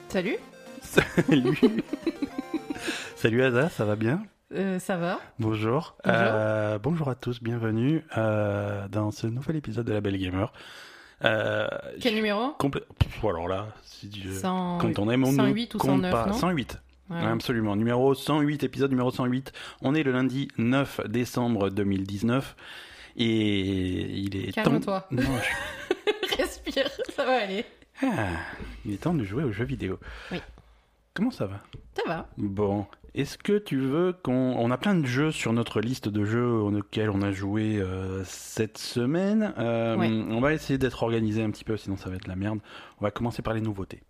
Salut. Salut. Salut Ada, ça va bien? Ça va. Bonjour. Bonjour à tous, bienvenue dans ce nouvel épisode de La Belle Gamer. Quel numéro? Alors là, si je... 100... quand on aime, on 108 ne ou compte 109, pas. non 108. Ouais. Absolument. Numéro 108, épisode numéro 108. On est le lundi 9 décembre 2019 et il est Calme-toi. Non, Respire, ça va aller. il est temps de jouer aux jeux vidéo. Oui. Comment ça va? Ça va. Bon, est-ce que tu veux on a plein de jeux sur notre liste de jeux auxquels on a joué cette semaine. Ouais. On va essayer d'être organisé un petit peu, sinon ça va être la merde. On va commencer par les nouveautés.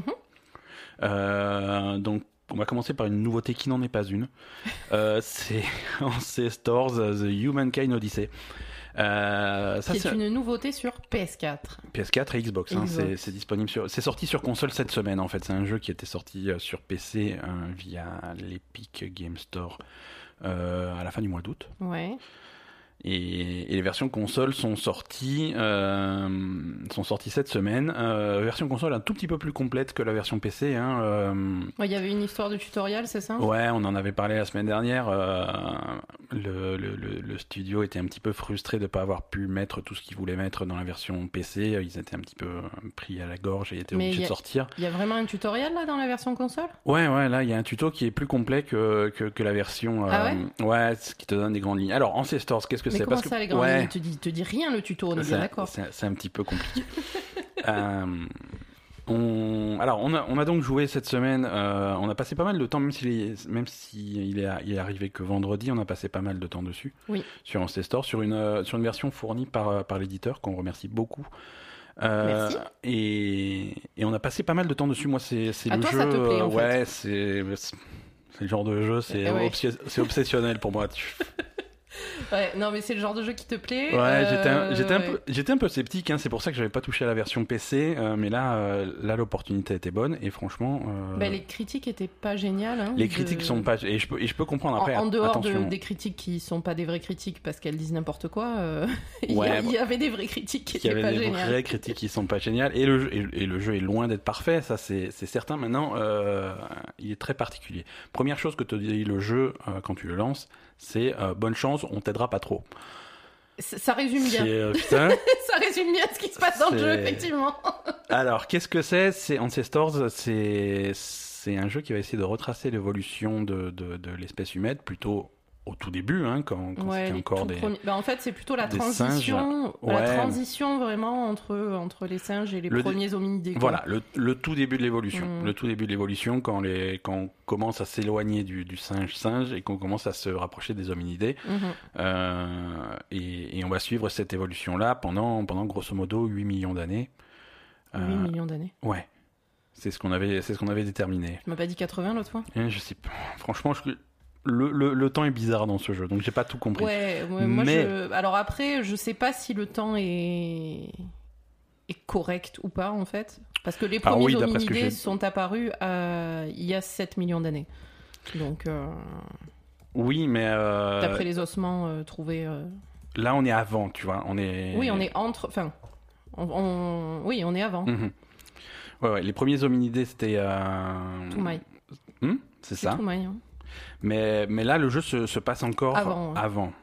Donc, on va commencer par une nouveauté qui n'en est pas une. C'est Ancestors The Humankind Odyssey. C'est une nouveauté sur PS4. PS4 et Xbox. C'est disponible c'est sorti sur console cette semaine en fait. C'est un jeu qui était sorti sur PC via l'Epic Game Store à la fin du mois d'août. Ouais. Et les versions console sont sorties cette semaine. Version console un tout petit peu plus complète que la version PC. Il y avait une histoire de tutoriel, c'est ça? Ouais, on en avait parlé la semaine dernière. Le studio était un petit peu frustré de ne pas avoir pu mettre tout ce qu'ils voulaient mettre dans la version PC. Ils étaient un petit peu pris à la gorge et étaient obligés de sortir. Il y a vraiment un tutoriel là dans la version console? Ouais, là il y a un tuto qui est plus complet que la version. Ah ouais? Ouais, ce qui te donne des grandes lignes. Alors, Ancestors, qu'est-ce que mais c'est? Comment ça, les grandes lignes? Il te dit rien le tuto, on est bien d'accord. C'est un petit peu compliqué. On a donc joué cette semaine. On a passé pas mal de temps, même s'il est arrivé que vendredi, on a passé pas mal de temps dessus. Oui. Sur Ancestors, sur une version fournie par l'éditeur qu'on remercie beaucoup. Merci. Et on a passé pas mal de temps dessus. Moi, c'est à le toi, jeu. Ça te plaît, en ouais, fait. c'est le genre de jeu. C'est obsessionnel pour moi. Ouais, non mais c'est le genre de jeu qui te plaît. Ouais, j'étais un peu sceptique, c'est pour ça que j'avais pas touché à la version PC, mais là l'opportunité était bonne et franchement. Les critiques étaient pas géniales. Les critiques sont pas et je peux comprendre après. En dehors attention. des critiques qui sont pas des vraies critiques parce qu'elles disent n'importe quoi, il y avait des vraies critiques qui étaient pas géniales. Il y avait des vraies critiques qui sont pas géniales et le jeu est loin d'être parfait, ça c'est certain. Maintenant, il est très particulier. Première chose que te dit le jeu quand tu le lances, c'est bonne chance, on t'aidera pas trop. Ça résume bien. Ça résume bien ce qui se passe dans le jeu, effectivement. Alors, qu'est-ce que c'est? C'est Ancestors, c'est un jeu qui va essayer de retracer l'évolution de l'espèce humaine, plutôt au tout début, quand c'était encore des... en fait, c'est plutôt la transition, transition vraiment entre les singes et les premiers hominidés. Voilà, le tout début de l'évolution. Le tout début de l'évolution, quand on commence à s'éloigner du singe et qu'on commence à se rapprocher des hominidés. Et on va suivre cette évolution-là pendant grosso modo 8 millions d'années. 8 millions d'années? Ouais. C'est ce qu'on avait déterminé. Tu m'as pas dit 80 l'autre fois? Je sais pas. Franchement, le temps est bizarre dans ce jeu, donc j'ai pas tout compris. Alors après, je sais pas si le temps est correct ou pas en fait, parce que les premiers hominidés sont apparus il y a 7 millions d'années. Donc oui, mais d'après les ossements trouvés. Là, on est avant, tu vois. Oui, on est entre. Enfin, oui, on est avant. Ouais, les premiers hominidés c'était. Toumaï. C'est ça. Toumaï, Mais là, le jeu se passe encore avant.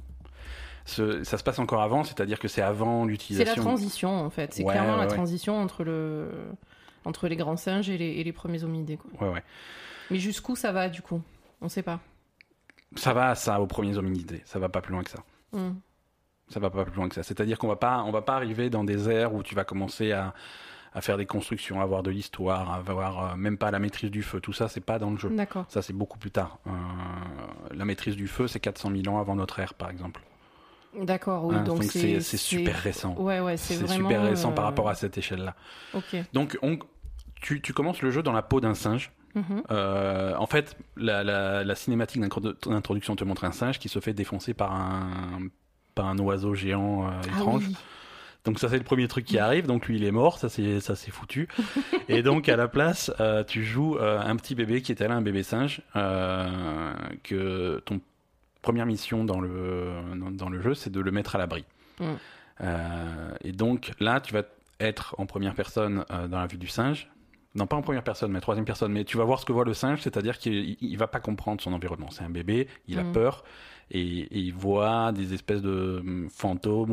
Ça se passe encore avant, c'est-à-dire que c'est avant l'utilisation. C'est la transition, en fait. C'est clairement la transition entre les grands singes et les premiers hominidés, quoi. Ouais. Mais jusqu'où ça va, du coup? On sait pas. Ça va, aux premiers hominidés. Ça va pas plus loin que ça. Ça va pas plus loin que ça. C'est-à-dire qu'on va pas arriver dans des aires où tu vas commencer à faire des constructions, à avoir de l'histoire, à avoir même pas la maîtrise du feu. Tout ça, c'est pas dans le jeu. D'accord. Ça, c'est beaucoup plus tard. La maîtrise du feu, c'est 400 000 ans avant notre ère, par exemple. D'accord, oui. Donc c'est super récent. Ouais, c'est vraiment... super récent par rapport à cette échelle-là. Ok. Donc, tu commences le jeu dans la peau d'un singe. En fait, la cinématique d'introduction te montre un singe qui se fait défoncer par un oiseau géant étrange. Oui. Donc ça c'est le premier truc qui arrive, donc lui il est mort, ça c'est foutu. Et donc à la place tu joues un petit bébé qui était là, un bébé singe, que ton première mission dans le jeu c'est de le mettre à l'abri. Et donc là tu vas être en première personne dans la vue du singe, Non, pas en première personne, mais troisième personne. Mais tu vas voir ce que voit le singe, c'est-à-dire qu'il va pas comprendre son environnement. C'est un bébé, il a peur et il voit des espèces de fantômes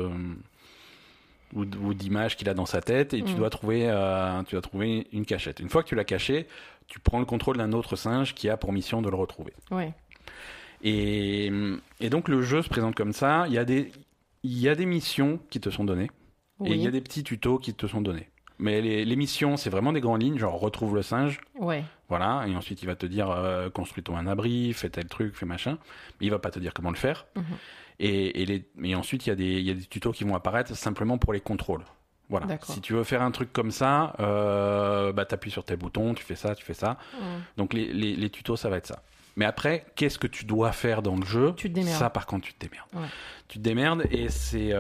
ou d'images qu'il a dans sa tête et tu dois trouver une cachette. Une fois que tu l'as caché, tu prends le contrôle d'un autre singe qui a pour mission de le retrouver. Ouais. Et donc le jeu se présente comme ça. Il y a des missions qui te sont données et il y a des petits tutos qui te sont donnés. Mais les missions, c'est vraiment des grandes lignes, genre retrouve le singe. Ouais. Voilà, et ensuite il va te dire construis-toi un abri, fais tel truc, fais machin. Mais il va pas te dire comment le faire. Et ensuite il y a des tutos qui vont apparaître simplement pour les contrôles. Voilà. D'accord. Si tu veux faire un truc comme ça, t'appuies sur tel bouton, tu fais ça. Donc les tutos, ça va être ça. Mais après, qu'est-ce que tu dois faire dans le jeu ? Tu te démerdes. Ça, par contre, tu te démerdes. Ouais. Tu te démerdes et c'est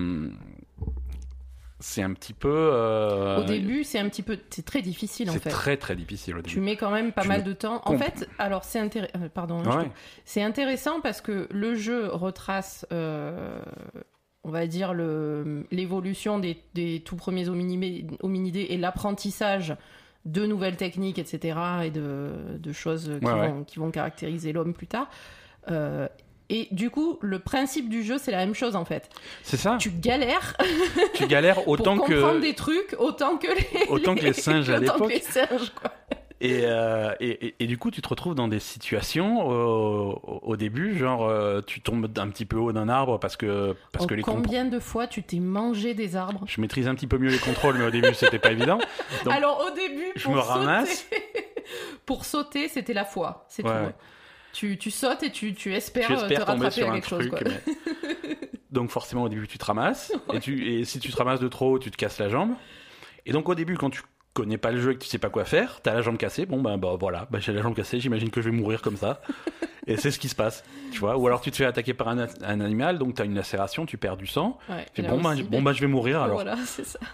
un petit peu... Au début, c'est très difficile, en fait. C'est très, très difficile au début. Tu mets quand même pas mal de temps. En fait, alors, c'est c'est intéressant parce que le jeu retrace... on va dire l'évolution des tout premiers hominidés et l'apprentissage de nouvelles techniques, etc., et de choses qui vont caractériser l'homme plus tard. Et du coup, le principe du jeu, c'est la même chose, en fait. C'est ça. Tu galères. Tu galères autant pour comprendre des trucs, autant que les singes à l'époque. Autant que les singes, quoi. Et du coup, tu te retrouves dans des situations au début, genre tu tombes un petit peu haut d'un arbre parce que les combien de fois tu t'es mangé des arbres ? Je maîtrise un petit peu mieux les contrôles, mais au début, c'était pas évident. Donc, alors au début, je me ramasse. Pour sauter, c'était la foi, c'est tout. Ouais. Tu sautes et tu espères te rattraper à quelque chose. Quoi. Mais... Donc forcément, au début, tu te ramasses. Ouais. Et si tu te ramasses de trop, tu te casses la jambe. Et donc au début, quand tu connais pas le jeu et que tu sais pas quoi faire, t'as la jambe cassée, voilà, j'ai la jambe cassée, j'imagine que je vais mourir comme ça. Et c'est ce qui se passe, tu vois. Ou alors tu te fais attaquer par un animal, donc t'as une lacération, tu perds du sang. Ouais, et je vais mourir alors. Voilà, c'est ça.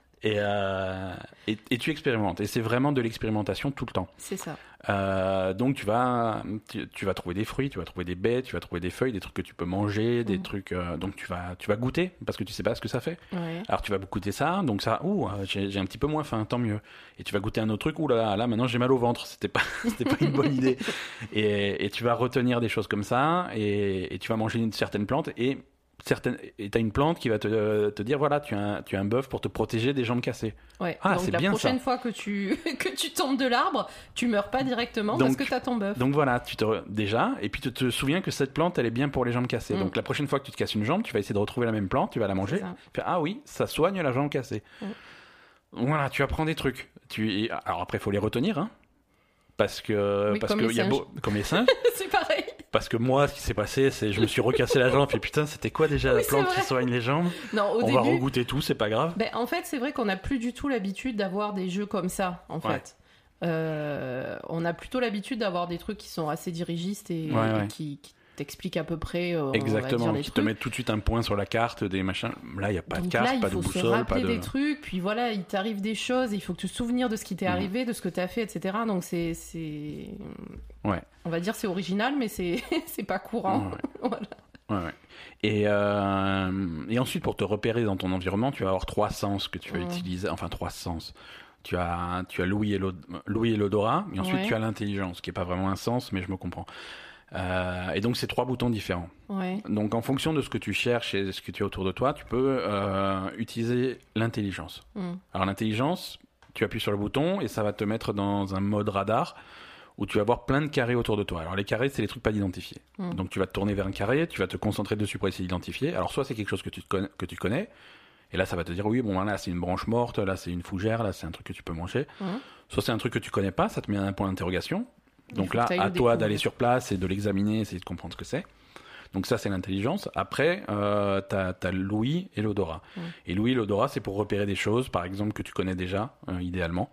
Et tu expérimentes. Et c'est vraiment de l'expérimentation tout le temps. C'est ça. Donc tu vas trouver des fruits, tu vas trouver des baies, tu vas trouver des feuilles, des trucs que tu peux manger, des trucs. Donc tu vas goûter parce que tu sais pas ce que ça fait. Ouais. Alors tu vas goûter ça, donc ça, j'ai un petit peu moins faim, tant mieux. Et tu vas goûter un autre truc, là maintenant j'ai mal au ventre, c'était pas une bonne idée. Et tu vas retenir des choses comme ça, et tu vas manger une certaine plante et t'as une plante qui va te dire voilà, tu as un bœuf pour te protéger des jambes cassées. Ouais. Ah, donc c'est la bien prochaine ça. fois que tu tombes de l'arbre, tu meurs pas directement parce que t'as ton bœuf. Donc voilà, déjà, et puis tu te souviens que cette plante elle est bien pour les jambes cassées. Donc la prochaine fois que tu te casses une jambe, tu vas essayer de retrouver la même plante, tu vas la manger. Ah oui, ça soigne la jambe cassée. Voilà, tu apprends des trucs. Alors après, il faut les retenir, hein. Parce que il y a comme les singes. C'est pareil. Parce que moi, ce qui s'est passé, c'est je me suis recassé la jambe et putain, c'était quoi déjà la plante qui soigne les jambes ? Non, on va regoûter tout, c'est pas grave. En fait, c'est vrai qu'on n'a plus du tout l'habitude d'avoir des jeux comme ça, en fait. On a plutôt l'habitude d'avoir des trucs qui sont assez dirigistes et qui t'expliquent à peu près. Exactement, on va dire, qui te mettent tout de suite un point sur la carte, des machins. Là, il n'y a pas de carte, pas de boussole. Il faut se rappeler des trucs, puis voilà, il t'arrive des choses, il faut que tu te souvenir de ce qui t'est arrivé, de ce que t'as fait, etc. Donc c'est... Ouais. On va dire c'est original, mais c'est pas courant. Ouais. Voilà. Ouais. Et ensuite, pour te repérer dans ton environnement, tu vas avoir 3 sens que tu vas utiliser. Enfin, 3 sens. Tu as l'ouïe et l'odorat, et ensuite tu as l'intelligence, qui n'est pas vraiment un sens, mais je me comprends. Et donc c'est 3 boutons différents. Ouais. Donc en fonction de ce que tu cherches et de ce que tu as autour de toi, tu peux utiliser l'intelligence. Alors l'intelligence, tu appuies sur le bouton et ça va te mettre dans un mode radar où tu vas avoir plein de carrés autour de toi. Alors les carrés, c'est les trucs pas identifiés. Donc tu vas te tourner vers un carré, tu vas te concentrer dessus pour essayer d'identifier. Alors soit c'est quelque chose que tu connais, et là ça va te dire oui, bon là c'est une branche morte, là c'est une fougère, là c'est un truc que tu peux manger. Soit c'est un truc que tu connais pas, ça te met un point d'interrogation. Donc là, à toi d'aller sur place et de l'examiner, essayer de comprendre ce que c'est. Donc ça, c'est l'intelligence. Après, t'as l'ouïe et l'odorat. Et l'ouïe et l'odorat, c'est pour repérer des choses, par exemple, que tu connais déjà, idéalement.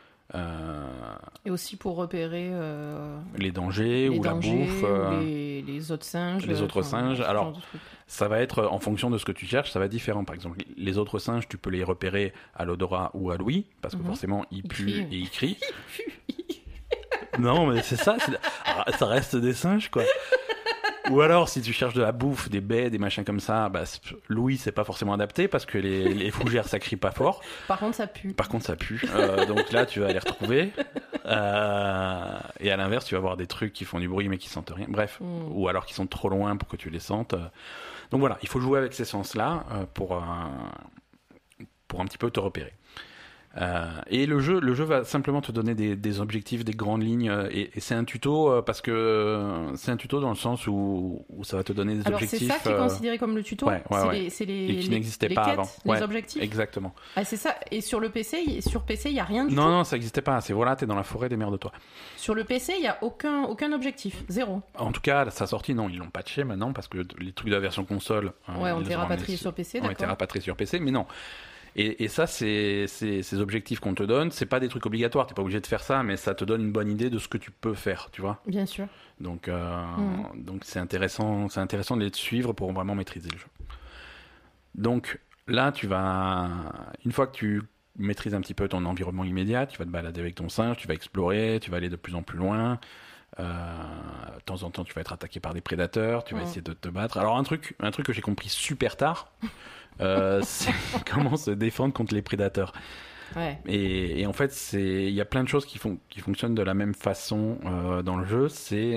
Et aussi pour repérer... les dangers ou la bouffe. Les autres singes. Les autres singes. Alors, ça va être, en fonction de ce que tu cherches, ça va être différent. Par exemple, les autres singes, tu peux les repérer à l'odorat ou à l'ouïe, parce que forcément, ils puent et ils crient. Non, mais c'est ça. Ça reste des singes, quoi. Ou alors, si tu cherches de la bouffe, des baies, des machins comme ça, bah, l'ouïe, c'est pas forcément adapté parce que les fougères, ça crie pas fort. Par contre, ça pue. Donc là, tu vas les retrouver. Et à l'inverse, tu vas avoir des trucs qui font du bruit mais qui sentent rien. Bref. Ou alors qui sont trop loin pour que tu les sentes. Donc voilà, il faut jouer avec ces sens-là pour un petit peu te repérer. Et le jeu va simplement te donner des objectifs, des grandes lignes, et c'est un tuto parce que c'est un tuto dans le sens où ça va te donner des objectifs. Alors c'est ça qui est considéré comme le tuto. C'est et qui n'existait pas quêtes, avant. Les objectifs. Exactement. Ah, c'est ça. Et sur PC, il y a rien du tout. Non, ça n'existait pas. C'est voilà, t'es dans la forêt, démerde-toi. Sur le PC, il y a aucun objectif, zéro. En tout cas, sa sortie, non, ils l'ont patché maintenant parce que les trucs de la version console. Ont été rapatriés sur PC. D'accord. Ont été rapatriés sur PC, mais non. Et ça, ces objectifs qu'on te donne, c'est pas des trucs obligatoires, t'es pas obligé de faire ça, mais ça te donne une bonne idée de ce que tu peux faire, tu vois. Bien sûr. Donc c'est intéressant de les suivre pour vraiment maîtriser le jeu. Donc là, une fois que tu maîtrises un petit peu ton environnement immédiat, tu vas te balader avec ton singe, tu vas explorer, tu vas aller de plus en plus loin. De temps en temps, tu vas être attaqué par des prédateurs, tu vas essayer de te battre. Alors un truc que j'ai compris super tard. C'est comment se défendre contre les prédateurs. Ouais. Et en fait, il y a plein de choses qui fonctionnent de la même façon dans le jeu. C'est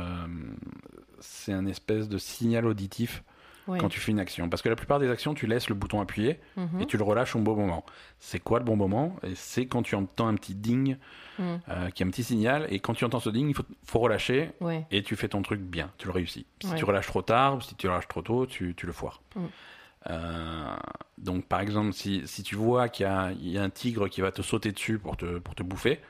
un espèce de signal auditif quand tu fais une action. Parce que la plupart des actions, tu laisses le bouton appuyé et tu le relâches au bon moment. C'est quoi le bon moment? Et c'est quand tu entends un petit ding, qui est un petit signal. Et quand tu entends ce ding, il faut relâcher et tu fais ton truc bien. Tu le réussis. Si tu relâches trop tard ou si tu relâches trop tôt, tu le foires. Donc par exemple si tu vois qu'il y a un tigre qui va te sauter dessus pour te bouffer,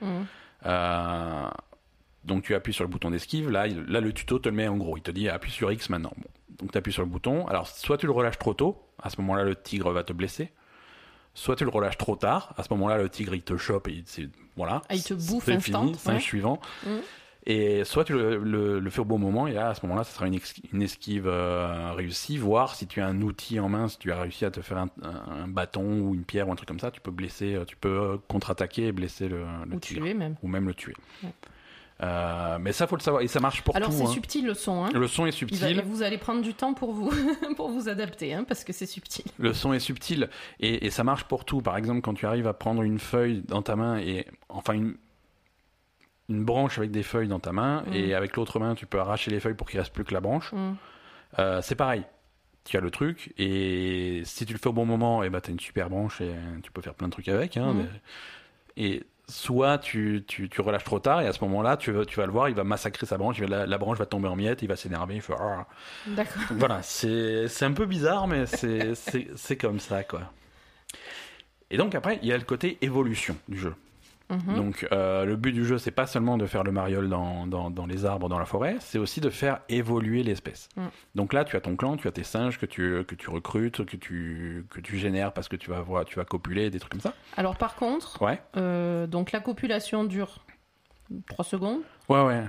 donc tu appuies sur le bouton d'esquive, là le tuto te le met en gros, il te dit appuie sur X maintenant. Donc tu appuies sur le bouton, alors soit tu le relâches trop tôt, à ce moment là le tigre va te blesser, soit tu le relâches trop tard, à ce moment là le tigre il te chope et il te bouffe c'est instant, fini, singe suivant. Et soit tu le fais au bon moment, et là, à ce moment-là, ça sera une esquive réussie, voire si tu as un outil en main, si tu as réussi à te faire un bâton ou une pierre ou un truc comme ça, tu peux contre-attaquer et blesser le tigre. Tuer même. Ou même le tuer. Ouais. Mais ça, faut le savoir, et ça marche pour Alors, tout. Alors c'est subtil le son. Le son est subtil. Vous allez prendre du temps pour vous pour vous adapter, parce que c'est subtil. Le son est subtil, et ça marche pour tout. Par exemple, quand tu arrives à prendre une feuille dans ta main, une branche avec des feuilles dans ta main, et avec l'autre main tu peux arracher les feuilles pour qu'il reste plus que la branche. C'est pareil, tu as le truc, et si tu le fais au bon moment, et t'as une super branche et tu peux faire plein de trucs avec, et soit tu relâches trop tard, et à ce moment là tu vas le voir, il va massacrer sa branche, la branche va tomber en miettes, il va s'énerver, il fait D'accord. Donc voilà, c'est un peu bizarre, mais c'est comme ça, quoi. Et donc après il y a le côté évolution du jeu. Donc le but du jeu, c'est pas seulement de faire le mariole dans les arbres, dans la forêt, c'est aussi de faire évoluer l'espèce. Donc là, tu as ton clan, tu as tes singes que tu recrutes, que tu génères parce que tu vas copuler, des trucs comme ça. Alors par contre, donc la copulation dure 3 secondes. Ouais.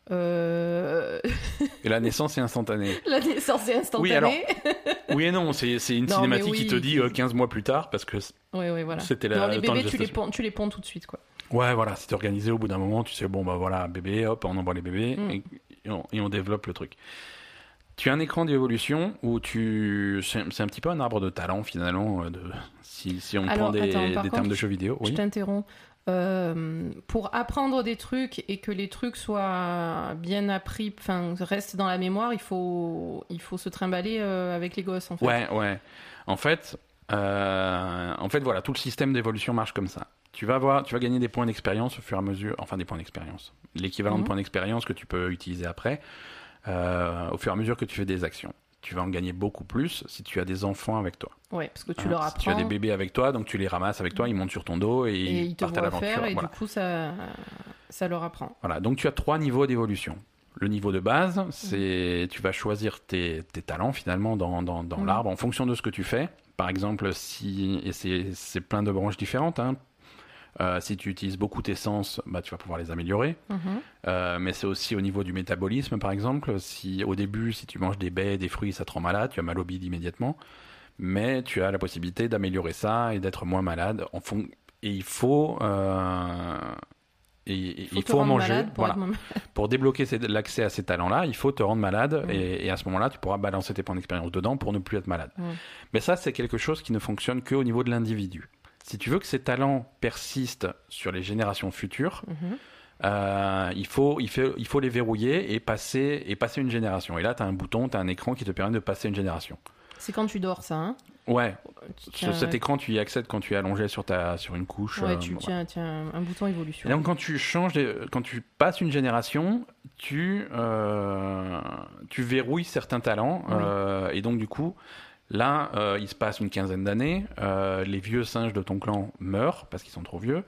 Et la naissance est instantanée. La naissance est instantanée. Oui, alors, oui et non, c'est une cinématique qui te dit 15 mois plus tard, parce que voilà. C'était les bébés, tu les ponds tout de suite, quoi. Ouais, voilà, c'est organisé au bout d'un moment, tu sais, bébé, hop, on envoie les bébés, et on développe le truc. Tu as un écran d'évolution où c'est un petit peu un arbre de talent, finalement, si on prend des termes de jeux vidéo. Je t'interromps. Pour apprendre des trucs et que les trucs soient bien appris, restent dans la mémoire, il faut se trimballer avec les gosses, en fait. Ouais. En fait, voilà, tout le système d'évolution marche comme ça. Tu vas gagner des points d'expérience au fur et à mesure, des points d'expérience, l'équivalent de points d'expérience que tu peux utiliser après, au fur et à mesure que tu fais des actions. Tu vas en gagner beaucoup plus si tu as des enfants avec toi. Ouais, parce que tu leur apprends. Si tu as des bébés avec toi, donc tu les ramasses avec toi, ils montent sur ton dos et ils partent à l'aventure. Et du coup, ça leur apprend. Voilà, donc tu as 3 niveaux d'évolution. Le niveau de base, c'est tu vas choisir tes talents finalement dans l'arbre en fonction de ce que tu fais. Par exemple, c'est plein de branches différentes. Si tu utilises beaucoup tes sens, tu vas pouvoir les améliorer. Mais c'est aussi au niveau du métabolisme, par exemple. Au début, si tu manges des baies, des fruits, ça te rend malade, tu as mal au bide immédiatement. Mais tu as la possibilité d'améliorer ça et d'être moins malade. Et il faut il faut en manger. Voilà. Pour débloquer l'accès à ces talents-là, il faut te rendre malade et à ce moment-là, tu pourras balancer tes points d'expérience dedans pour ne plus être malade. Mais ça, c'est quelque chose qui ne fonctionne qu'au niveau de l'individu. Si tu veux que ces talents persistent sur les générations futures, il faut les verrouiller et passer une génération. Et là, tu as un bouton, tu as un écran qui te permet de passer une génération. C'est quand tu dors, ça, hein? Ouais. Sur cet écran, tu y accèdes quand tu es allongé sur une couche. Ouais, tu as un bouton évolution. Et donc, quand tu passes une génération, tu verrouilles certains talents. Et donc, du coup, là, il se passe une quinzaine d'années. Les vieux singes de ton clan meurent parce qu'ils sont trop vieux.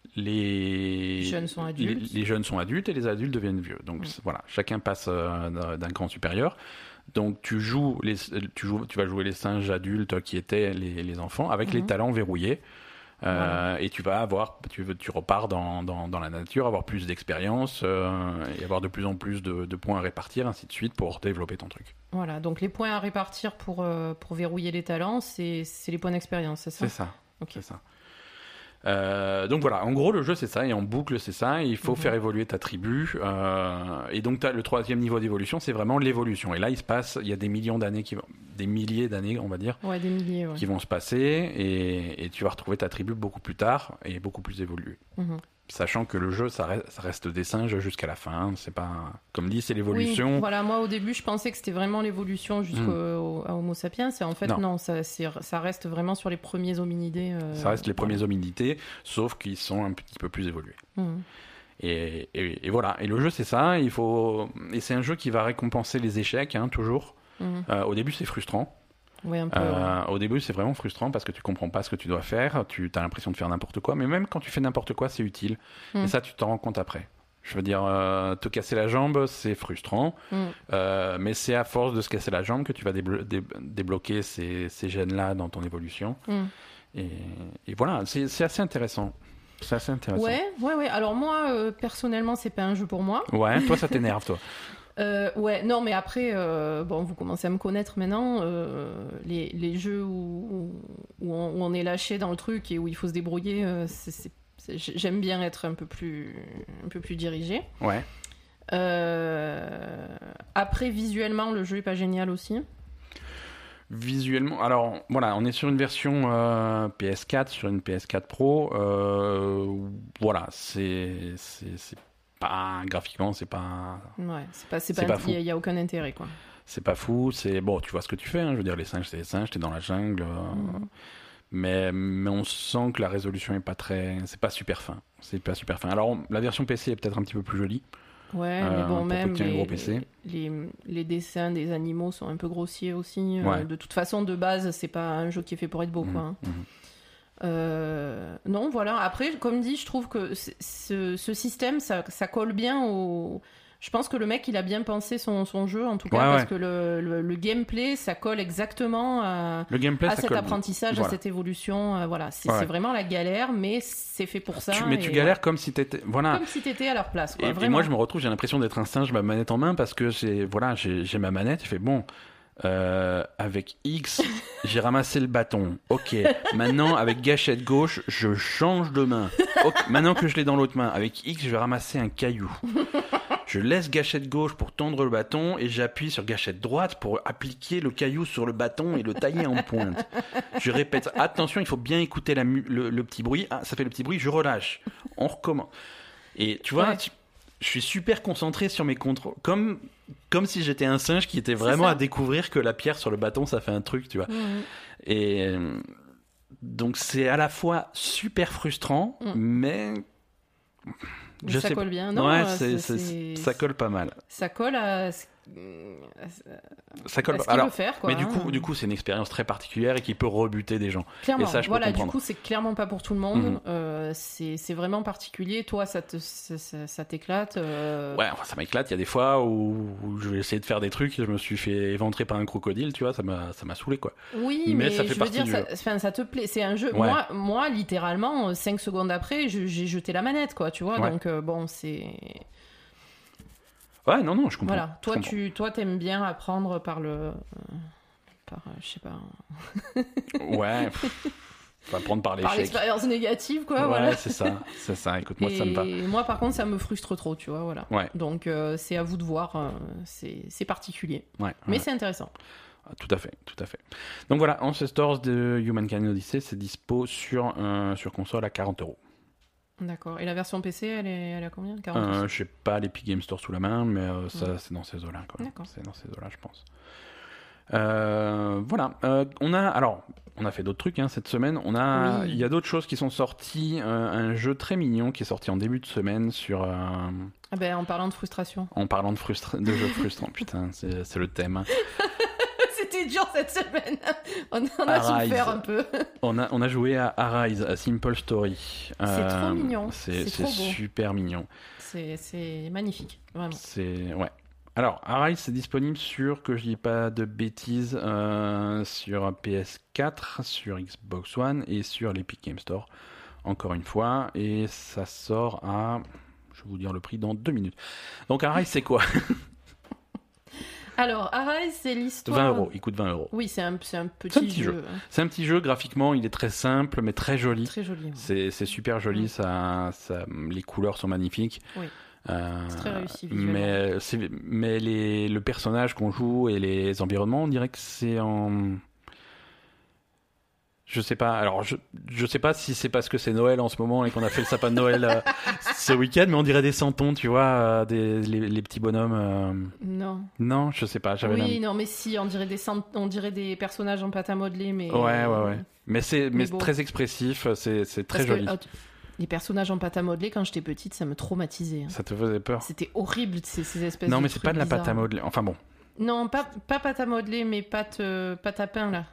Les jeunes sont adultes. Les jeunes sont adultes et les adultes deviennent vieux. Donc, voilà, chacun passe d'un cran supérieur. Donc tu vas jouer les singes adultes qui étaient les enfants avec les talents verrouillés et tu repars dans la nature, avoir plus d'expérience et avoir de plus en plus de points à répartir, ainsi de suite pour développer ton truc. Voilà, donc les points à répartir pour verrouiller les talents, c'est les points d'expérience, c'est ça? C'est ça, c'est ça. Donc voilà, en gros le jeu c'est ça, et en boucle c'est ça, et il faut faire évoluer ta tribu, et donc le troisième niveau d'évolution c'est vraiment l'évolution, et là il y a des milliers d'années on va dire, des milliers, qui vont se passer, et tu vas retrouver ta tribu beaucoup plus tard et beaucoup plus évoluée. Sachant que le jeu ça reste des singes jusqu'à la fin, c'est pas, comme dit, c'est l'évolution. Oui, voilà, moi au début je pensais que c'était vraiment l'évolution jusqu'à Homo sapiens, et en fait non, ça reste vraiment sur les premiers hominidés. Ça reste les premiers hominidés, sauf qu'ils sont un petit peu plus évolués. Et voilà, et le jeu c'est ça, et c'est un jeu qui va récompenser les échecs, toujours. Au début c'est frustrant. Oui, un peu, Au début, c'est vraiment frustrant parce que tu comprends pas ce que tu dois faire, tu as l'impression de faire n'importe quoi, mais même quand tu fais n'importe quoi, c'est utile. Et ça, tu t'en rends compte après. Je veux dire, te casser la jambe, c'est frustrant, mais c'est à force de se casser la jambe que tu vas débloquer ces gènes-là dans ton évolution. Et voilà, c'est assez intéressant. C'est assez intéressant. Ouais. Alors moi, personnellement, c'est pas un jeu pour moi. Ouais, toi, ça t'énerve, toi. Non, mais après, vous commencez à me connaître maintenant. Les jeux où on est lâché dans le truc et où il faut se débrouiller, j'aime bien être un peu plus dirigé. Ouais. Après, visuellement, le jeu est pas génial aussi. Visuellement, alors voilà, on est sur une version PS4, sur une PS4 Pro. Voilà, c'est pas graphiquement, c'est pas. Ouais, c'est pas fou. Il y a aucun intérêt, quoi. C'est pas fou, c'est bon, tu vois ce que tu fais, je veux dire, les singes c'est les singes, t'es dans la jungle, mais on sent que la résolution est pas c'est pas super fin, Alors la version PC est peut-être un petit peu plus jolie. Ouais, mais bon, même les dessins des animaux sont un peu grossiers aussi. De toute façon, de base, c'est pas un jeu qui est fait pour être beau, quoi. Non, voilà. Après, comme dit, je trouve que ce système, ça colle bien au. Je pense que le mec, il a bien pensé son jeu, en tout cas, parce que le gameplay, ça colle exactement à cet apprentissage, à cette évolution. Voilà, c'est vraiment la galère, mais c'est fait pour ça. Tu galères comme si t'étais, comme si t'étais à leur place, quoi. Et moi, je me retrouve, j'ai l'impression d'être un singe, ma manette en main, parce que j'ai ma manette. Je fais bon. Avec X, j'ai ramassé le bâton. Ok. Maintenant, avec gâchette gauche, je change de main. Okay. Maintenant que je l'ai dans l'autre main, avec X, je vais ramasser un caillou. Je laisse gâchette gauche pour tendre le bâton et j'appuie sur gâchette droite pour appliquer le caillou sur le bâton et le tailler en pointe. Je répète, attention, il faut bien écouter le petit bruit. Ah, ça fait le petit bruit, je relâche. On recommence. Et tu vois, je suis super concentré sur mes contrôles. Comme si j'étais un singe qui était vraiment à découvrir que la pierre sur le bâton, ça fait un truc, tu vois. Et donc, c'est à la fois super frustrant, mais... ça colle bien, non? Ouais, ça colle pas mal. Ça colle à ça colle ce qu'il veut faire, quoi. Mais du coup, c'est une expérience très particulière et qui peut rebuter des gens. Clairement. Et ça, je peux comprendre. Du coup, c'est clairement pas pour tout le monde. C'est vraiment particulier. Toi, ça t'éclate. Ouais, ça m'éclate. Il y a des fois où je vais essayer de faire des trucs, je me suis fait éventrer par un crocodile, tu vois, ça m'a saoulé, quoi. Oui, mais ça fait partie du jeu. Ça te plaît. C'est un jeu. Ouais. Moi, littéralement, 5 secondes après, j'ai jeté la manette, quoi, tu vois. Ouais. Donc, c'est... Ouais, non, je comprends. Voilà, toi, t'aimes bien apprendre par je sais pas. Ouais. apprendre par l'échec. Par l'expérience négative, quoi. Ouais, voilà. c'est ça. Écoute, moi, ça me va. Et moi, par contre, ça me frustre trop, tu vois, voilà. Ouais. Donc, c'est à vous de voir. C'est particulier. Ouais, mais c'est intéressant. Tout à fait. Donc voilà, Ancestors de Humankind Odyssey, c'est dispo sur console à 40€. D'accord. Et la version PC, elle est à combien? 40 Je sais pas l'Epic Game Store sous la main, mais ça, c'est dans ces eaux-là. D'accord. C'est dans ces eaux-là, je pense. Voilà. On a fait d'autres trucs cette semaine. Il y a d'autres choses qui sont sorties. Un jeu très mignon qui est sorti en début de semaine sur. en parlant de frustration. En parlant de jeux frustrants, putain, c'est le thème. C'était dur cette semaine. On a souffert un peu. On a joué à Arise, A Simple Story. C'est trop mignon. C'est trop beau. super mignon. C'est magnifique, vraiment. Ouais. Alors, Arise, c'est disponible sur, que je dis pas de bêtises, sur PS4, sur Xbox One et sur l'Epic Game Store, encore une fois. Et ça sort à... Je vais vous dire le prix dans 2 minutes. Donc, Arise, c'est quoi? Alors, Arise, c'est l'histoire... 20€, il coûte 20€. Oui, c'est un petit jeu. C'est un petit jeu, graphiquement, il est très simple, mais très joli. Très joli. Ouais. C'est super joli, les couleurs sont magnifiques. Oui. C'est très réussi visuellement. Mais le personnage qu'on joue et les environnements, on dirait que c'est en... Je sais pas. Alors, je sais pas si c'est parce que c'est Noël en ce moment et qu'on a fait le sapin de Noël ce week-end, mais on dirait des santons, tu vois, les petits bonhommes. Non, je sais pas. Non, mais si, on dirait des personnages en pâte à modeler, mais. Ouais. Mais c'est très expressif, c'est très joli. Les personnages en pâte à modeler, quand j'étais petite, ça me traumatisait. Ça te faisait peur? C'était horrible, ces espèces Non, de mais c'est pas de la pâte à modeler. Enfin bon. Non, pas pâte à modeler, mais pâte à pain, là.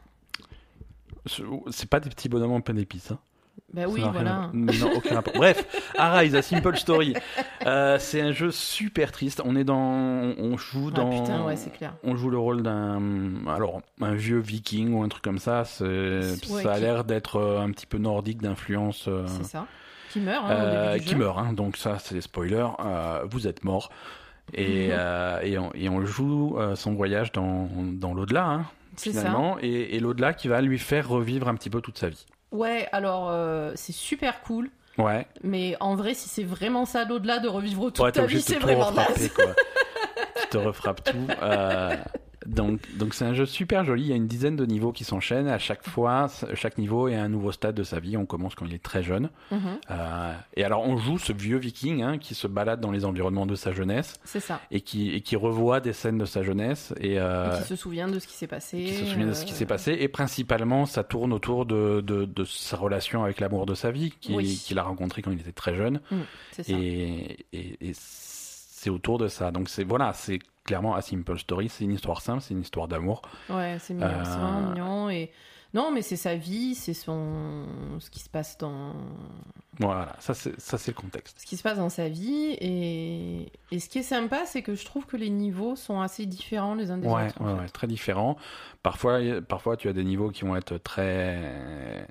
C'est pas des petits bonhommes en pain d'épices, hein. Bah oui, voilà. Non, aucun rapport. Bref, Arise, A Simple Story. C'est un jeu super triste. On joue dans. Ah putain, ouais, c'est clair. On joue le rôle d'un vieux viking ou un truc comme ça. Ça a l'air d'être un petit peu nordique d'influence. C'est ça. Qui meurt au début du jeu. Qui meurt, hein. Donc ça, c'est des spoilers. Vous êtes mort. Et on joue son voyage dans l'au-delà, hein, finalement. Et l'au-delà qui va lui faire revivre un petit peu toute sa vie. Ouais, alors c'est super cool. Ouais. Mais en vrai, si c'est vraiment ça l'au-delà de revivre toute ta vie, c'est vraiment naze. Tu te refrappes tout. Donc c'est un jeu super joli. Il y a une dizaine de niveaux qui s'enchaînent. À chaque fois, chaque niveau est un nouveau stade de sa vie. On commence quand il est très jeune. Et alors on joue ce vieux viking qui se balade dans les environnements de sa jeunesse. C'est ça. Et qui revoit des scènes de sa jeunesse et qui se souvient de ce qui s'est passé. Et principalement, ça tourne autour de sa relation avec l'amour de sa vie, qu'il a rencontré quand il était très jeune. C'est ça. Et c'est autour de ça. Donc c'est clairement A Simple Story, c'est une histoire simple, c'est une histoire d'amour. Ouais, c'est mignon, c'est vraiment mignon. Et... Non, mais c'est sa vie, c'est ce qui se passe dans... Voilà, ça c'est le contexte. Ce qui se passe dans sa vie, et ce qui est sympa, c'est que je trouve que les niveaux sont assez différents les uns des autres. Ouais, très différents. Parfois, tu as des niveaux qui vont être très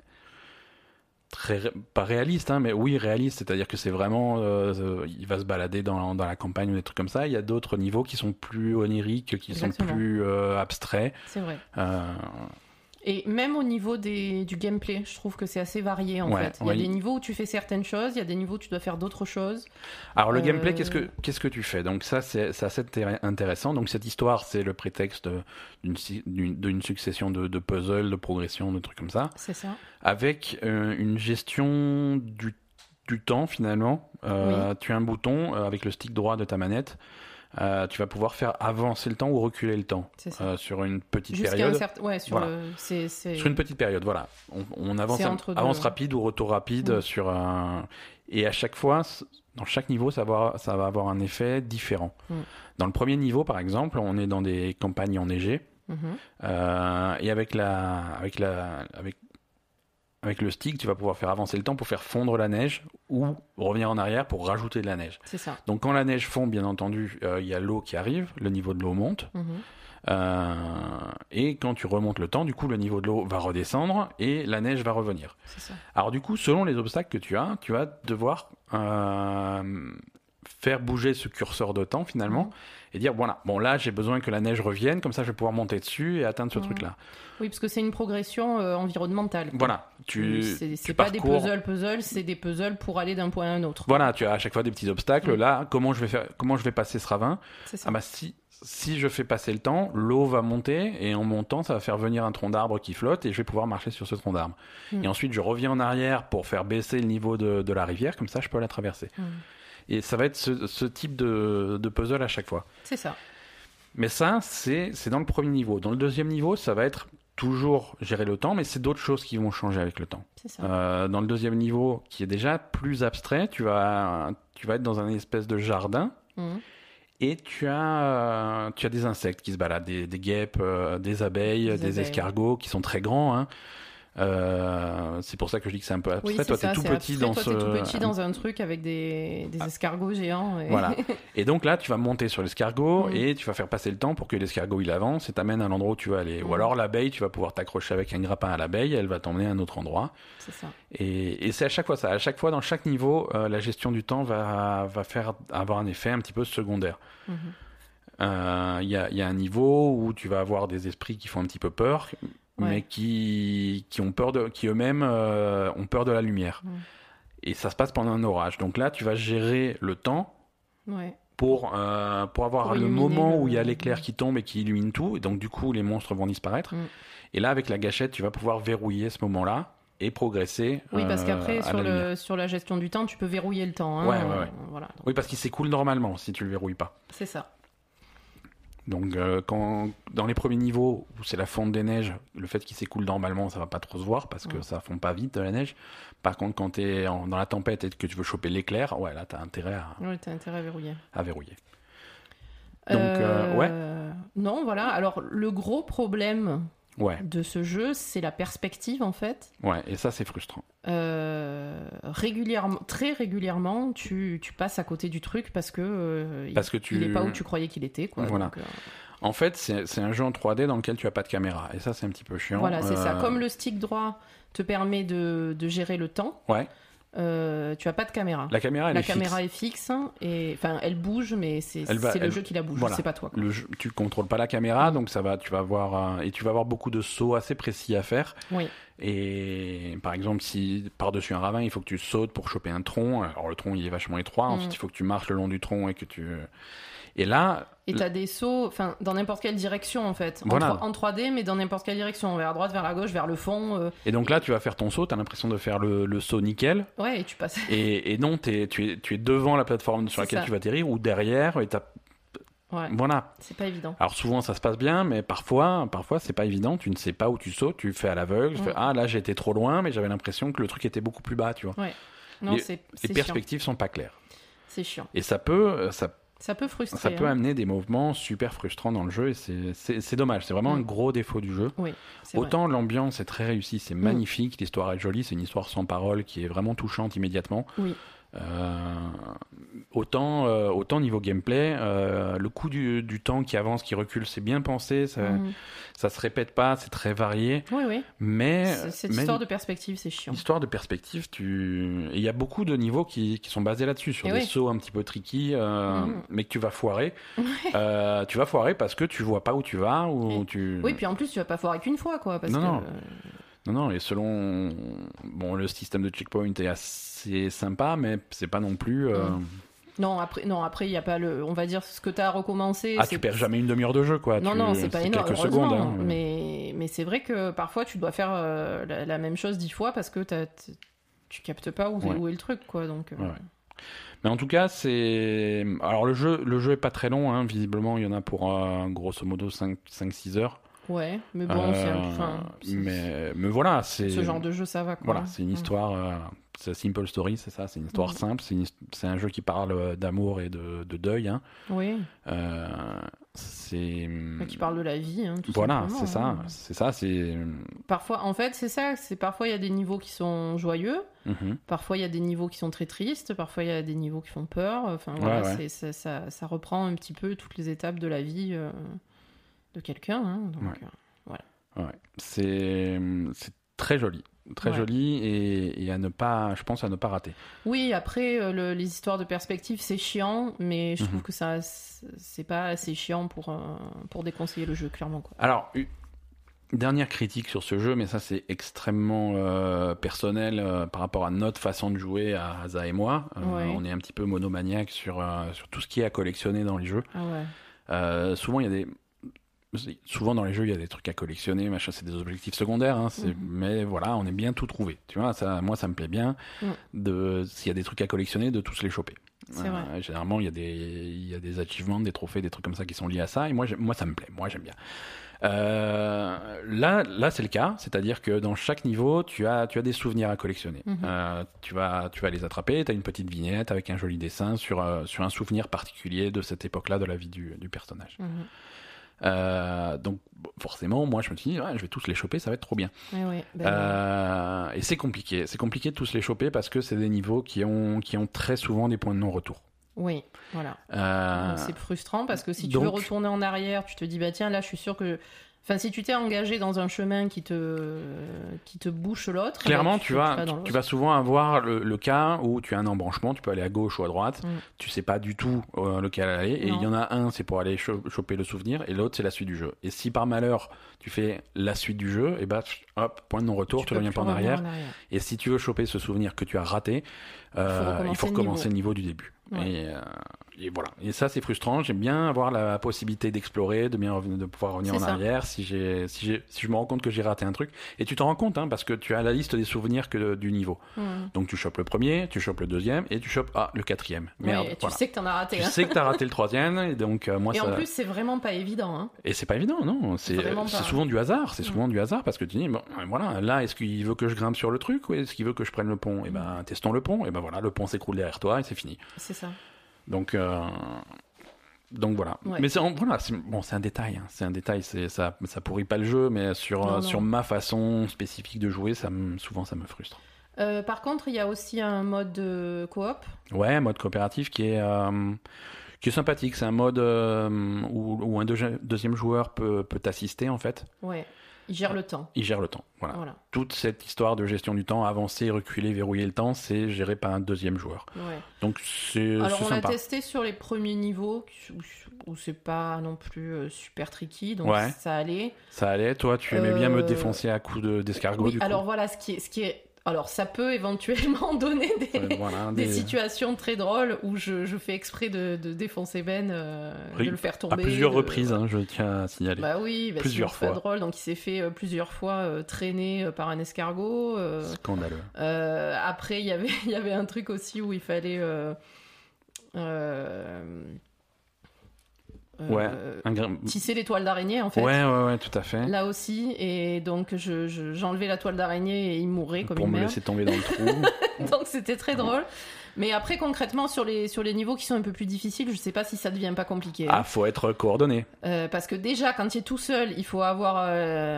pas réaliste, mais oui réaliste, c'est-à-dire que c'est vraiment il va se balader dans la campagne ou des trucs comme ça. Il y a d'autres niveaux qui sont plus oniriques, qui sont plus abstraits. C'est vrai. Et même au niveau du gameplay, je trouve que c'est assez varié en fait. Il y a des niveaux où tu fais certaines choses, il y a des niveaux où tu dois faire d'autres choses. Alors le gameplay, qu'est-ce que tu fais? Donc ça, c'est assez intéressant. Donc cette histoire, c'est le prétexte d'une succession de puzzles, de progression, de trucs comme ça. C'est ça. Avec une gestion du temps finalement. Tu as un bouton avec le stick droit de ta manette. Tu vas pouvoir faire avancer le temps ou reculer le temps sur une petite période. Sur une petite période, voilà. On avance rapide ou retour rapide sur un... Et à chaque fois, dans chaque niveau, ça va avoir un effet différent. Dans le premier niveau, par exemple, on est dans des campagnes enneigées. Et avec le stick, tu vas pouvoir faire avancer le temps pour faire fondre la neige ou revenir en arrière pour rajouter de la neige. C'est ça. Donc quand la neige fond, bien entendu, il y a l'eau qui arrive, le niveau de l'eau monte. Et quand tu remontes le temps, du coup, le niveau de l'eau va redescendre et la neige va revenir. C'est ça. Alors du coup, selon les obstacles que tu vas devoir faire bouger ce curseur de temps finalement et dire voilà, bon là j'ai besoin que la neige revienne, comme ça je vais pouvoir monter dessus et atteindre ce truc-là. Oui, parce que c'est une progression environnementale. Voilà, c'est pas des puzzles, c'est des puzzles pour aller d'un point à un autre. Voilà, tu as à chaque fois des petits obstacles. Là, comment je vais passer ce ravin? C'est ça. Ah bah si je fais passer le temps, l'eau va monter et en montant, ça va faire venir un tronc d'arbre qui flotte et je vais pouvoir marcher sur ce tronc d'arbre. Et ensuite, je reviens en arrière pour faire baisser le niveau de la rivière, comme ça, je peux la traverser. Et ça va être ce type de puzzle à chaque fois. C'est ça. Mais ça, c'est dans le premier niveau. Dans le deuxième niveau, ça va être toujours gérer le temps, mais c'est d'autres choses qui vont changer avec le temps. C'est ça. Dans le deuxième niveau, qui est déjà plus abstrait, tu vas être dans un espèce de jardin. Et tu as des insectes qui se baladent, des guêpes, des abeilles, des escargots qui sont très grands. Hein. C'est pour ça que je dis que c'est un peu abstrait. Oui, toi, t'es tout petit dans t'es tout petit dans un truc avec des escargots géants. Et... Voilà. Et donc là, tu vas monter sur l'escargot et tu vas faire passer le temps pour que l'escargot il avance et t'amène à l'endroit où tu vas aller. Ou alors l'abeille, tu vas pouvoir t'accrocher avec un grappin à l'abeille, elle va t'emmener à un autre endroit. C'est ça. Et c'est à chaque fois ça. À chaque fois, dans chaque niveau, la gestion du temps va faire avoir un effet un petit peu secondaire. Y a un niveau où tu vas avoir des esprits qui font un petit peu peur. Mais qui eux-mêmes ont peur de la lumière. Et ça se passe pendant un orage. Donc là, tu vas gérer le temps pour avoir le moment où il y a l'éclair qui tombe et qui illumine tout. Et donc, du coup, les monstres vont disparaître. Et là, avec la gâchette, tu vas pouvoir verrouiller ce moment-là et progresser. Oui, parce qu'après, sur la gestion du temps, tu peux verrouiller le temps. Hein, voilà, donc... Oui, parce qu'il s'écoule normalement si tu le verrouilles pas. C'est ça. Donc, dans les premiers niveaux où c'est la fonte des neiges, le fait qu'il s'écoule normalement, ça va pas trop se voir parce que ça fond pas vite de la neige. Par contre, quand t'es dans la tempête et que tu veux choper l'éclair, là, t'as intérêt à verrouiller. Donc, Non, voilà. Alors, le gros problème de ce jeu, c'est la perspective, en fait. Ouais, et ça, c'est frustrant. Très régulièrement, tu passes à côté du truc parce que il est pas où tu croyais qu'il était, quoi. Voilà. Donc, en fait, c'est un jeu en 3D dans lequel tu as pas de caméra. Et ça, c'est un petit peu chiant. Voilà, c'est ça. Comme le stick droit te permet de gérer le temps. Ouais. Tu as pas de caméra. La caméra est fixe et enfin elle bouge, mais c'est le jeu qui la bouge, c'est pas toi. Le jeu, tu contrôles pas la caméra, donc tu vas avoir beaucoup de sauts assez précis à faire. Oui. Et par exemple, si par-dessus un ravin, il faut que tu sautes pour choper un tronc. Alors le tronc il est vachement étroit. Ensuite, il faut que tu marches le long du tronc et que tu. Et là. Et t'as des sauts, enfin, dans n'importe quelle direction, en fait. Voilà. En 3D, mais dans n'importe quelle direction. Vers la droite, vers la gauche, vers le fond. Et donc là, tu vas faire ton saut, t'as l'impression de faire le saut nickel. Ouais, et tu passes. Et non, tu es devant la plateforme sur laquelle tu vas atterrir, ou derrière, et t'as. Ouais. Voilà. C'est pas évident. Alors souvent, ça se passe bien, mais parfois, c'est pas évident. Tu ne sais pas où tu sautes, tu fais à l'aveugle. Tu fais, là, j'ai été trop loin, mais j'avais l'impression que le truc était beaucoup plus bas, tu vois. Ouais. Non, les perspectives sont pas claires. C'est chiant. Et ça peut frustrer. Ça peut amener des mouvements super frustrants dans le jeu et c'est dommage. C'est vraiment un gros défaut du jeu. Oui, autant l'ambiance est très réussie, c'est magnifique, l'histoire est jolie, c'est une histoire sans parole qui est vraiment touchante immédiatement. Oui. Autant niveau gameplay, le coup du temps qui avance, qui recule, c'est bien pensé, ça se répète pas, c'est très varié. Oui. Mais cette histoire de perspective, c'est chiant. Histoire de perspective, il y a beaucoup de niveaux qui sont basés là-dessus, sur des sauts un petit peu tricky, mais que tu vas foirer. Tu vas foirer parce que tu vois pas où tu vas Oui, puis en plus tu vas pas foirer qu'une fois, quoi. Non, et selon... Bon, le système de checkpoint est assez sympa, mais c'est pas non plus... Non, après, il n'y a pas le... On va dire ce que tu as recommencé... tu perds jamais une demi-heure de jeu, quoi. Non, c'est pas énorme, quelques secondes. Hein. Mais c'est vrai que parfois, tu dois faire la même chose 10 fois parce que tu captes pas où est le truc, quoi. Donc, Ouais. Mais en tout cas, c'est... Alors, le jeu est pas très long, hein. Visiblement, il y en a pour, grosso modo, 5-6 heures. Ouais, mais bon, mais voilà, c'est... Ce genre de jeu, ça va, quoi. Voilà, c'est une histoire... c'est Simple Story, c'est ça, c'est une histoire simple, c'est un jeu qui parle d'amour et de deuil. Hein. Oui. Qui parle de la vie, hein, tout simplement. Voilà, c'est ça. Parfois, en fait, c'est ça, parfois il y a des niveaux qui sont joyeux, parfois il y a des niveaux qui sont très tristes, parfois il y a des niveaux qui font peur, enfin voilà, ça reprend un petit peu toutes les étapes de la vie de quelqu'un, hein, donc voilà. Ouais. C'est très joli. Très joli et à ne pas, je pense, à ne pas rater. Oui, après, les histoires de perspective, c'est chiant, mais je trouve que ça, c'est pas assez chiant pour déconseiller le jeu, clairement, quoi. Alors, dernière critique sur ce jeu, mais ça c'est extrêmement personnel par rapport à notre façon de jouer à Asa et moi. On est un petit peu monomaniaque sur tout ce qui est à collectionner dans les jeux. Souvent dans les jeux il y a des trucs à collectionner, machin, c'est des objectifs secondaires, hein, mais voilà, on aime bien tout trouver. Tu vois, moi ça me plaît bien s'il y a des trucs à collectionner, de tous les choper. C'est vrai. Généralement il y a des achievements, des trophées, des trucs comme ça qui sont liés à ça, et moi ça me plaît, moi j'aime bien. Là c'est le cas, c'est-à-dire que dans chaque niveau tu as des souvenirs à collectionner. Tu vas les attraper, tu as une petite vignette avec un joli dessin sur un souvenir particulier de cette époque-là de la vie du personnage. Donc forcément moi je me suis dit je vais tous les choper, ça va être trop bien. Et c'est compliqué de tous les choper parce que c'est des niveaux qui ont très souvent des points de non-retour. Oui, voilà. Donc c'est frustrant parce que si tu veux retourner en arrière, tu te dis tiens, là je suis sûr que, enfin, si tu t'es engagé dans un chemin qui te bouche l'autre, clairement tu vas souvent avoir le cas où tu as un embranchement, tu peux aller à gauche ou à droite, tu sais pas du tout lequel aller, et il y en a un c'est pour aller choper le souvenir et l'autre c'est la suite du jeu. Et si par malheur tu fais la suite du jeu, et hop, point de non-retour, tu reviens pas en arrière. Et si tu veux choper ce souvenir que tu as raté, il faut recommencer le niveau du début. Et voilà. Et ça, c'est frustrant. J'aime bien avoir la possibilité d'explorer, de pouvoir revenir en arrière si je me rends compte que j'ai raté un truc. Et tu t'en rends compte, parce que tu as la liste des souvenirs du niveau. Donc tu chopes le premier, tu chopes le deuxième et tu chopes le quatrième. Merde. Tu sais que t'en as raté. Tu sais que t'as raté le troisième. Et donc en plus, c'est vraiment pas évident. Hein. Et c'est pas évident, non. C'est souvent du hasard. C'est souvent du hasard parce que tu dis voilà, là, est-ce qu'il veut que je grimpe sur le truc ou est-ce qu'il veut que je prenne le pont? Et testons le pont. Et voilà, le pont s'écroule derrière toi et c'est fini. C'est ça. Donc voilà. Mais c'est un détail. Hein. C'est un détail. Ça pourrit pas le jeu, mais sur ma façon spécifique de jouer, souvent ça me frustre. Par contre, il y a aussi un mode coop. Ouais, un mode coopératif qui est sympathique. C'est un mode où un deuxième joueur peut t'assister en fait. Ouais. Il gère le temps. Voilà. Toute cette histoire de gestion du temps, avancer, reculer, verrouiller le temps, c'est géré par un deuxième joueur. Ouais. Donc c'est Alors on sympa. l'a testé sur les premiers niveaux où c'est pas non plus super tricky, donc ça allait. Ça allait. Toi, tu aimais bien me défoncer à coups d'escargot. Du coup. Alors voilà, ce qui est alors ça peut éventuellement donner des situations très drôles où je fais exprès de défoncer Ben, de le faire tomber. À plusieurs reprises, je tiens à signaler. Bah oui, plusieurs fois. C'est drôle, donc il s'est fait plusieurs fois traîner par un escargot. Scandaleux. Après, il y avait un truc aussi où il fallait... tisser les toiles d'araignée en fait. Ouais, tout à fait. Là aussi, et donc j'enlevais la toile d'araignée et il mourait comme pour une merde. Pour me laisser tomber dans le trou. Donc c'était très drôle. Mais après concrètement sur les niveaux qui sont un peu plus difficiles, je sais pas si ça devient pas compliqué. Faut être coordonné. Parce que déjà quand tu es tout seul, il faut avoir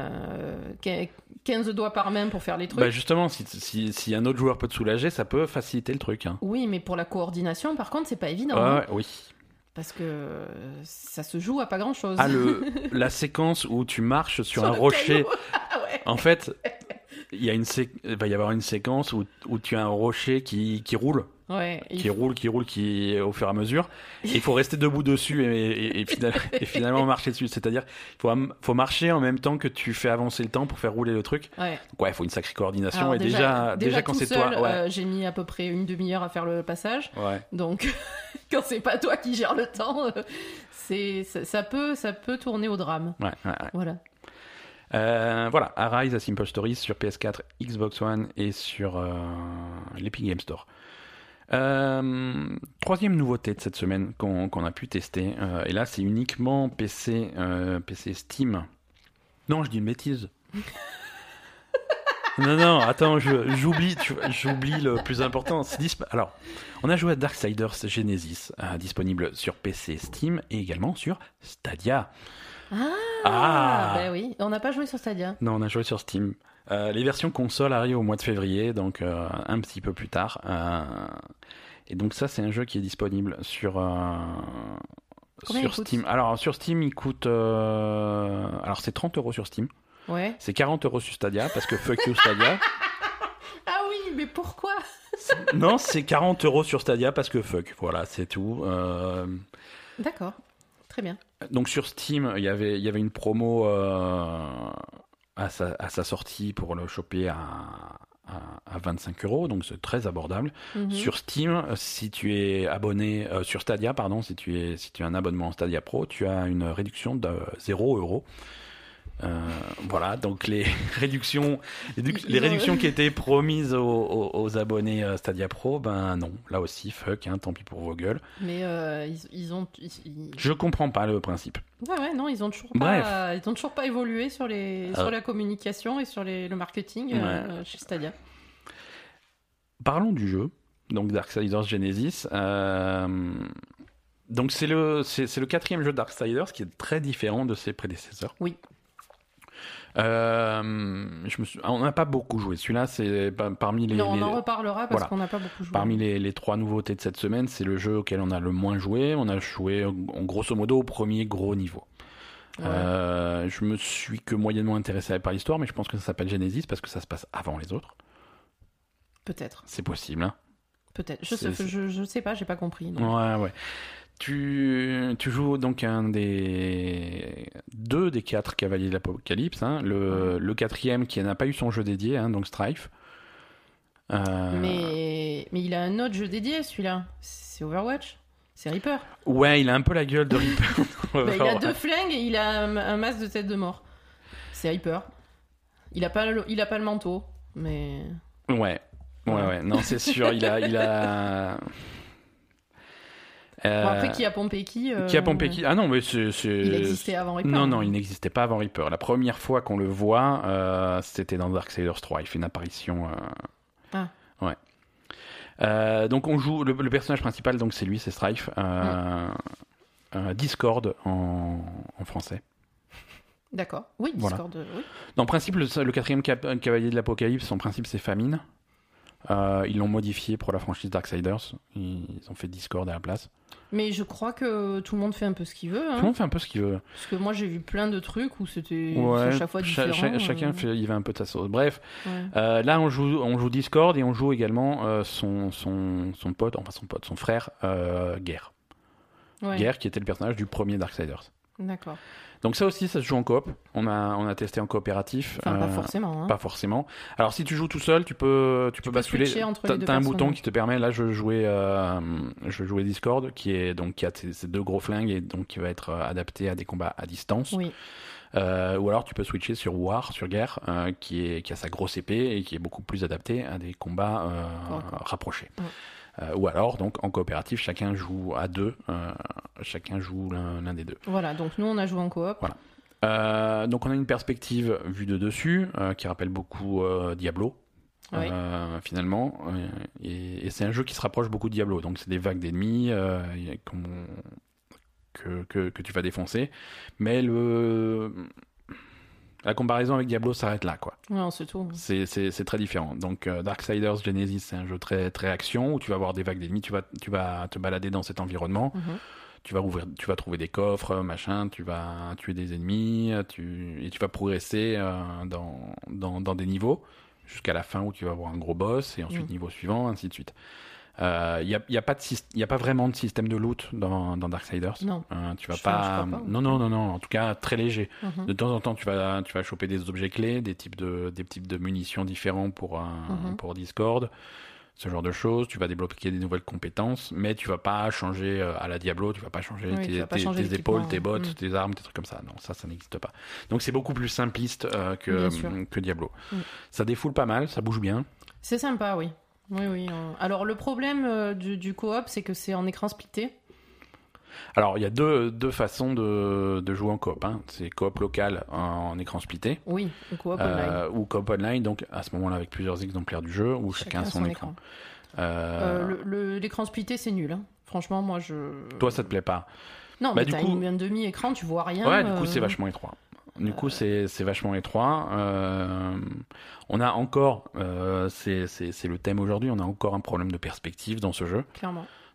15 doigts par main pour faire les trucs. Justement, si un autre joueur peut te soulager, ça peut faciliter le truc. Hein. Oui, mais pour la coordination, par contre, c'est pas évident. Oui. Parce que ça se joue à pas grand chose. La séquence où tu marches sur un rocher. En fait, il va y avoir une séquence où tu as un rocher qui roule. Qui roule au fur et à mesure. Et il faut rester debout dessus et finalement marcher dessus. C'est-à-dire, il faut marcher en même temps que tu fais avancer le temps pour faire rouler le truc. Donc il faut une sacrée coordination. Alors, et déjà quand c'est seul, toi, j'ai mis à peu près une demi-heure à faire le passage. Donc quand c'est pas toi qui gères le temps, ça peut tourner au drame. Voilà. Voilà, Arise A Simple Stories sur PS4, Xbox One et sur l'Epic Game Store. Troisième nouveauté de cette semaine qu'on a pu tester, et là c'est uniquement PC Steam. Non, je dis une bêtise. non, attends, j'oublie le plus important. Alors, on a joué à Darksiders Genesis, disponible sur PC Steam et également sur Stadia. Ben oui, on n'a pas joué sur Stadia. Non, on a joué sur Steam. Les versions console arrivent au mois de février, donc un petit peu plus tard. Et donc ça, c'est un jeu qui est disponible sur Steam. Alors sur Steam, il coûte... alors c'est 30€ sur Steam. Ouais. C'est 40€ sur Stadia, parce que fuck you Stadia. Ah oui, mais pourquoi ? Non, c'est 40€ sur Stadia, parce que fuck. Voilà, c'est tout. D'accord, très bien. Donc sur Steam, il y avait une promo à sa sortie pour le choper à 25€, donc c'est très abordable. Sur Steam, si tu es abonné sur Stadia, pardon, si tu as un abonnement Stadia Pro, tu as une réduction de 0€. Voilà, donc les réductions qui étaient promises aux abonnés Stadia Pro, ben non, là aussi fuck, hein, tant pis pour vos gueules. Mais je comprends pas le principe. Ouais, non, ils ont toujours pas évolué sur la communication et sur le marketing chez Stadia. Parlons du jeu, donc Darksiders Genesis. Donc c'est le 4e jeu de Darksiders qui est très différent de ses prédécesseurs. Oui. On n'a pas beaucoup joué. Celui-là, c'est parmi les. Non, on en reparlera parce qu'on n'a pas beaucoup joué. Parmi les 3 nouveautés de cette semaine, c'est le jeu auquel on a le moins joué. On a joué en grosso modo au premier gros niveau. Ouais. Je me suis que moyennement intéressé par l'histoire, mais je pense que ça s'appelle Genesis parce que ça se passe avant les autres. Peut-être. C'est possible, hein. Peut-être. Je sais pas, j'ai pas compris. Donc. Ouais. Tu joues donc un des 2 des 4 cavaliers de l'Apocalypse, hein. Le 4e qui n'a pas eu son jeu dédié, hein, donc Strife. Mais il a un autre jeu dédié, celui-là. C'est Overwatch. C'est Reaper. Ouais, il a un peu la gueule de Reaper. Il a 2 flingues et il a un masque de tête de mort. C'est Reaper. Il a pas le manteau, mais. Ouais. Non, c'est sûr. Il a. Bon, après, qui a pompé qui Qui a pompé qui ? Ah non, mais c'est... Il existait avant Reaper. Non, il n'existait pas avant Reaper. La première fois qu'on le voit, c'était dans Darksiders 3. Il fait une apparition. Ouais. Donc on joue le personnage principal, donc c'est lui, c'est Strife. Discord en français. D'accord. Oui, Discord. Voilà. Oui. En principe, le 4e cavalier de l'Apocalypse, en principe, c'est Famine. Ils l'ont modifié pour la franchise Darksiders. Ils ont fait Discord à la place. Mais je crois que tout le monde fait un peu ce qu'il veut. Hein. Tout le monde fait un peu ce qu'il veut. Parce que moi, j'ai vu plein de trucs où c'était à chaque fois différent. Chacun il va un peu de sa sauce. Bref, là, on joue Discord et on joue également son pote, son frère, Guerre. Ouais. Guerre, qui était le personnage du premier Darksiders. D'accord. Donc ça aussi, ça se joue en coop. On a testé en coopératif. Enfin, pas forcément. Hein. Pas forcément. Alors si tu joues tout seul, tu peux basculer. T'as un bouton qui te permet. Là, je jouais Discord, qui a ces 2 gros flingues et donc qui va être adapté à des combats à distance. Oui. Ou alors tu peux switcher sur War, sur Guerre, qui a sa grosse épée et qui est beaucoup plus adapté à des combats rapprochés. Ouais. Ou alors, donc, en coopératif, chacun joue à 2, chacun joue l'un des 2. Voilà, donc nous, on a joué en coop. Voilà. Donc, on a une perspective vue de dessus, qui rappelle beaucoup Diablo, finalement. Et c'est un jeu qui se rapproche beaucoup de Diablo. Donc, c'est des vagues d'ennemis que tu vas défoncer. Mais la comparaison avec Diablo s'arrête là, quoi. Non, c'est tout. C'est très différent. Donc, Darksiders Genesis, c'est un jeu très, très action où tu vas avoir des vagues d'ennemis, tu vas te balader dans cet environnement, tu vas trouver des coffres, machin, tu vas tuer des ennemis, et tu vas progresser dans des niveaux jusqu'à la fin où tu vas avoir un gros boss et ensuite niveau suivant, ainsi de suite. Il y a pas vraiment de système de loot dans Darksiders. Non. Tu vas pas. Non. En tout cas, très léger. De temps en temps, tu vas choper des objets clés, des types de munitions différents pour Discord, ce genre de choses. Tu vas débloquer des nouvelles compétences, mais tu vas pas changer à la Diablo. Tu vas pas changer tes épaules, tes bottes, tes armes, tes trucs comme ça. Non, ça n'existe pas. Donc c'est beaucoup plus simpliste que Diablo. Ça défoule pas mal, ça bouge bien. C'est sympa, oui. Oui. Alors, le problème du coop, c'est que c'est en écran splitté. Alors, il y a deux façons de jouer en coop. Hein. C'est coop local en écran splitté. Oui, ou coop online. Ou coop online, donc à ce moment-là, avec plusieurs exemplaires du jeu, où chacun a son écran. L'écran splitté, c'est nul. Hein. Franchement, moi, Toi, ça te plaît pas? Non, mais t'as un demi-écran, tu vois rien. Ouais, du coup, c'est vachement étroit. Du coup, c'est vachement étroit. On a encore, c'est le thème aujourd'hui, on a encore un problème de perspective dans ce jeu. Clairement.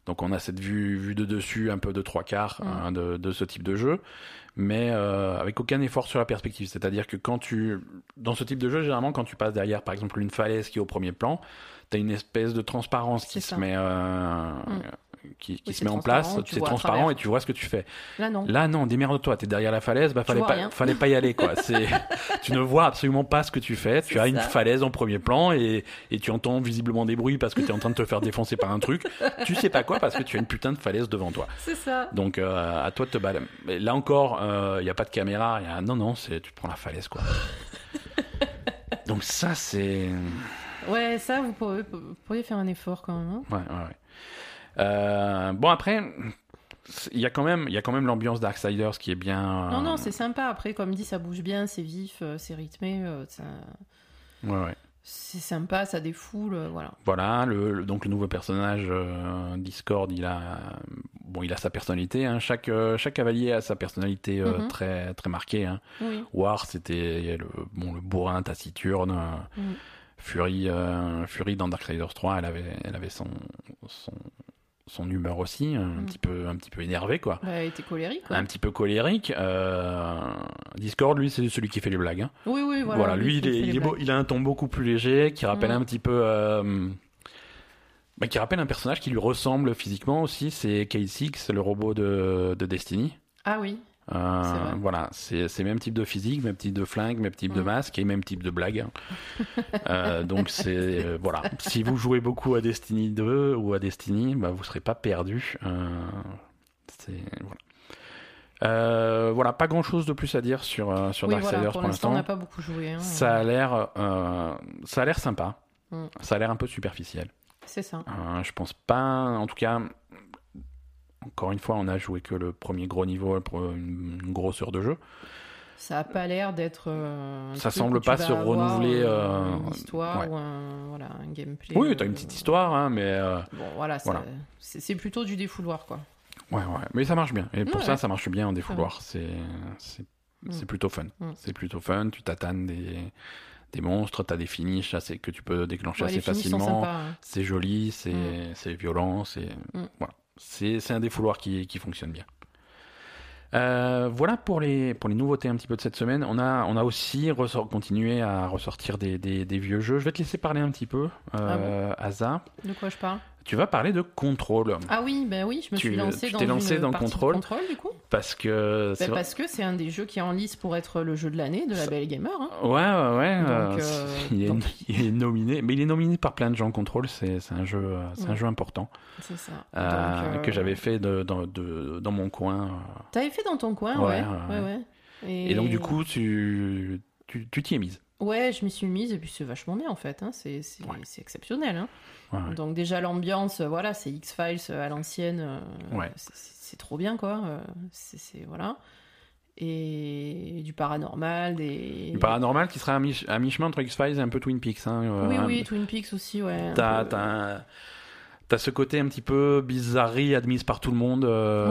Donc on a cette vue de dessus, un peu de 3/4 de ce type de jeu, mais avec aucun effort sur la perspective. C'est-à-dire que dans ce type de jeu, généralement, quand tu passes derrière, par exemple, une falaise qui est au premier plan, t'as une espèce de transparence qui se met qui se met en place, c'est transparent et tu vois ce que tu fais. Là non, démerde-toi, t'es derrière la falaise, fallait pas y aller quoi. Tu ne vois absolument pas ce que tu fais, tu as une falaise en premier plan et tu entends visiblement des bruits parce que t'es en train de te faire défoncer par un truc, tu sais pas quoi parce que tu as une putain de falaise devant toi. C'est ça. Donc à toi de te balader. Mais là encore, il y a pas de caméra, non, tu prends la falaise quoi. Donc ça c'est... Ouais, ça vous pourriez faire un effort quand même. Hein. Ouais. Bon après, il y a quand même l'ambiance Darksiders qui est bien. Non, c'est sympa. Après, comme dit, ça bouge bien, c'est vif, c'est rythmé. Ouais. C'est sympa, ça défoule, voilà. Voilà, donc le nouveau personnage Discord, il a sa personnalité. Hein. Chaque cavalier a sa personnalité très très marquée. Hein. Oui. War, c'était le bourrin taciturne. Fury dans Darksiders 3, elle avait son humeur aussi, un petit peu énervée quoi. Elle était colérique quoi. Un petit peu colérique. Discord, lui, c'est celui qui fait les blagues. Hein. Oui, voilà. Lui, il a un ton beaucoup plus léger, qui rappelle un petit peu, qui rappelle un personnage qui lui ressemble physiquement aussi. C'est K6, le robot de Destiny. Ah oui. Voilà, c'est même type de physique, même type de flingue, même type de masque et même type de blague. Donc c'est voilà. Si vous jouez beaucoup à Destiny 2 ou à Destiny, vous serez pas perdu. Voilà, pas grand chose de plus à dire sur Darksiders pour l'instant. On n'a pas beaucoup joué. Hein, ça a l'air sympa. Ça a l'air un peu superficiel. C'est ça. Je pense pas, en tout cas. Encore une fois, on a joué que le premier gros niveau pour une grosse heure de jeu. Ça a pas l'air d'être. Ça semble pas se renouveler. Une histoire ou un gameplay. Oui, t'as une petite histoire, hein, mais. Bon, voilà. C'est plutôt du défouloir, quoi. Ouais, mais ça marche bien. Et pour ça marche bien en défouloir. C'est plutôt fun. C'est plutôt fun. Tu tatanes des monstres, t'as des finishes que tu peux déclencher assez facilement. Sont sympas, hein. C'est joli, c'est violent, voilà. C'est un défouloir qui fonctionne bien. Voilà pour les nouveautés un petit peu de cette semaine. On a aussi continué à ressortir des vieux jeux. Je vais te laisser parler un petit peu, Asa. De quoi je parle ? Tu vas parler de Control. Ah oui, je me suis lancé dans Control du coup. Parce que c'est un des jeux qui est en lice pour être le jeu de l'année de la Belle Gamer. Hein. Ouais. Il est nominé, mais il est nominé par plein de gens. Control, c'est un jeu important. C'est ça. Que j'avais fait dans mon coin. T'avais fait dans ton coin, ouais. Et donc du coup, tu t'y es mise. Ouais, je m'y suis mise et puis c'est vachement bien en fait. Hein. C'est exceptionnel. Hein. Ouais. Donc déjà l'ambiance, voilà, c'est X-Files à l'ancienne. C'est trop bien quoi. Voilà. Et du paranormal, Du paranormal qui sera à mi-chemin entre X-Files et un peu Twin Peaks. Hein. Oui, Twin Peaks aussi, ouais. T'as ce côté un petit peu bizarrerie admise par tout le monde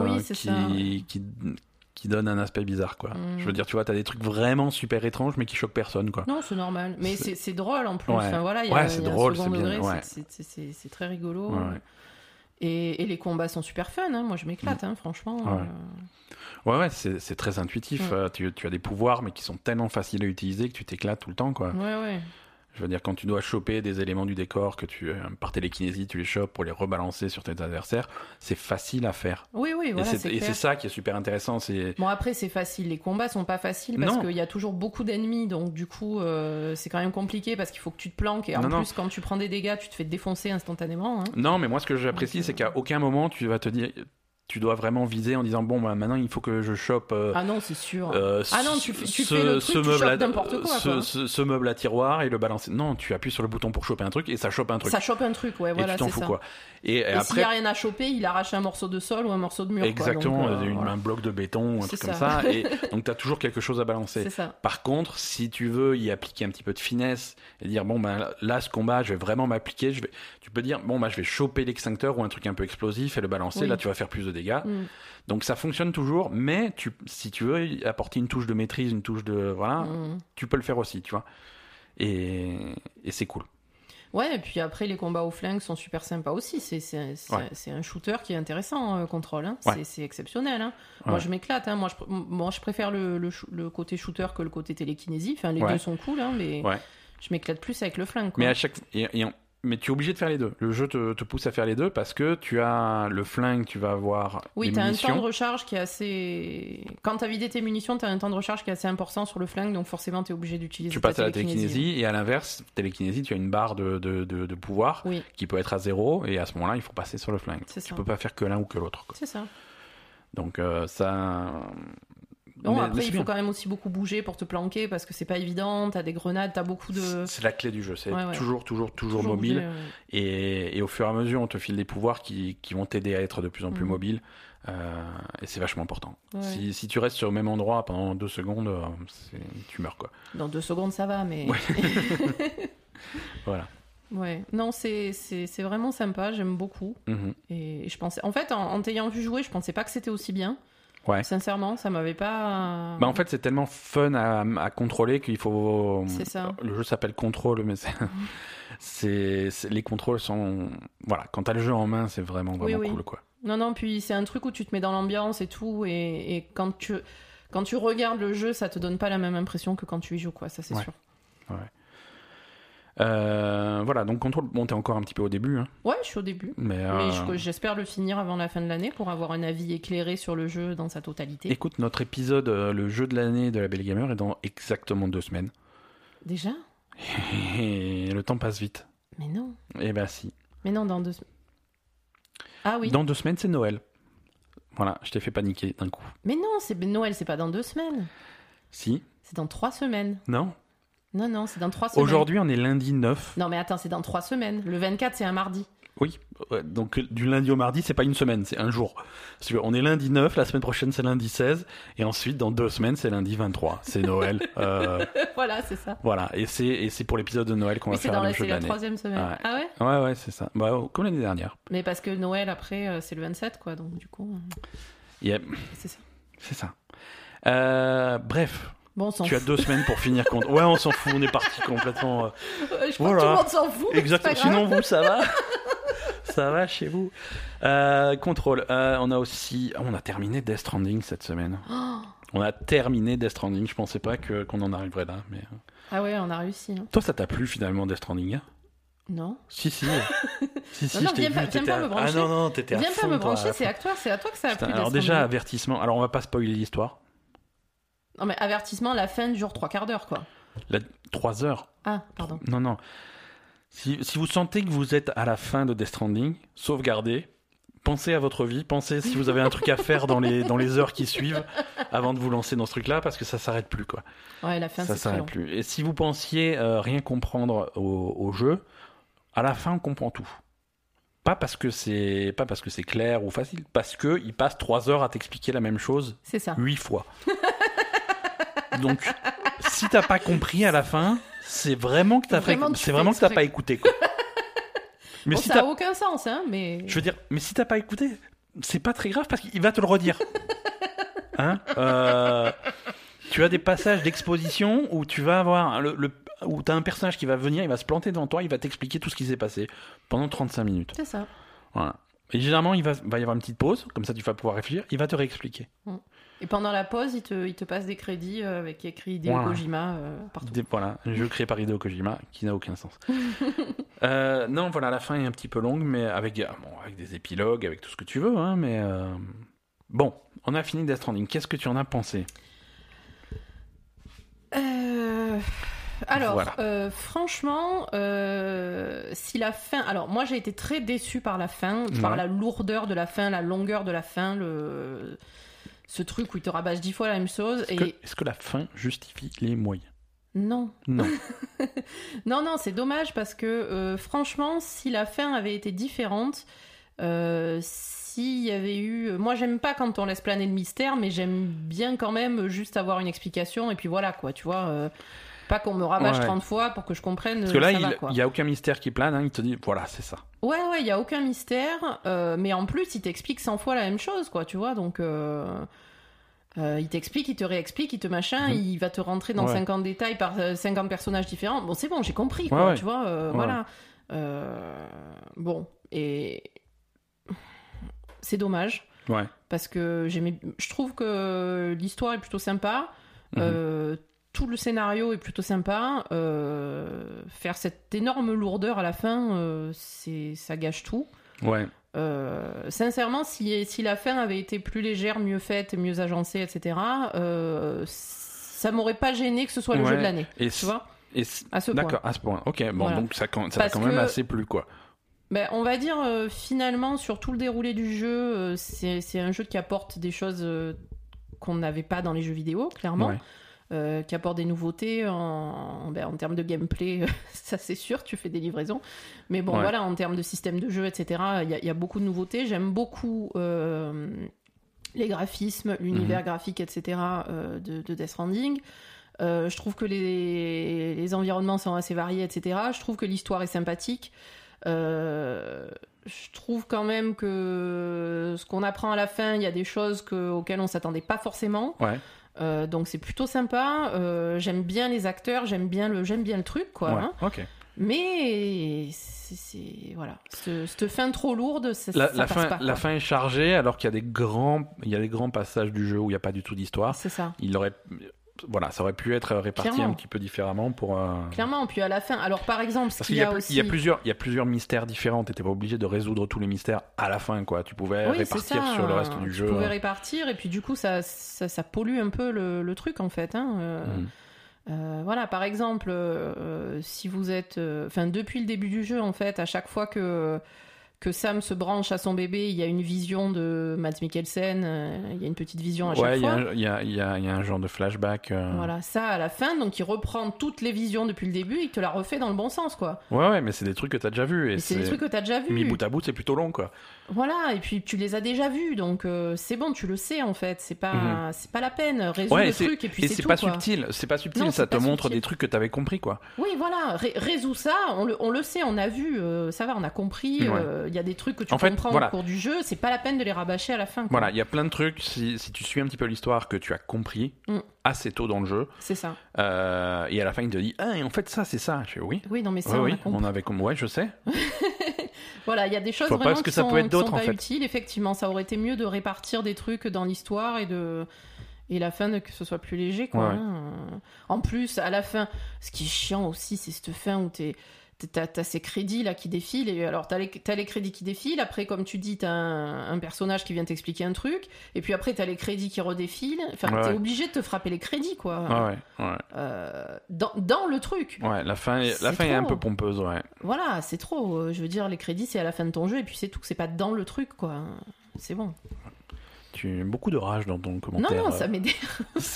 qui donne un aspect bizarre, quoi. Je veux dire, tu vois, t'as des trucs vraiment super étranges, mais qui choquent personne, quoi. Non, c'est normal. Mais c'est drôle, en plus. Ouais, enfin, voilà, c'est drôle, c'est bien. C'est très rigolo. Et les combats sont super fun, hein. Moi, je m'éclate, hein, franchement. Ouais, c'est très intuitif. Tu as des pouvoirs, mais qui sont tellement faciles à utiliser que tu t'éclates tout le temps, quoi. Ouais. Je veux dire, quand tu dois choper des éléments du décor, que par télékinésie, tu les chopes pour les rebalancer sur tes adversaires, c'est facile à faire. Oui, voilà, et c'est ça qui est super intéressant. Bon, après, c'est facile. Les combats sont pas faciles parce qu'il y a toujours beaucoup d'ennemis, donc du coup, c'est quand même compliqué parce qu'il faut que tu te planques. Et en plus, quand tu prends des dégâts, tu te fais défoncer instantanément. Hein. Non, mais moi, ce que j'apprécie, c'est qu'à aucun moment, tu vas te dire... Tu dois vraiment viser en disant maintenant il faut que je chope. Ah non, c'est sûr. Tu fais le truc, tu chopes n'importe quoi. Ce meuble à tiroir et le balancer. Non, tu appuies sur le bouton pour choper un truc et ça chope un truc. Ouais, voilà, et tu t'en fous, ça. Quoi. Et après, s'il n'y a rien à choper, il arrache un morceau de sol ou un morceau de mur. Exactement, un bloc de béton ou un truc comme ça. Et donc tu as toujours quelque chose à balancer. C'est ça. Par contre, si tu veux y appliquer un petit peu de finesse et dire là ce combat, je vais vraiment m'appliquer, tu peux dire je vais choper l'extincteur ou un truc un peu explosif et le balancer. Là, tu vas faire plus de dégâts. Donc ça fonctionne toujours, mais si tu veux apporter une touche de maîtrise, une touche de tu peux le faire aussi, tu vois. Et c'est cool. Ouais, et puis après, les combats au flingue sont super sympas aussi. C'est un shooter qui est intéressant, Control. Hein. Ouais. C'est exceptionnel. Hein. Moi, je m'éclate. Hein. Moi, je préfère le côté shooter que le côté télékinésie. Enfin, les deux sont cool, hein, mais je m'éclate plus avec le flingue. Quoi. Mais à chaque mais tu es obligé de faire les deux. Le jeu te pousse à faire les deux parce que tu as le flingue, tu vas avoir des munitions. Oui, tu as un temps de recharge qui est assez... Quand tu as vidé tes munitions, tu as un temps de recharge qui est assez important sur le flingue, donc forcément tu es obligé d'utiliser ta télékinésie. Tu passes à la télékinésie, et à l'inverse, télékinésie, tu as une barre de pouvoir qui peut être à 0, et à ce moment-là, il faut passer sur le flingue. Tu peux pas faire que l'un ou que l'autre. Quoi. C'est ça. Donc ça... Bon, après, il faut quand même aussi beaucoup bouger pour te planquer parce que c'est pas évident. T'as des grenades, t'as beaucoup de. C'est la clé du jeu. C'est toujours mobile. Bouger, et au fur et à mesure, on te file des pouvoirs qui vont t'aider à être de plus en plus mobile. Et c'est vachement important. Ouais. Si tu restes sur le même endroit pendant 2 secondes, tu meurs, quoi. Dans 2 secondes, ça va, mais. Voilà. Ouais, non, c'est vraiment sympa. J'aime beaucoup. Et je pensais. En fait, en t'ayant vu jouer, je pensais pas que c'était aussi bien. Ouais. Sincèrement, ça m'avait pas... en fait, c'est tellement fun à contrôler qu'il faut... C'est ça. Le jeu s'appelle Control, mais les contrôles sont... Voilà, quand t'as le jeu en main, c'est vraiment cool, quoi. Non, puis c'est un truc où tu te mets dans l'ambiance et tout, et quand tu regardes le jeu, ça te donne pas la même impression que quand tu y joues, quoi, ça c'est sûr. Ouais. Voilà, donc Control, t'es encore un petit peu au début. Hein. Ouais, je suis au début. Mais j'espère le finir avant la fin de l'année pour avoir un avis éclairé sur le jeu dans sa totalité. Écoute, notre épisode, le jeu de l'année de la Belle Gamer, est dans exactement 2 semaines. Déjà ? Et le temps passe vite. Mais non. Eh ben si. Mais non, dans 2 semaines. Ah oui. Dans 2 semaines, c'est Noël. Voilà, je t'ai fait paniquer d'un coup. Mais non, Noël, c'est pas dans 2 semaines. Si. C'est dans 3 semaines. Non. Non, c'est dans 3 semaines. Aujourd'hui, on est lundi 9. Non, mais attends, c'est dans 3 semaines. Le 24, c'est un mardi. Oui, donc du lundi au mardi, c'est pas une semaine, c'est un jour. On est lundi 9, la semaine prochaine, c'est lundi 16, et ensuite, dans 2 semaines, c'est lundi 23. C'est Noël. Voilà, c'est ça. Voilà, et c'est pour l'épisode de Noël qu'on va faire le jeu de l'année. C'est la 3e semaine. Ouais. Ah ouais ? Ouais, c'est ça. Comme l'année dernière. Mais parce que Noël, après, c'est le 27, quoi, donc du coup... Yep. C'est ça. C'est ça. Bref... Bon, tu as 2 semaines pour finir compte. Ouais, on s'en fout, on est parti complètement. Je crois que tout le monde s'en fout. Exactement. Sinon, vous, ça va. Ça va chez vous. Contrôle. On a terminé Death Stranding cette semaine. On a terminé Death Stranding. Je pensais pas qu'on en arriverait là. Mais... Ah ouais, on a réussi. Hein. Toi, ça t'a plu finalement Death Stranding ? Non. Si. Si, non, viens pas me brancher. Ah non, t'étais à fond. Viens pas me brancher, c'est à toi que ça a plu. Alors déjà, avertissement. Alors, on va pas spoiler l'histoire. Non mais avertissement, la fin dure 3/4 d'heure, quoi. 3 heures. Ah, pardon. Non. Si vous sentez que vous êtes à la fin de Death Stranding, sauvegardez, pensez à votre vie, pensez si vous avez un truc à faire dans les heures qui suivent avant de vous lancer dans ce truc-là, parce que ça s'arrête plus, quoi. Ouais, la fin, ça c'est s'arrête plus. Et si vous pensiez rien comprendre au jeu, à la fin, on comprend tout. Pas parce que c'est clair ou facile, parce que il passe 3 heures à t'expliquer la même chose. C'est ça. 8 fois. Donc, si t'as pas compris à la fin, c'est vraiment que t'as pas écouté, quoi. Mais bon, si ça a aucun sens, hein, mais... Je veux dire, mais si t'as pas écouté, c'est pas très grave parce qu'il va te le redire. Hein tu as des passages d'exposition où tu vas avoir où t'as un personnage qui va venir, il va se planter devant toi, il va t'expliquer tout ce qui s'est passé pendant 35 minutes. C'est ça. Voilà. Et généralement, il va y avoir une petite pause, comme ça tu vas pouvoir réfléchir, il va te réexpliquer. Et pendant la pause, il te passe des crédits avec écrit Hideo Kojima partout. Voilà, un jeu créé par Hideo Kojima qui n'a aucun sens. Non, voilà, la fin est un petit peu longue, mais avec des épilogues, avec tout ce que tu veux, hein, mais bon, on a fini Death Stranding. Qu'est-ce que tu en as pensé ? Alors, voilà. Franchement, si la fin... Alors, moi, j'ai été très déçue par la fin, par la lourdeur de la fin, la longueur de la fin, ce truc où il te rabâche 10 fois la même chose. Est-ce que la fin justifie les moyens ? Non. non, c'est dommage parce que, franchement, si la fin avait été différente... s'il y avait eu... Moi, j'aime pas quand on laisse planer le mystère, mais j'aime bien quand même juste avoir une explication, et puis voilà, quoi, tu vois... Pas qu'on me rabâche 30 fois pour que je comprenne. Parce que là, il n'y a aucun mystère qui plane, hein, il te dit, voilà, c'est ça. Ouais, il n'y a aucun mystère, mais en plus, il t'explique 100 fois la même chose, quoi, tu vois, donc... il t'explique, il te réexplique, il te machin, il va te rentrer dans 50 détails par 50 personnages différents. Bon, c'est bon, j'ai compris, quoi, tu vois, voilà. Bon, et c'est dommage. Ouais. Parce que je trouve que l'histoire est plutôt sympa. Tout le scénario est plutôt sympa. Faire cette énorme lourdeur à la fin, ça gâche tout. Ouais. Sincèrement, si la fin avait été plus légère, mieux faite, mieux agencée, etc., ça m'aurait pas gêné que ce soit le jeu de l'année. Tu vois ? À ce point. D'accord, à ce point. Ok, bon, voilà. Donc ça a quand même assez plu, quoi. Ben, on va dire, finalement, sur tout le déroulé du jeu, c'est un jeu qui apporte des choses qu'on n'avait pas dans les jeux vidéo, clairement. Ouais. Qui apporte des nouveautés en termes de gameplay, ça c'est sûr, tu fais des livraisons. Mais bon, voilà, en termes de système de jeu, etc., il y a beaucoup de nouveautés. J'aime beaucoup les graphismes, l'univers graphique, etc. de Death Stranding. Je trouve que les environnements sont assez variés, etc. Je trouve que l'histoire est sympathique. Je trouve quand même que ce qu'on apprend à la fin, il y a des choses auxquelles on s'attendait pas forcément. Ouais. Donc c'est plutôt sympa. J'aime bien les acteurs, j'aime bien le truc, quoi. Ouais. Okay. Mais voilà, cette fin trop lourde, ça passe pas. La fin est chargée, alors qu'il y a des grands passages du jeu où il n'y a pas du tout d'histoire. C'est ça. Voilà, ça aurait pu être réparti un petit peu différemment pour... Clairement, puis à la fin... Alors, par exemple, il y a plusieurs mystères différents. T'étais pas obligé de résoudre tous les mystères à la fin, quoi. Tu pouvais répartir sur le reste du jeu. Tu pouvais répartir, et puis du coup, ça pollue un peu le truc, en fait. Voilà, par exemple, si vous êtes... depuis le début du jeu, en fait, à chaque fois que Sam se branche à son bébé, il y a une vision de Mads Mikkelsen, il y a une petite vision à chaque fois. Il y a un genre de flashback. Voilà, ça à la fin, donc il reprend toutes les visions depuis le début, il te la refait dans le bon sens, quoi. Ouais, mais c'est des trucs que t'as déjà vus. C'est des trucs que t'as déjà vus. Mis bout à bout, c'est plutôt long, quoi. Voilà, et puis tu les as déjà vus, donc c'est bon, tu le sais, en fait. C'est pas la peine, résoudre le truc, et puis c'est tout, quoi. C'est pas subtil, non, ça te montre des trucs que t'avais compris, quoi. Oui, voilà, résous ça, on le sait, on a vu, ça va, on a compris, il y a des trucs que tu comprends au cours du jeu, c'est pas la peine de les rabâcher à la fin, quoi. Voilà, il y a plein de trucs, si tu suis un petit peu l'histoire, que tu as compris assez tôt dans le jeu. C'est ça. Et à la fin, il te dit, et en fait, ça, c'est ça. Je fais, oui. Oui, non, mais ça, on avait compris. Ouais, je sais. Voilà, il y a des choses vraiment qui sont pas utiles. Effectivement, ça aurait été mieux de répartir des trucs dans l'histoire et la fin, que ce soit plus léger, quoi. Ouais. En plus, à la fin, ce qui est chiant aussi, c'est cette fin où t'as ces crédits là qui défilent, et alors t'as les crédits qui défilent, après comme tu dis t'as un personnage qui vient t'expliquer un truc, et puis après t'as les crédits qui redéfilent, t'es obligé de te frapper les crédits, quoi. Dans le truc. Ouais, la fin est un peu pompeuse, ouais. Voilà, c'est trop, je veux dire, les crédits c'est à la fin de ton jeu, et puis c'est tout, c'est pas dans le truc, quoi. C'est bon. Tu as beaucoup de rage dans ton commentaire. Non, ça m'énerve.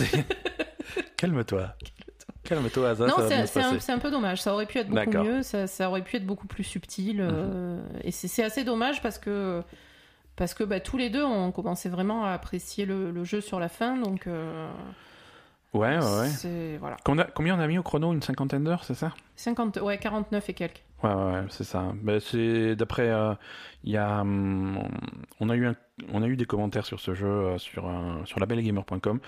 Calme-toi. Calme-toi, Asa, non, ça va bien se passer. C'est un peu dommage. Ça aurait pu être beaucoup mieux. Ça aurait pu être beaucoup plus subtil. Et c'est assez dommage parce que tous les deux, on commençait vraiment à apprécier le jeu sur la fin. Donc, ouais. Voilà. Combien on a mis au chrono? Une cinquantaine d'heures, c'est ça? 49 et quelques. Ouais, c'est ça. C'est d'après, on a eu des commentaires sur ce jeu sur labelgamer.com.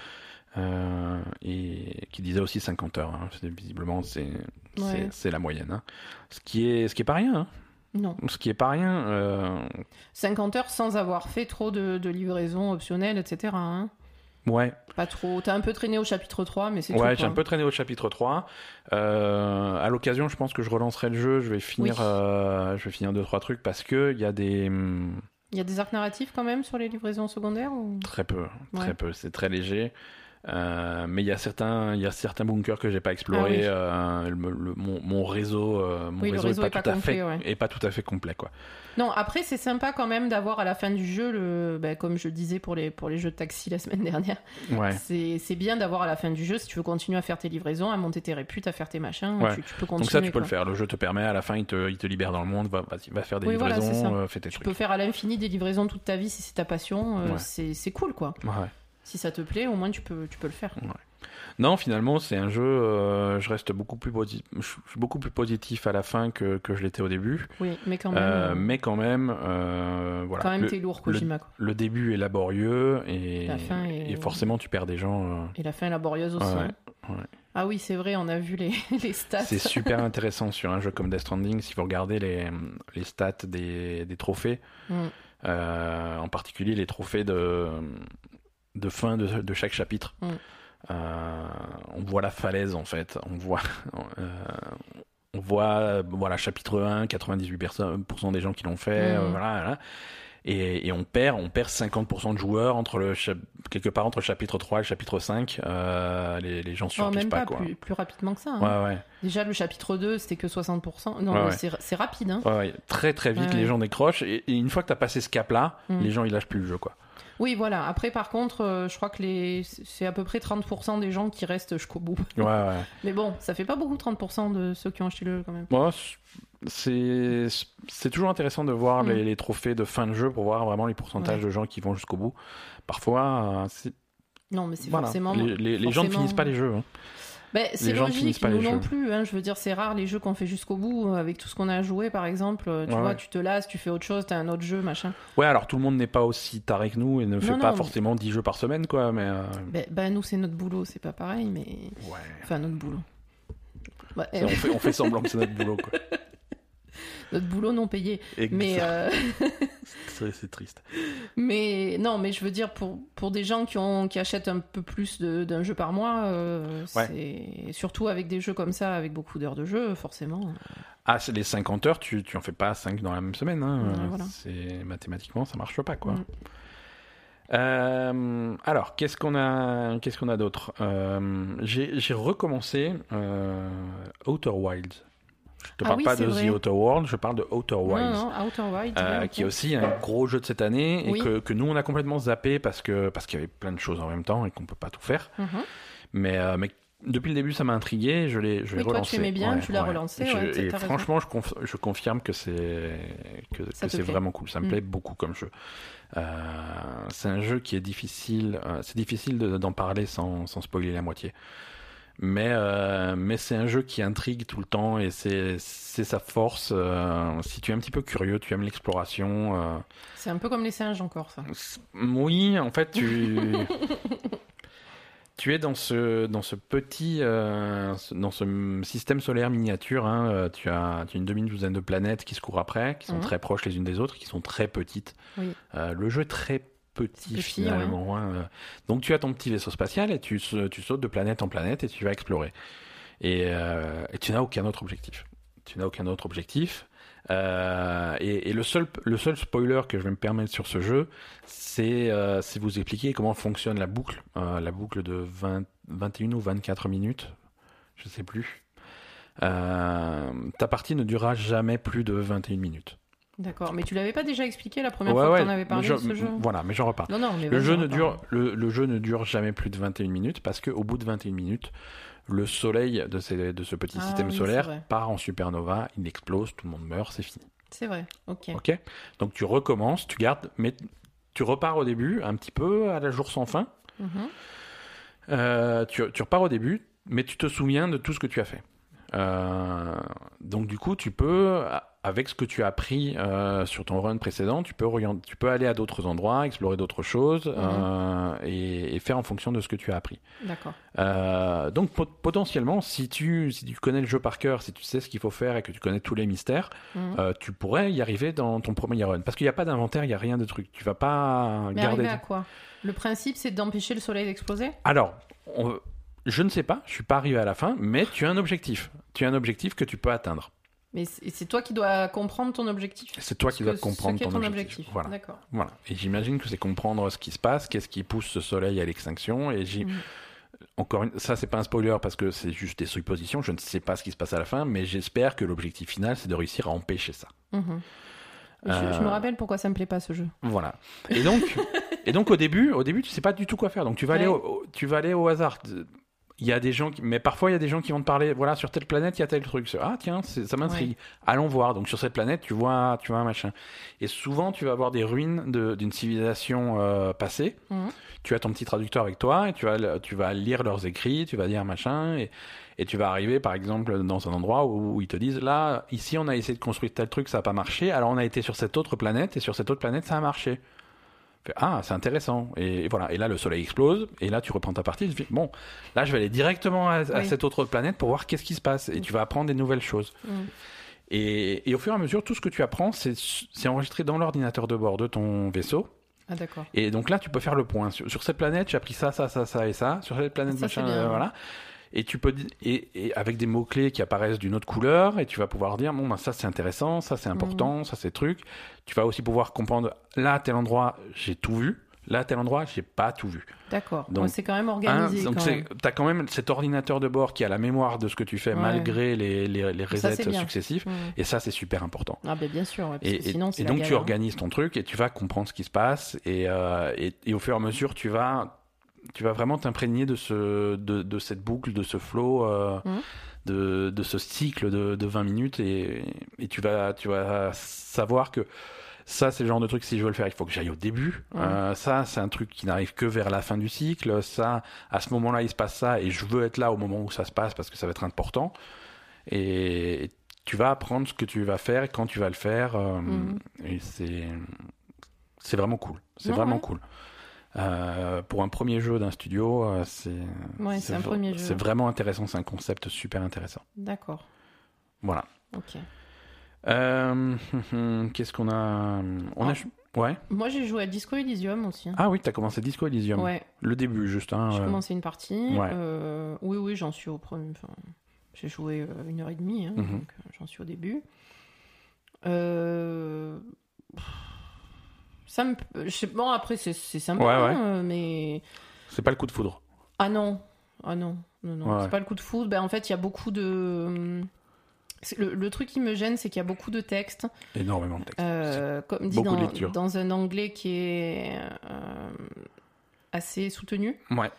Et qui disait aussi 50 heures. Visiblement, c'est la moyenne. Hein. Ce qui est pas rien. Hein. Non. Ce qui est pas rien. 50 heures sans avoir fait trop de livraisons optionnelles, etc. Hein. Ouais. Pas trop. T'as un peu traîné au chapitre 3, mais c'est tout. Ouais, j'ai un peu traîné au chapitre 3. À l'occasion, je pense que je relancerai le jeu. Je vais finir 2-3 trucs parce que il y a des... Il y a des arcs narratifs quand même sur les livraisons secondaires ou... Très peu. C'est très léger. Mais il y a certains bunkers que j'ai pas explorés. Mon réseau est pas tout à fait complet, quoi. Non, après c'est sympa quand même d'avoir à la fin du jeu comme je le disais pour les jeux de taxi la semaine dernière. Ouais. C'est bien d'avoir à la fin du jeu, si tu veux continuer à faire tes livraisons, à monter tes réputes, à faire tes machins, tu peux continuer. Donc ça tu peux le faire. Le jeu te permet, à la fin il te libère dans le monde, va faire des livraisons, fais tes trucs. Tu peux faire à l'infini des livraisons toute ta vie si c'est ta passion. C'est cool, quoi. Ouais. Si ça te plaît, au moins tu peux le faire. Ouais. Non, finalement, c'est un jeu. Je reste beaucoup plus positif à la fin que je l'étais au début. Oui, mais quand même. Voilà. Quand même, t'es lourd, Kojima. Le début est laborieux et forcément tu perds des gens. Et la fin est laborieuse aussi. Ouais. Ah oui, c'est vrai, on a vu les stats. C'est super intéressant sur un jeu comme Death Stranding, si vous regardez les stats des trophées, en particulier les trophées de fin de chaque chapitre. On voit la falaise, en fait. On voit voilà, chapitre 1, 98% des gens qui l'ont fait, voilà. Et on perd 50% de joueurs quelque part entre le chapitre 3 et le chapitre 5. Les gens suivent même pas quoi. Plus rapidement que ça. Hein. Ouais. Déjà, le chapitre 2, c'était que 60%. Non, c'est rapide. Hein. Ouais. Très, très vite, les gens décrochent. Et une fois que tu as passé ce cap-là, les gens, ils lâchent plus le jeu, quoi. Oui, voilà. Après, par contre, je crois que c'est à peu près 30% des gens qui restent jusqu'au bout. Ouais. Mais bon, ça fait pas beaucoup, 30% de ceux qui ont acheté le jeu, quand même. Ouais, c'est toujours intéressant de voir les trophées de fin de jeu pour voir vraiment les pourcentages de gens qui vont jusqu'au bout. Parfois, non, mais c'est forcément... Les gens ne finissent pas les jeux. Hein. C'est logique, nous non plus. Hein, je veux dire, c'est rare les jeux qu'on fait jusqu'au bout. Avec tout ce qu'on a joué, par exemple, tu vois, tu te lasses, tu fais autre chose, t'as un autre jeu, machin. Ouais, alors tout le monde n'est pas aussi taré que nous et ne fait pas forcément 10 jeux par semaine, quoi. Mais nous, c'est notre boulot, c'est pas pareil, mais... Ouais. Enfin, notre boulot. On fait semblant que c'est notre boulot, quoi. Notre boulot non payé. Mais c'est triste. Mais non, mais je veux dire pour des gens qui achètent un peu plus d'un jeu par mois, c'est surtout avec des jeux comme ça, avec beaucoup d'heures de jeu, forcément. Ah, c'est les 50 heures, tu en fais pas 5 dans la même semaine. Hein. Voilà. Mathématiquement, ça marche pas, quoi. Alors, qu'est-ce qu'on a d'autre? J'ai recommencé Outer Wilds. Je te parle pas de The Outer World, je parle de Outer Wilds. Non, Outer Wilds. Qui est aussi un gros jeu de cette année et que nous on a complètement zappé parce qu'il y avait plein de choses en même temps et qu'on peut pas tout faire. Mais depuis le début ça m'a intrigué, je l'ai relancé. Toi tu aimais bien, tu l'as relancé. Et franchement je confirme que c'est vraiment cool. Ça me plaît beaucoup comme jeu. C'est un jeu qui est difficile. C'est difficile d'en parler sans spoiler la moitié. Mais c'est un jeu qui intrigue tout le temps et c'est sa force. Si tu es un petit peu curieux, tu aimes l'exploration. C'est un peu comme les singes encore, ça. Oui, en fait, tu es dans ce petit dans ce système solaire miniature. Hein, tu as une demi-douzaine de planètes qui se courent après, qui sont très proches les unes des autres, qui sont très petites. Oui. Le jeu est très petit finalement. Ouais. Hein. Donc tu as ton petit vaisseau spatial et tu sautes de planète en planète et tu vas explorer. Et tu n'as aucun autre objectif. Et le seul spoiler que je vais me permettre sur ce jeu, c'est vous expliquer comment fonctionne la boucle de 21 ou 24 minutes, je sais plus. Ta partie ne durera jamais plus de 21 minutes. D'accord, mais tu l'avais pas déjà expliqué la première fois que tu en avais parlé de ce jeu ? Voilà, mais j'en reparle. Non, mais le jeu ne dure jamais plus de 21 minutes parce qu'au bout de 21 minutes, le soleil de ce petit système solaire part en supernova, il explose, tout le monde meurt, c'est fini. C'est vrai, ok. Donc tu recommences, tu gardes, mais tu repars au début, un petit peu à la jour sans fin. Tu repars au début, mais tu te souviens de tout ce que tu as fait. Donc du coup, tu peux, avec ce que tu as appris sur ton run précédent, tu peux aller à d'autres endroits, explorer d'autres choses et faire en fonction de ce que tu as appris. D'accord. Donc potentiellement, si tu connais le jeu par cœur, si tu sais ce qu'il faut faire et que tu connais tous les mystères, tu pourrais y arriver dans ton premier run. Parce qu'il n'y a pas d'inventaire, il n'y a rien de truc. Tu vas pas Mais garder... arriver à quoi ? Le principe, c'est d'empêcher le soleil d'exploser ? Alors, je ne sais pas, je suis pas arrivé à la fin, mais tu as un objectif. Tu as un objectif que tu peux atteindre. Mais c'est toi qui dois comprendre ton objectif. C'est toi qui dois comprendre ton objectif. Voilà. D'accord. Voilà. Et j'imagine que c'est comprendre ce qui se passe, qu'est-ce qui pousse ce soleil à l'extinction. Et ça, c'est pas un spoiler parce que c'est juste des suppositions. Je ne sais pas ce qui se passe à la fin, mais j'espère que l'objectif final, c'est de réussir à empêcher ça. Je me rappelle pourquoi ça me plaît pas ce jeu. Voilà. Et donc au début, tu sais pas du tout quoi faire. Donc tu vas aller au hasard. Il y a des gens mais parfois il y a des gens qui vont te parler, voilà, sur telle planète il y a tel truc. Ah tiens, ça m'intrigue. Allons voir. Donc sur cette planète tu vois un machin. Et souvent tu vas avoir des ruines d'une civilisation passée. Tu as ton petit traducteur avec toi et tu vas lire leurs écrits, tu vas dire machin et tu vas arriver par exemple dans un endroit où ils te disent là, ici on a essayé de construire tel truc, ça n'a pas marché. Alors on a été sur cette autre planète et sur cette autre planète ça a marché. Ah, c'est intéressant. Et voilà. Et là, le soleil explose. Et là, tu reprends ta partie. Tu fais, bon, là, je vais aller directement à cette autre planète pour voir qu'est-ce qui se passe. Et tu vas apprendre des nouvelles choses. Et au fur et à mesure, tout ce que tu apprends, c'est enregistré dans l'ordinateur de bord de ton vaisseau. Ah, d'accord. Et donc là, tu peux faire le point. Sur cette planète, j'ai appris ça et ça. Sur cette planète, machin, voilà. Et tu peux et avec des mots clés qui apparaissent d'une autre couleur, et tu vas pouvoir dire bon, ça c'est intéressant, ça c'est important, ça c'est truc. Tu vas aussi pouvoir comprendre là à tel endroit j'ai tout vu, là à tel endroit j'ai pas tout vu. D'accord. Donc c'est quand même organisé. Donc t'as quand même cet ordinateur de bord qui a la mémoire de ce que tu fais malgré les resets successifs. Et ça c'est super important. Ah ben bien sûr. Ouais, et sinon c'est donc tu organises ton truc et tu vas comprendre ce qui se passe et au fur et à mesure tu vas vraiment t'imprégner de cette boucle, de ce flow, de ce cycle de 20 minutes et tu vas savoir que ça, c'est le genre de truc, si je veux le faire, il faut que j'aille au début. Ça, c'est un truc qui n'arrive que vers la fin du cycle. Ça, à ce moment-là, il se passe ça et je veux être là au moment où ça se passe parce que ça va être important. Et tu vas apprendre ce que tu vas faire et quand tu vas le faire. Et c'est vraiment cool. C'est vraiment cool. Pour un premier jeu d'un studio, c'est un premier jeu. C'est vraiment intéressant, c'est un concept super intéressant. D'accord. Voilà. Ok. Qu'est-ce qu'on a Ouais. Moi j'ai joué à Disco Elysium aussi. Ah oui, t'as commencé Disco Elysium. Ouais. Le début, juste. J'ai commencé une partie. Ouais. Oui, j'en suis au premier. Enfin, j'ai joué 1h30, donc j'en suis au début. Bon, après, c'est sympa, mais... C'est pas le coup de foudre. Ah non. C'est pas le coup de foudre. En fait, il y a beaucoup de... Le truc qui me gêne, c'est qu'il y a beaucoup de textes. Énormément de textes. Comme dit dans un anglais qui est assez soutenu. Ouais.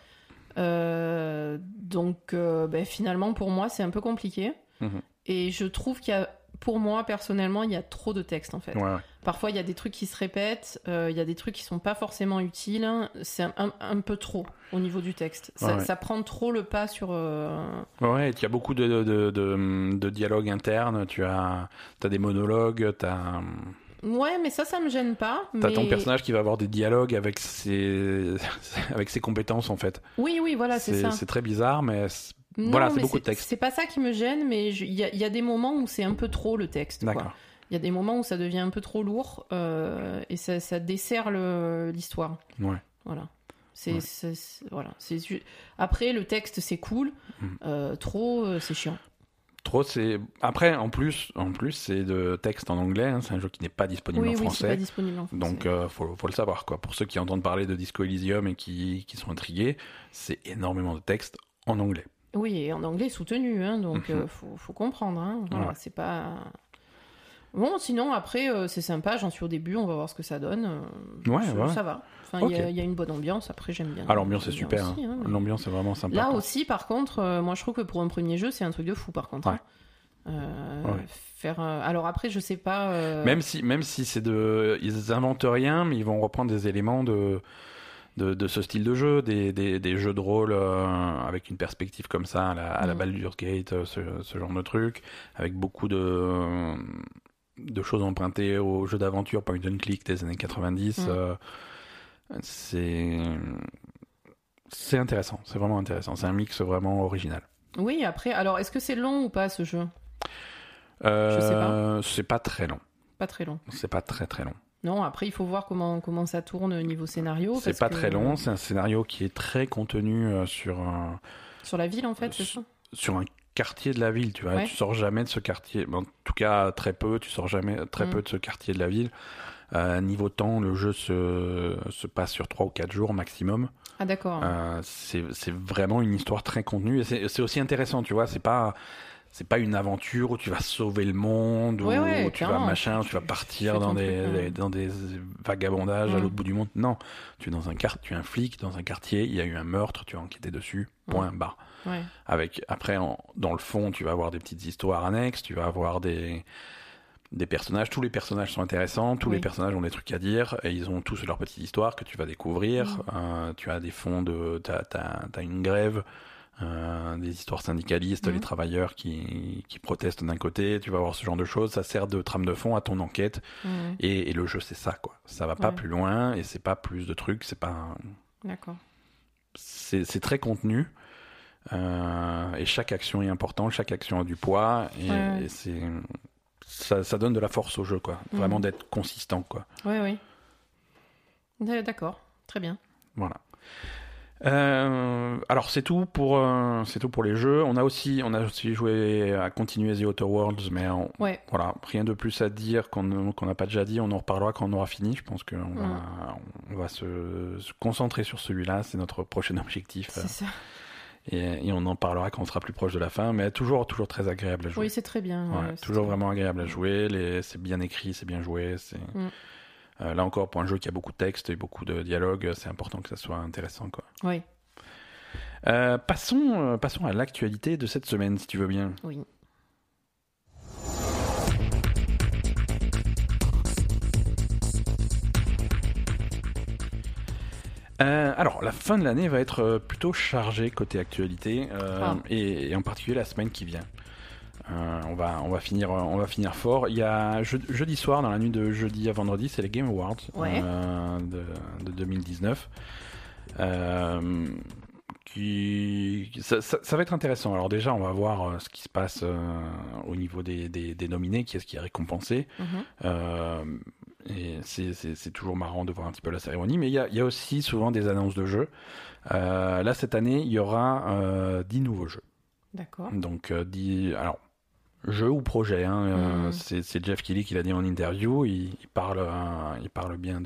Donc, finalement, pour moi, c'est un peu compliqué. Et je trouve qu'il y a... Pour moi, personnellement, il y a trop de textes, en fait. Ouais. Parfois, il y a des trucs qui se répètent, il y a des trucs qui sont pas forcément utiles. C'est un peu trop au niveau du texte. Ça prend trop le pas sur... Ouais, il y a beaucoup de dialogues internes. Tu as des monologues, Ouais, mais ça me gêne pas. T'as ton personnage qui va avoir des dialogues avec ses compétences, en fait. Oui, voilà, c'est ça. C'est très bizarre, mais... Non, voilà, c'est beaucoup de texte. C'est pas ça qui me gêne, mais il y a des moments où c'est un peu trop le texte. D'accord. Il y a des moments où ça devient un peu trop lourd et ça dessert l'histoire. Ouais. Voilà. Voilà. Après, le texte, c'est cool. Trop, c'est chiant. Trop, c'est... Après, en plus, c'est de texte en anglais. C'est un jeu qui n'est pas disponible en français. Oui, c'est pas disponible en français. Donc, faut le savoir, quoi. Pour ceux qui entendent parler de Disco Elysium et qui sont intrigués, c'est énormément de texte en anglais. Oui, et en anglais soutenu, donc faut comprendre. Voilà, c'est pas... Bon, sinon, après, c'est sympa, j'en suis au début, on va voir ce que ça donne. Ça va. Enfin, il y a une bonne ambiance, après j'aime bien. Ah, l'ambiance est super, aussi, mais... l'ambiance est vraiment sympa. Là aussi, par contre, moi je trouve que pour un premier jeu, c'est un truc de fou, par contre. Alors après, je sais pas... Même si c'est ils inventent rien, mais ils vont reprendre des éléments de ce style de jeu, des jeux de rôle avec une perspective comme ça à la Baldur's Gate, ce genre de truc, avec beaucoup de choses empruntées aux jeux d'aventure point and click des années 90. C'est intéressant, c'est vraiment intéressant, c'est un mix vraiment original. Oui, après, alors est-ce que c'est long ou pas ce jeu? Je sais pas. C'est pas très long. Pas très long. C'est pas très très long. Non, après, il faut voir comment ça tourne au niveau scénario. C'est pas très long, c'est un scénario qui est très contenu sur la ville, en fait, c'est ça? Sur un quartier de la ville, tu vois. Ouais. Tu sors jamais de ce quartier. En tout cas, très peu. Tu sors jamais très peu de ce quartier de la ville. Niveau temps, le jeu se passe sur 3 ou 4 jours maximum. Ah, d'accord. C'est vraiment une histoire très contenue. Et c'est aussi intéressant, tu vois. C'est pas une aventure où tu vas sauver le monde, où tu vas tu vas partir dans des vagabondages à l'autre bout du monde. Non, tu es un flic dans un quartier, il y a eu un meurtre, tu vas enquêter dessus, point, barre. Ouais. Après, dans le fond, tu vas avoir des petites histoires annexes, tu vas avoir des personnages. Tous les personnages sont intéressants, tous les personnages ont des trucs à dire, et ils ont tous leur petite histoire que tu vas découvrir. Tu as des fonds t'as une grève des histoires syndicalistes, les travailleurs qui protestent d'un côté, tu vas avoir ce genre de choses, ça sert de trame de fond à ton enquête, et le jeu c'est ça, quoi. Ça va pas plus loin, et c'est pas plus de trucs, c'est pas... D'accord. C'est très contenu, et chaque action est importante, chaque action a du poids, et c'est... Ça donne de la force au jeu, quoi. Vraiment d'être consistant, quoi. Oui. D'accord, très bien. Voilà. Alors c'est tout pour les jeux. On a aussi joué à continuer The Outer Worlds, mais voilà, rien de plus à dire qu'on n'a pas déjà dit. On en reparlera quand on aura fini. Je pense qu'on va se concentrer sur celui-là. C'est notre prochain objectif. C'est ça. Et on en parlera quand on sera plus proche de la fin, mais toujours très agréable à jouer. Oui, c'est très bien. Toujours vraiment agréable à jouer. C'est bien écrit, c'est bien joué. Là encore, pour un jeu qui a beaucoup de texte et beaucoup de dialogue, c'est important que ça soit intéressant, quoi. Oui. Passons à l'actualité de cette semaine, si tu veux bien. Oui. Alors, la fin de l'année va être plutôt chargée côté actualité, et en particulier la semaine qui vient. On va finir fort. Il y a jeudi soir, dans la nuit de jeudi à vendredi, c'est les Game Awards de 2019. Ça va être intéressant. Alors déjà, on va voir ce qui se passe au niveau des nominés, qui est-ce qui est récompensé. Et c'est toujours marrant de voir un petit peu la cérémonie, mais il y a aussi souvent des annonces de jeux. Là, cette année, il y aura 10 nouveaux jeux. D'accord. Donc, alors, jeu ou projet, c'est Jeff Keighley qui l'a dit en interview. Il parle bien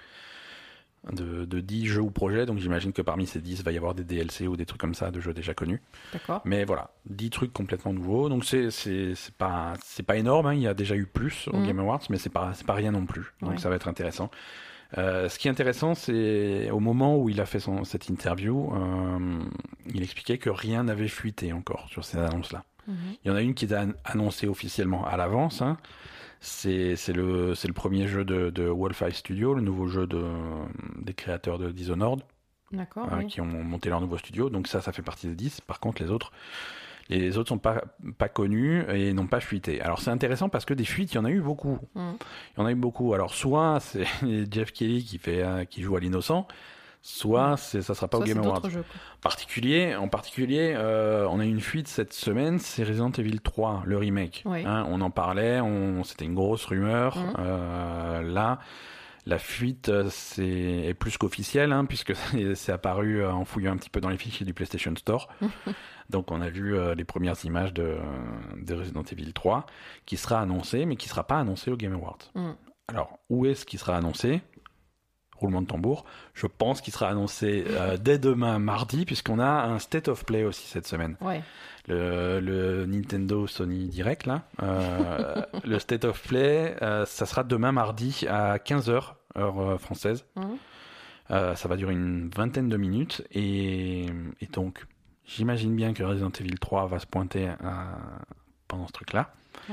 de 10 jeux ou projets, donc j'imagine que parmi ces 10, il va y avoir des DLC ou des trucs comme ça, de jeux déjà connus. D'accord. Mais voilà, 10 trucs complètement nouveaux, donc c'est pas énorme, il y a déjà eu plus au Game Awards, mais c'est pas rien non plus, donc ça va être intéressant. Ce qui est intéressant, c'est au moment où il a fait cette interview, il expliquait que rien n'avait fuité encore sur ces annonces-là. Il y en a une qui est annoncée officiellement à l'avance, c'est le premier jeu de Wolf-Eye Studio, le nouveau jeu des créateurs de Dishonored, qui ont monté leur nouveau studio. Donc ça fait partie des 10. Par contre, les autres sont pas connus et n'ont pas fuité. Alors c'est intéressant parce que des fuites, il y en a eu beaucoup. Il y en a eu beaucoup. Alors soit c'est Jeff Keighley qui joue à l'innocent, soit ça sera pas au Game Awards. En particulier, on a eu une fuite cette semaine, c'est Resident Evil 3, le remake. On en parlait, c'était une grosse rumeur. Là, la fuite est plus qu'officielle, puisque c'est apparu en fouillant un petit peu dans les fichiers du PlayStation Store. Donc on a vu les premières images de Resident Evil 3, qui sera annoncé, mais qui ne sera pas annoncé au Game Awards. Alors, où est-ce qu'il sera annoncé ? Roulement de tambour. Je pense qu'il sera annoncé dès demain, mardi, puisqu'on a un State of Play aussi cette semaine. Le Nintendo Sony Direct, là. Le State of Play, ça sera demain, mardi, à 15h, heure française. Ça va durer une vingtaine de minutes. Et donc, j'imagine bien que Resident Evil 3 va se pointer pendant ce truc-là.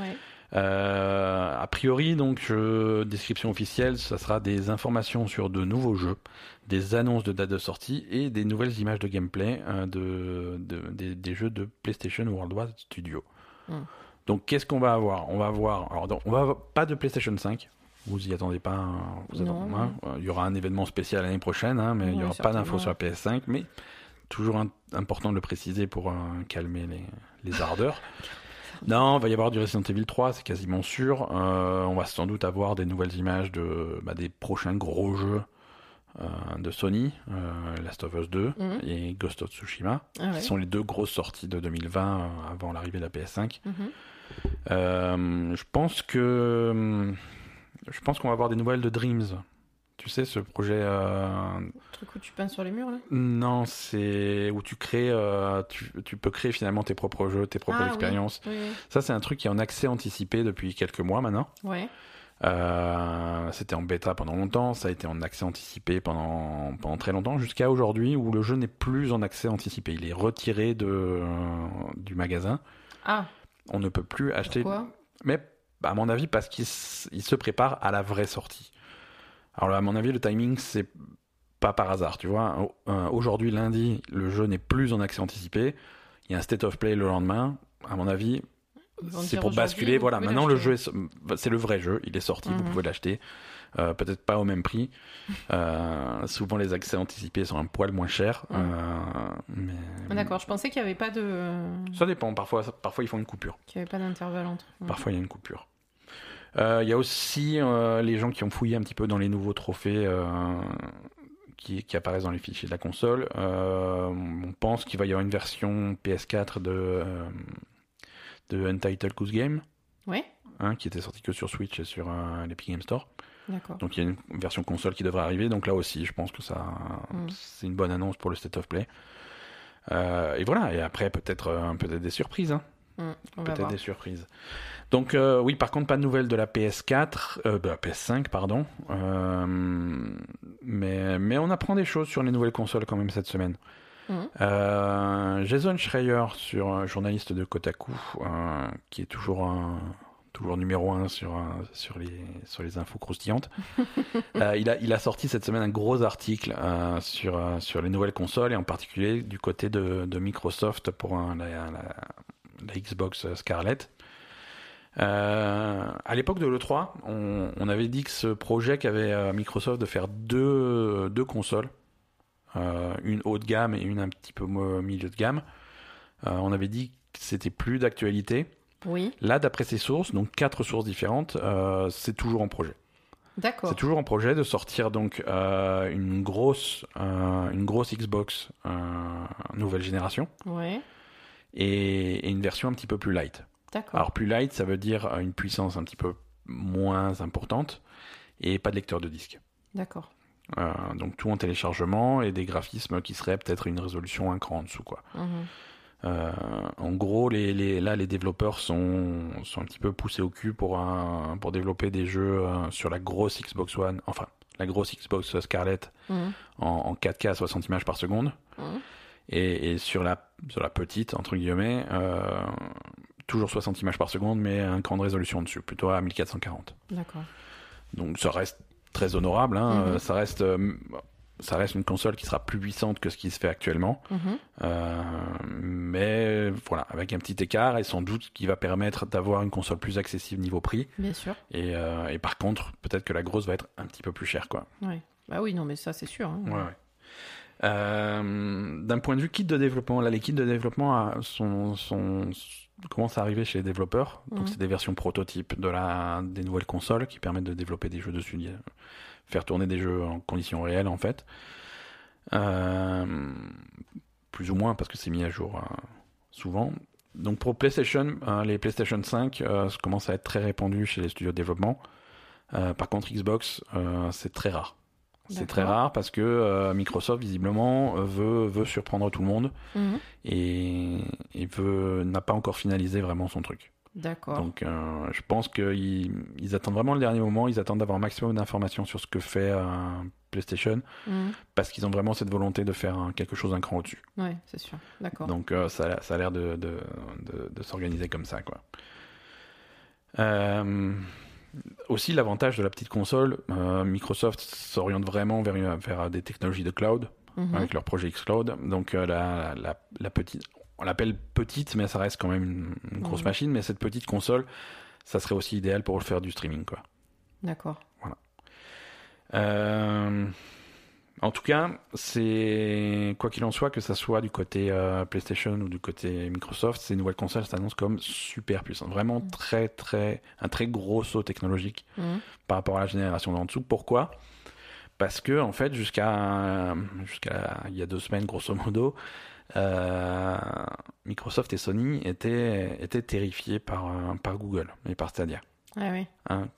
A priori, donc, description officielle, ça sera des informations sur de nouveaux jeux, des annonces de date de sortie et des nouvelles images de gameplay des jeux de PlayStation Worldwide Studio. Donc, qu'est-ce qu'on va avoir ? On va avoir pas de PlayStation 5. Vous y attendez pas. Il y aura un événement spécial l'année prochaine, mais il n'y aura pas d'infos sur la PS5. Mais toujours important de le préciser pour calmer les ardeurs. Non, il va y avoir du Resident Evil 3, c'est quasiment sûr. On va sans doute avoir des nouvelles images des prochains gros jeux de Sony, Last of Us 2 et Ghost of Tsushima, qui sont les deux grosses sorties de 2020 avant l'arrivée de la PS5. Je pense qu'on va avoir des nouvelles de Dreams. Tu sais, ce projet... Le truc où tu peins sur les murs, là ? Non, c'est où tu crées... tu peux créer finalement tes propres jeux, tes propres expériences. Oui. Ça, c'est un truc qui est en accès anticipé depuis quelques mois maintenant. C'était en bêta pendant longtemps, ça a été en accès anticipé pendant très longtemps, jusqu'à aujourd'hui où le jeu n'est plus en accès anticipé. Il est retiré du magasin. On ne peut plus acheter... Pourquoi ? Mais à mon avis, parce qu'il se prépare à la vraie sortie. Alors là, à mon avis, le timing, c'est pas par hasard, tu vois. Aujourd'hui, lundi, le jeu n'est plus en accès anticipé. il y a un state of play le lendemain, à mon avis, c'est pour basculer. Voilà, maintenant le jeu, c'est le vrai jeu, il est sorti, vous pouvez l'acheter. Peut-être pas au même prix. Souvent, les accès anticipés sont un poil moins chers. Mais... D'accord, je pensais qu'il n'y avait pas de... Ça dépend, parfois ils font une coupure. Qu'il n'y avait pas d'intervalle entre. Parfois, il y a une coupure. Il y a aussi les gens qui ont fouillé un petit peu dans les nouveaux trophées qui apparaissent dans les fichiers de la console. On pense qu'il va y avoir une version PS4 de Untitled Goose Game, qui était sorti que sur Switch et sur l'Epic Game Store. D'accord. Donc il y a une version console qui devrait arriver. Donc là aussi, je pense que c'est une bonne annonce pour le State of Play. Et voilà. Et après, peut-être des surprises. Peut-être des surprises. Donc oui, par contre, pas de nouvelles de la PS4, de la PS5, pardon. Mais on apprend des choses sur les nouvelles consoles quand même cette semaine. Jason Schreier, journaliste de Kotaku, qui est toujours numéro 1 sur les infos croustillantes. Il a sorti cette semaine un gros article sur les nouvelles consoles et en particulier du côté de Microsoft pour la Xbox Scarlett. À l'époque de l'E3, on avait dit que ce projet qu'avait Microsoft de faire deux consoles, une haut de gamme et une un petit peu milieu de gamme, on avait dit que c'était plus d'actualité. Oui. Là, d'après ces sources, donc 4 sources différentes, c'est toujours en projet. D'accord. C'est toujours en projet de sortir donc une grosse Xbox nouvelle génération. Ouais. Et une version un petit peu plus light. D'accord. Alors plus light, ça veut dire une puissance un petit peu moins importante et pas de lecteur de disque. D'accord. Donc tout en téléchargement et des graphismes qui seraient peut-être une résolution un cran en dessous, quoi. En gros, les développeurs sont un petit peu poussés au cul pour développer des jeux sur la grosse Xbox One, enfin la grosse Xbox Scarlett en 4K à 60 images par seconde. Et sur la petite, entre guillemets, toujours 60 images par seconde, mais un cran de résolution dessus, plutôt à 1440. D'accord. Donc ça reste très honorable, ça reste une console qui sera plus puissante que ce qui se fait actuellement, mais voilà, avec un petit écart et sans doute qui va permettre d'avoir une console plus accessible niveau prix. Bien sûr. Et par contre, peut-être que la grosse va être un petit peu plus chère, quoi. Ouais. Bah oui, non, mais ça c'est sûr. Ouais. D'un point de vue kit de développement, là les kits de développement commencent à arriver chez les développeurs. Donc c'est des versions prototypes des nouvelles consoles qui permettent de développer des jeux dessus, faire tourner des jeux en conditions réelles en fait. Plus ou moins parce que c'est mis à jour souvent. Donc pour PlayStation, les PlayStation 5 commencent à être très répandus chez les studios de développement. Par contre Xbox, c'est très rare. C'est très rare parce que Microsoft visiblement veut surprendre tout le monde et n'a pas encore finalisé vraiment son truc. D'accord. Donc je pense qu'ils attendent vraiment le dernier moment, ils attendent d'avoir un maximum d'informations sur ce que fait PlayStation parce qu'ils ont vraiment cette volonté de faire quelque chose d'un cran au-dessus. Ouais, c'est sûr. D'accord. Donc ça a l'air de s'organiser comme ça, quoi. Aussi, l'avantage de la petite console, Microsoft s'oriente vraiment vers des technologies de cloud avec leur projet xCloud. Donc la petite, on l'appelle petite, mais ça reste quand même une grosse machine. Mais cette petite console, ça serait aussi idéal pour faire du streaming, quoi. D'accord. Voilà. En tout cas, c'est quoi qu'il en soit, que ça soit du côté PlayStation ou du côté Microsoft, ces nouvelles consoles s'annoncent comme super puissantes. Vraiment un très gros saut technologique par rapport à la génération d'en dessous. Pourquoi ? Parce que en fait, jusqu'à il y a 2 semaines, grosso modo, Microsoft et Sony étaient terrifiés par Google et par Stadia. Ah oui.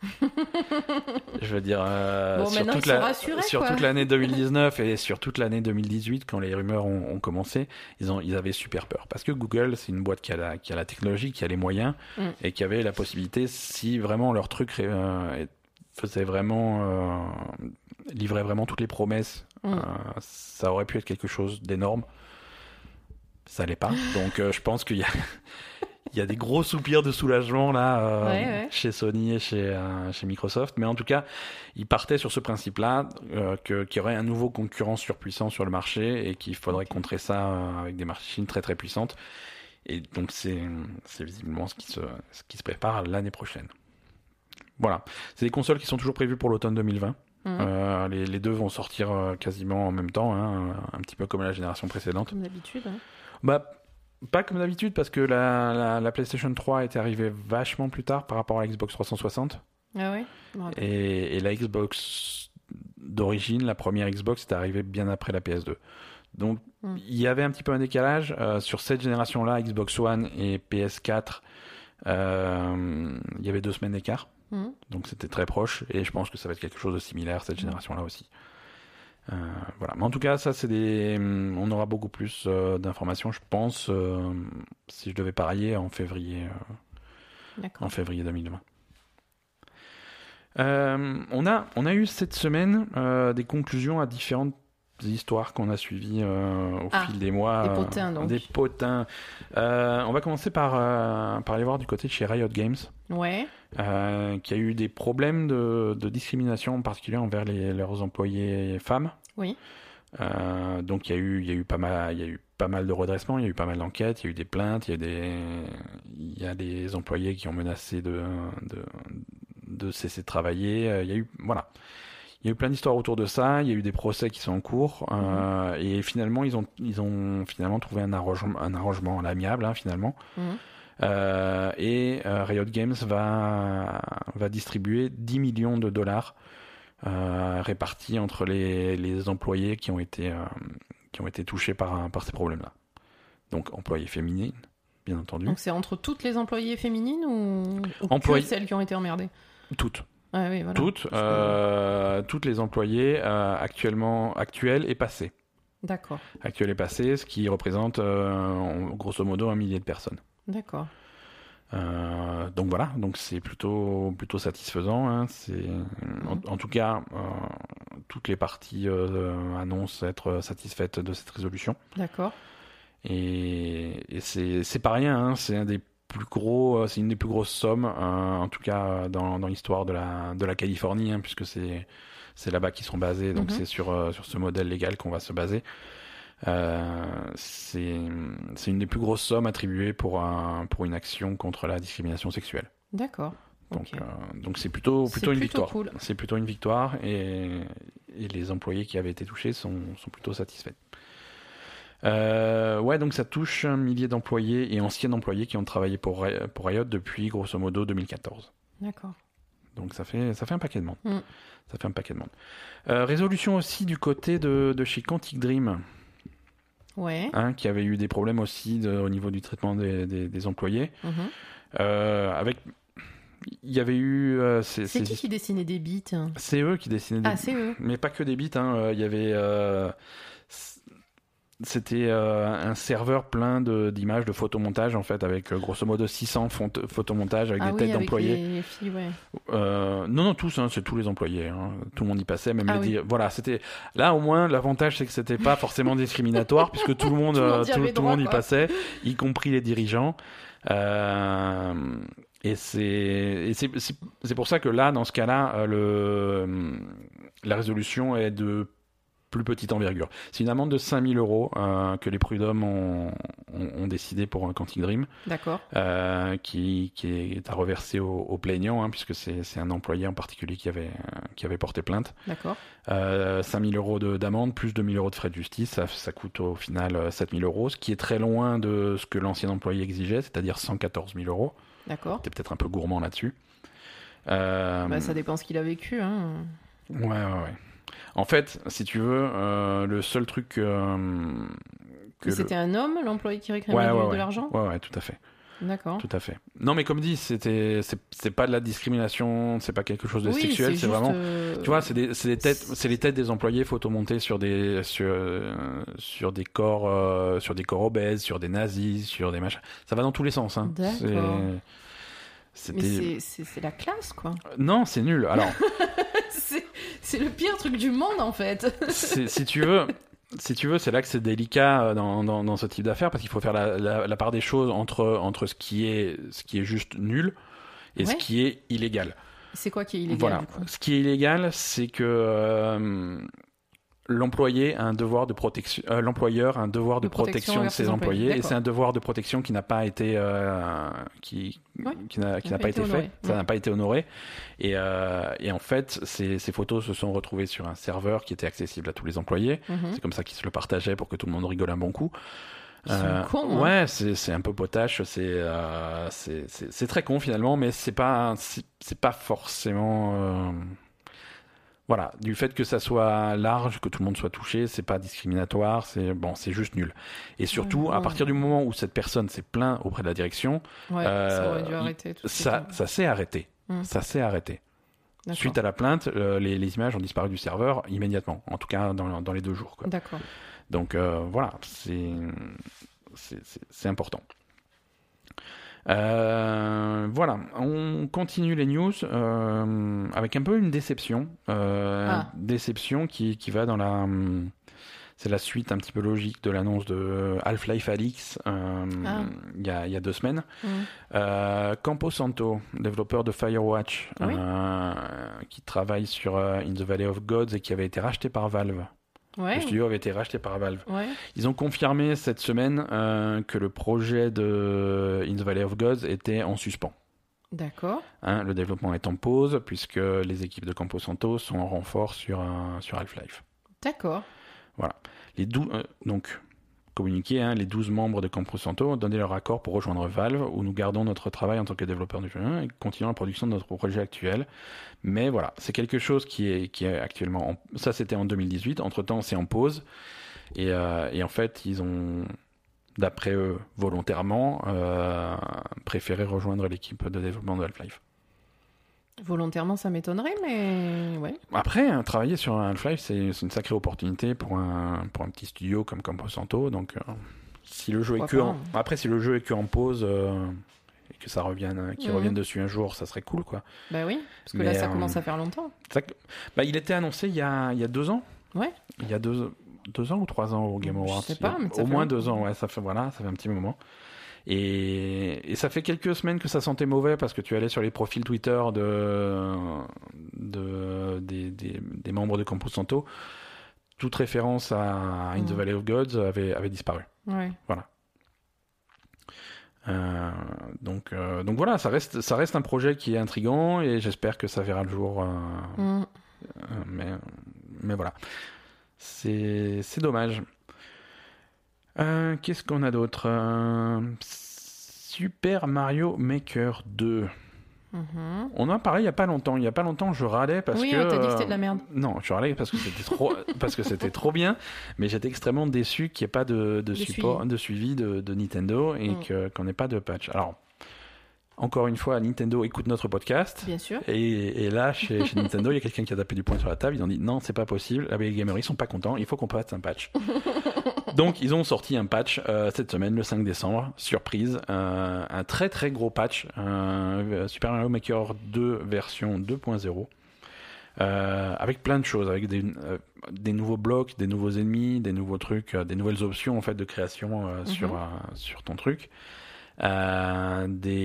Je veux dire, bon, sur toute l'année 2019 et sur toute l'année 2018, quand les rumeurs ont commencé, ils avaient super peur. Parce que Google, c'est une boîte qui a la technologie, qui a les moyens et qui avait la possibilité, si vraiment leur truc faisait vraiment, livrait vraiment toutes les promesses, ça aurait pu être quelque chose d'énorme. Ça l'est pas. Donc je pense qu'il y a des gros soupirs de soulagement là chez Sony et chez Microsoft, mais en tout cas ils partaient sur ce principe-là qu'il y aurait un nouveau concurrent surpuissant sur le marché et qu'il faudrait contrer ça avec des machines très très puissantes. Et donc c'est visiblement ce qui se prépare l'année prochaine. Voilà, c'est des consoles qui sont toujours prévues pour l'automne 2020. Les deux vont sortir quasiment en même temps, hein, un petit peu comme la génération précédente. Comme d'habitude. Hein. Bah, pas comme d'habitude, parce que la PlayStation 3 était arrivée vachement plus tard par rapport à la Xbox 360. Ah ouais. Et la Xbox d'origine, la première Xbox, était arrivée bien après la PS2. Donc, il y avait un petit peu un décalage. Sur cette génération-là, Xbox One et PS4, il y avait 2 semaines d'écart. Donc c'était très proche, et je pense que ça va être quelque chose de similaire cette génération-là aussi. Voilà. Mais en tout cas, ça c'est on aura beaucoup plus d'informations, je pense, si je devais parier en février 2020. On a eu cette semaine des conclusions à différentes histoires qu'on a suivies au fil des mois. Des potins, donc. Des potins. On va commencer par aller voir du côté de chez Riot Games. Ouais. Qui a eu des problèmes de discrimination, en particulier envers leurs employés femmes. Oui. Donc il y a eu pas mal de redressements, il y a eu pas mal d'enquêtes, il y a eu des plaintes, il y a des employés qui ont menacé de cesser de travailler. Il y a eu plein d'histoires autour de ça. Il y a eu des procès qui sont en cours. Et finalement, ils ont finalement trouvé un arrangement à l'amiable, hein, finalement. Et Riot Games va distribuer 10 millions de dollars répartis entre les employés qui ont été touchés par ces problèmes-là. Donc, employés féminines, bien entendu. Donc, c'est entre toutes les employées féminines ou que celles qui ont été emmerdées? Toutes. Ah oui, voilà. Toutes les employées actuelles et passées. D'accord. Actuelles et passées, ce qui représente grosso modo 1 millier de personnes. D'accord. Donc voilà, donc c'est plutôt satisfaisant. Hein. En tout cas, toutes les parties annoncent être satisfaites de cette résolution. D'accord. Et c'est pas rien. Hein. C'est une des plus grosses sommes, en tout cas dans l'histoire de la Californie, hein, puisque c'est là-bas qu'ils sont basés. Donc c'est sur ce modèle légal qu'on va se baser. C'est une des plus grosses sommes attribuées pour une action contre la discrimination sexuelle. D'accord. Donc c'est plutôt une victoire. Cool. C'est plutôt une victoire, et les employés qui avaient été touchés sont plutôt satisfaits. Donc ça touche 1 millier d'employés et anciens employés qui ont travaillé pour Riot depuis grosso modo 2014. D'accord. Donc ça fait un paquet de monde. Ça fait un paquet de monde. Résolution aussi du côté de chez Quantic Dream. Ouais. Hein, qui avait eu des problèmes aussi au niveau du traitement des employés. Il y avait eu... c'est qui dessinait des bits? C'est eux qui dessinaient des bits. Ah, c'est eux. Mais pas que des bits. Hein. Il y avait... C'était un serveur plein d'images de photomontage, en fait, avec grosso modo 600 photomontages avec des têtes d'employés. Les filles, ouais. Non, tous, hein, c'est tous les employés. Hein. Tout le monde y passait, même Voilà, c'était... Là, au moins, l'avantage, c'est que c'était pas forcément discriminatoire, puisque tout le monde, tout le monde y passait, y compris les dirigeants. Et c'est pour ça que là, dans ce cas-là, la résolution est de plus petite envergure. C'est une amende de 5 000 € que les prud'hommes ont décidé pour un Quantic Dream. D'accord. Qui est à reverser aux plaignants, hein, puisque c'est un employé en particulier qui avait porté plainte. D'accord. 5 000 € d'amende plus 2 000 € de frais de justice, ça coûte au final 7 000 €, ce qui est très loin de ce que l'ancien employé exigeait, c'est-à-dire 114 000 €. D'accord. T'es peut-être un peu gourmand là-dessus. Ça dépend ce qu'il a vécu. Hein. Ouais. En fait, si tu veux, le seul truc c'était un homme, l'employé qui réclamait de l'argent? Ouais, tout à fait. D'accord. Tout à fait. Non, mais comme dit, c'est pas de la discrimination, c'est pas quelque chose de sexuel, c'est vraiment, tu vois, c'est les têtes des employés photomontées sur des corps obèses, sur des nazis, sur des machins. Ça va dans tous les sens, hein. D'accord. Mais c'est la classe, quoi. Non, c'est nul. Alors. c'est le pire truc du monde, en fait. Si tu veux, c'est là que c'est délicat dans ce type d'affaires, parce qu'il faut faire la part des choses entre ce qui est juste nul et ce qui est illégal. C'est quoi qui est illégal, voilà. Du coup ? Ce qui est illégal, c'est que l'employé a un devoir de protection, l'employeur a un devoir de protection de ses employés, et c'est un devoir de protection qui n'a pas été qui n'a pas été fait, ça n'a pas été honoré, et en fait ces photos se sont retrouvées sur un serveur qui était accessible à tous les employés. C'est comme ça qu'ils se le partageaient pour que tout le monde rigole un bon coup. Ouais, c'est un peu potache, c'est très con finalement, mais c'est pas forcément voilà, du fait que ça soit large, que tout le monde soit touché, c'est pas discriminatoire, c'est juste nul. Et surtout, à partir du moment où cette personne s'est plaint auprès de la direction, ça aurait dû arrêter tout de suite. Ça s'est arrêté. Ça s'est arrêté. Suite à la plainte, les images ont disparu du serveur immédiatement, en tout cas dans les 2 jours, quoi. D'accord. Donc voilà, c'est important. Voilà, on continue les news avec un peu une déception. Déception qui va dans la... C'est la suite un petit peu logique de l'annonce de Half-Life Alyx il y a 2 semaines. Campo Santo, développeur de Firewatch, qui travaille sur In the Valley of Gods et qui avait été racheté par Valve. Le studio avait été racheté par Valve. Ils ont confirmé cette semaine que le projet de In the Valley of Gods était en suspens. D'accord. Le développement est en pause puisque les équipes de Campo Santo sont en renfort sur Half-Life. D'accord. Voilà. Donc, communiqué, les 12 membres de Campo Santo ont donné leur accord pour rejoindre Valve, où nous gardons notre travail en tant que développeur du jeu et continuons la production de notre projet actuel. Mais voilà, c'est quelque chose qui est actuellement... Ça, c'était en 2018. Entre-temps, c'est en pause. Et en fait, ils ont, d'après eux, volontairement, préféré rejoindre l'équipe de développement de Half-Life. Volontairement, ça m'étonnerait, mais ouais. Après, travailler sur un Half-Life, c'est une sacrée opportunité pour un petit studio comme Campo Santo. Donc, si le jeu est que en pause et que ça revienne, qu'ils reviennent dessus un jour, ça serait cool, quoi. Bah oui, parce que là, ça commence à faire longtemps. Il était annoncé il y a 2 ans. Ouais. Il y a 2 ans ou 3 ans au Game Awards. Je sais pas, mais au moins 2 ans. Ouais, ça fait un petit moment. Et ça fait quelques semaines que ça sentait mauvais parce que tu allais sur les profils Twitter des membres de Campo Santo, toute référence à In the Valley of Gods avait disparu. Ouais. Voilà. Donc voilà, ça reste un projet qui est intriguant et j'espère que ça verra le jour. Mais voilà, c'est dommage. Qu'est-ce qu'on a d'autre? Super Mario Maker 2. On en a parlé il y a pas longtemps. Il y a pas longtemps, je râlais parce que... Oui, t'as dit que c'était de la merde. Non, je râlais parce que c'était trop, parce que c'était trop bien, mais j'étais extrêmement déçu qu'il n'y ait pas de suivi de Nintendo et qu'on n'ait pas de patch. Alors, encore une fois, Nintendo écoute notre podcast. Bien sûr. Et là, chez Nintendo, il y a quelqu'un qui a tapé du poing sur la table. Ils ont dit non, c'est pas possible. Les gamers, ils sont pas contents. Il faut qu'on fasse un patch. Donc, ils ont sorti un patch cette semaine, le 5 décembre. Surprise. Un très très gros patch. Super Mario Maker 2 version 2.0. Avec plein de choses. Avec des nouveaux blocs, des nouveaux ennemis, des nouveaux trucs, des nouvelles options en fait, de création sur ton truc. Un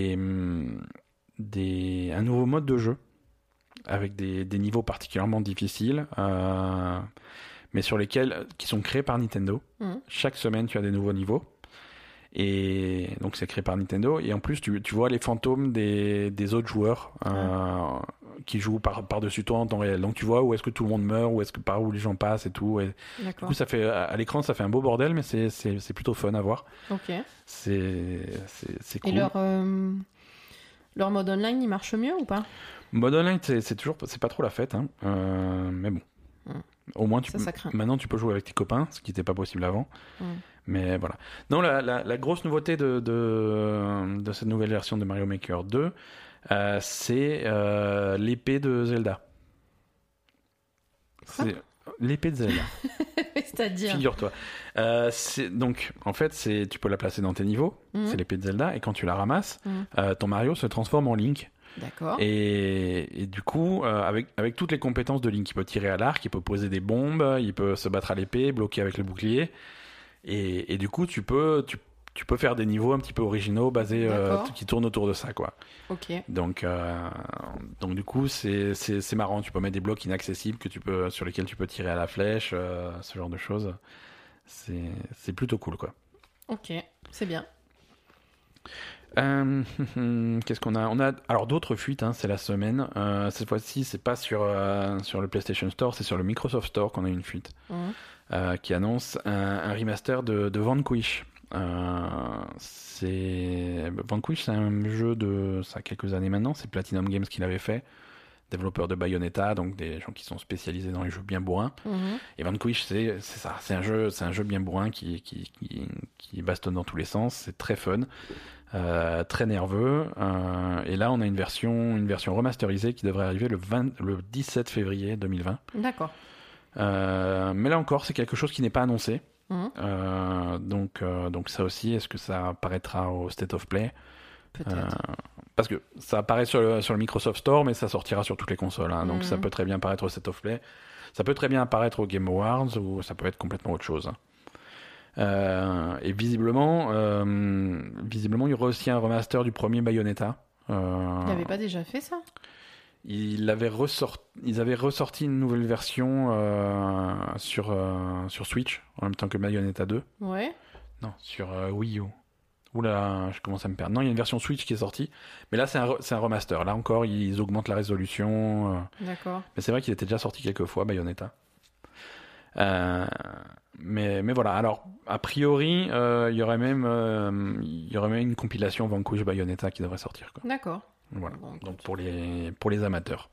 nouveau mode de jeu avec des niveaux particulièrement difficiles mais qui sont créés par Nintendo. Chaque semaine tu as des nouveaux niveaux et donc c'est créé par Nintendo et en plus tu vois les fantômes des autres joueurs qui jouent par-dessus toi en temps réel, donc tu vois où est-ce que tout le monde meurt, par où les gens passent et tout, et du coup ça fait à l'écran ça fait un beau bordel, mais c'est plutôt fun à voir. C'est cool. Et leur mode online il marche mieux ou pas? Mode online c'est pas trop la fête mais bon, au moins maintenant tu peux jouer avec tes copains, ce qui n'était pas possible avant. Mais voilà. Non, la grosse nouveauté de cette nouvelle version de Mario Maker 2, c'est l'épée de Zelda. C'est l'épée de Zelda. C'est-à-dire, figure-toi. Donc, en fait, tu peux la placer dans tes niveaux. C'est l'épée de Zelda. Et quand tu la ramasses, ton Mario se transforme en Link. D'accord. Et du coup, avec toutes les compétences de Link, il peut tirer à l'arc, il peut poser des bombes, il peut se battre à l'épée, bloquer avec le bouclier. Et du coup, tu tu peux faire des niveaux un petit peu originaux basés qui tournent autour de ça, quoi. Ok. Donc du coup, c'est marrant. Tu peux mettre des blocs inaccessibles sur lesquels tu peux tirer à la flèche, ce genre de choses. C'est plutôt cool, quoi. Ok, c'est bien. Qu'est-ce qu'on a ? On a alors d'autres fuites, c'est la semaine. Cette fois-ci, c'est pas sur le PlayStation Store, c'est sur le Microsoft Store qu'on a une fuite qui annonce un remaster de Vanquish. Vanquish, c'est un jeu ça a quelques années maintenant. C'est Platinum Games qui l'avait fait, développeur de Bayonetta, donc des gens qui sont spécialisés dans les jeux bien bourrins. Et Vanquish, c'est ça, c'est un jeu bien bourrin qui bastonne dans tous les sens. C'est très fun. Très nerveux, et là on a une version remasterisée qui devrait arriver le 17 février 2020. D'accord. Mais là encore, c'est quelque chose qui n'est pas annoncé. Donc ça aussi, est-ce que ça apparaîtra au State of Play ? Peut-être. Parce que ça apparaît sur le Microsoft Store, mais ça sortira sur toutes les consoles. Donc ça peut très bien apparaître au State of Play, ça peut très bien apparaître au Game Awards, ou ça peut être complètement autre chose. Et visiblement, il y aurait aussi un remaster du premier Bayonetta. Il n'avait pas déjà fait ça ? Ils avaient ressorti une nouvelle version sur Switch en même temps que Bayonetta 2. Ouais. Non, sur Wii U. Oula, je commence à me perdre. Non, il y a une version Switch qui est sortie, mais là c'est un remaster. Là encore, ils augmentent la résolution. D'accord. Mais c'est vrai qu'il était déjà sorti quelques fois, Bayonetta. Mais voilà. Alors a priori, il y aurait même une compilation Vanquish Bayonetta qui devrait sortir, quoi. D'accord. Voilà. Bon, donc pour les amateurs.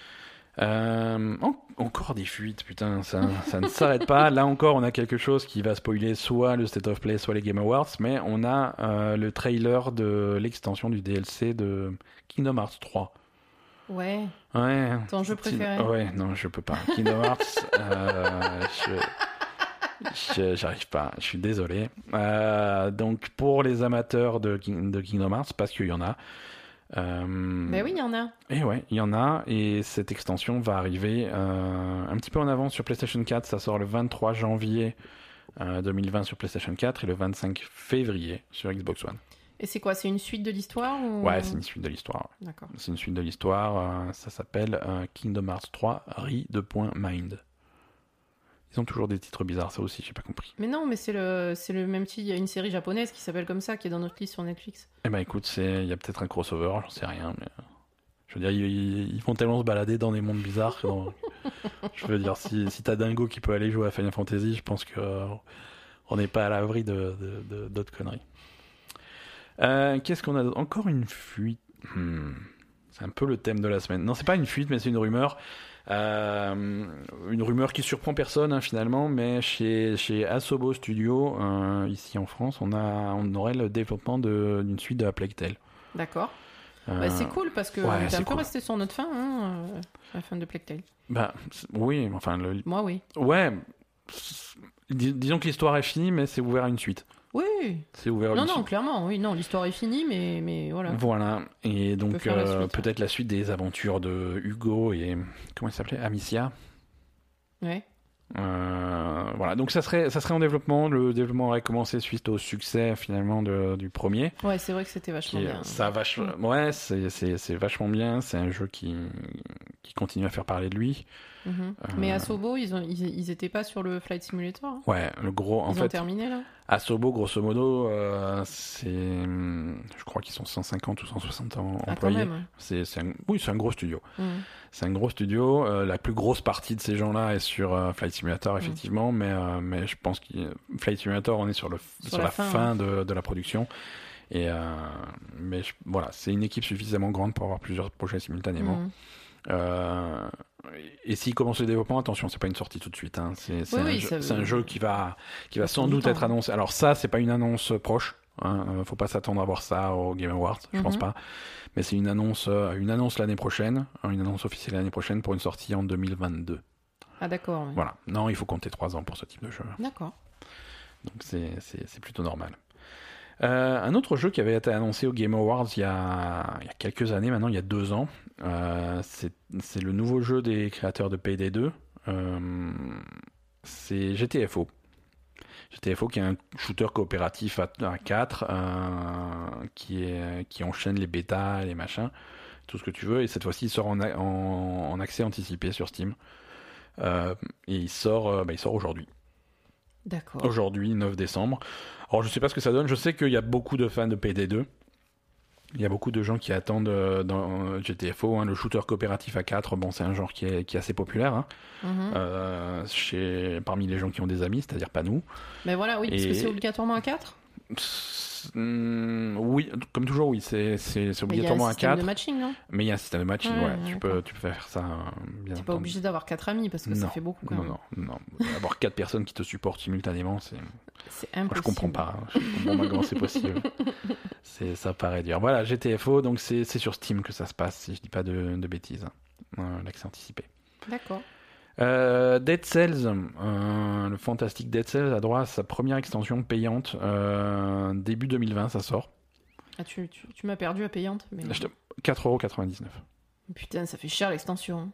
Encore des fuites, putain, ça ne s'arrête pas. Là encore, on a quelque chose qui va spoiler soit le State of Play, soit les Game Awards, mais on a le trailer de l'extension du DLC de Kingdom Hearts 3. Ouais. Ton jeu préféré. Ouais, non, je peux pas. Kingdom Hearts, j'arrive pas, je suis désolé. Donc pour les amateurs de Kingdom Hearts, parce qu'il y en a. Ben oui, il y en a. Et ouais, il y en a, et cette extension va arriver un petit peu en avance sur PlayStation 4. Ça sort le 23 janvier 2020 sur PlayStation 4 et le 25 février sur Xbox One. Et c'est quoi ? C'est une suite de l'histoire ou... Ouais, c'est une suite de l'histoire. D'accord. C'est une suite de l'histoire. Ça s'appelle Kingdom Hearts 3 Re:2.Mind. Ils ont toujours des titres bizarres, ça aussi, j'ai pas compris. Mais non, mais c'est le même titre. Il y a une série japonaise qui s'appelle comme ça, qui est dans notre liste sur Netflix. Eh ben écoute, il y a peut-être un crossover, j'en sais rien, mais je veux dire, ils font tellement se balader dans des mondes bizarres. Je veux dire, si t'as Dingo qui peut aller jouer à Final Fantasy, je pense que on n'est pas à l'abri d'autres conneries. Qu'est-ce qu'on a d'autre ? Encore une fuite. C'est un peu le thème de la semaine. Non, c'est pas une fuite, mais c'est une rumeur. Une rumeur qui surprend personne, finalement, mais chez Asobo Studio, ici en France, on aurait le développement d'une suite de la Plague Tale. D'accord. C'est cool parce que t'es un peu resté sur notre fin, la fin de Plague Tale. Oui, enfin... Moi, oui. Ouais, disons que l'histoire est finie, mais c'est ouvert à une suite. Oui. C'est ouvert à une suite. Non, clairement, oui. Non, l'histoire est finie, mais voilà. Voilà, et donc peut-être la suite des aventures de Hugo et... Comment il s'appelait ? Amicia. Ouais. Voilà, donc ça serait en développement. Le développement aurait commencé suite au succès finalement du premier. Ouais, c'est vrai que c'était vachement bien. Ouais, c'est vachement bien. C'est un jeu qui continue à faire parler de lui. Mais Asobo, ils étaient pas sur le Flight Simulator. Hein. Ouais, ils ont terminé là. Asobo, grosso modo, je crois qu'ils sont 150 ou 160 employés. Quand même. C'est un gros studio. C'est un gros studio. La plus grosse partie de ces gens-là est sur Flight Simulator, effectivement, mais je pense que Flight Simulator, on est sur la fin de la production. Mais voilà, c'est une équipe suffisamment grande pour avoir plusieurs projets simultanément. Et s'il commence le développement, attention, c'est pas une sortie tout de suite. C'est un jeu qui va sans doute être annoncé. Alors ça, c'est pas une annonce proche. Faut pas s'attendre à voir ça au Game Awards, je pense pas. Mais c'est une annonce l'année prochaine, une annonce officielle l'année prochaine pour une sortie en 2022. Ah d'accord. Ouais. Voilà. Non, il faut compter 3 ans pour ce type de jeu. D'accord. Donc c'est plutôt normal. Un autre jeu qui avait été annoncé au Game Awards il y a quelques années maintenant, il y a 2 ans, c'est le nouveau jeu des créateurs de Payday 2, c'est GTFO. GTFO qui est un shooter coopératif à 4 qui enchaîne les bêtas, les machins, tout ce que tu veux. Et cette fois-ci, il sort en accès anticipé sur Steam. Et il sort aujourd'hui. D'accord. Aujourd'hui, 9 décembre. Alors, je sais pas ce que ça donne. Je sais qu'il y a beaucoup de fans de PD2. Il y a beaucoup de gens qui attendent dans GTFO, le shooter coopératif à 4. Bon, c'est un genre qui est assez populaire parmi les gens qui ont des amis, c'est-à-dire pas nous. Mais voilà, oui, parce que c'est obligatoirement à 4. Oui, comme toujours, oui, c'est obligatoirement à 4. Il y a un système de matching, non ? Mais il y a un système de matching, tu peux faire ça bien. T'es pas obligé d'avoir 4 amis parce que ça fait beaucoup quand même. Non. Avoir 4 personnes qui te supportent simultanément, c'est impossible. Moi, je comprends pas. Je comprends pas comment c'est possible. Ça paraît dur. Voilà, GTFO, donc c'est sur Steam que ça se passe, si je dis pas de bêtises. L'accès anticipé. D'accord. Dead Cells, le fantastique Dead Cells a droit à sa première extension payante début 2020, ça sort. Ah, tu m'as perdu à payante, mais 4,99€. Putain, ça fait cher l'extension.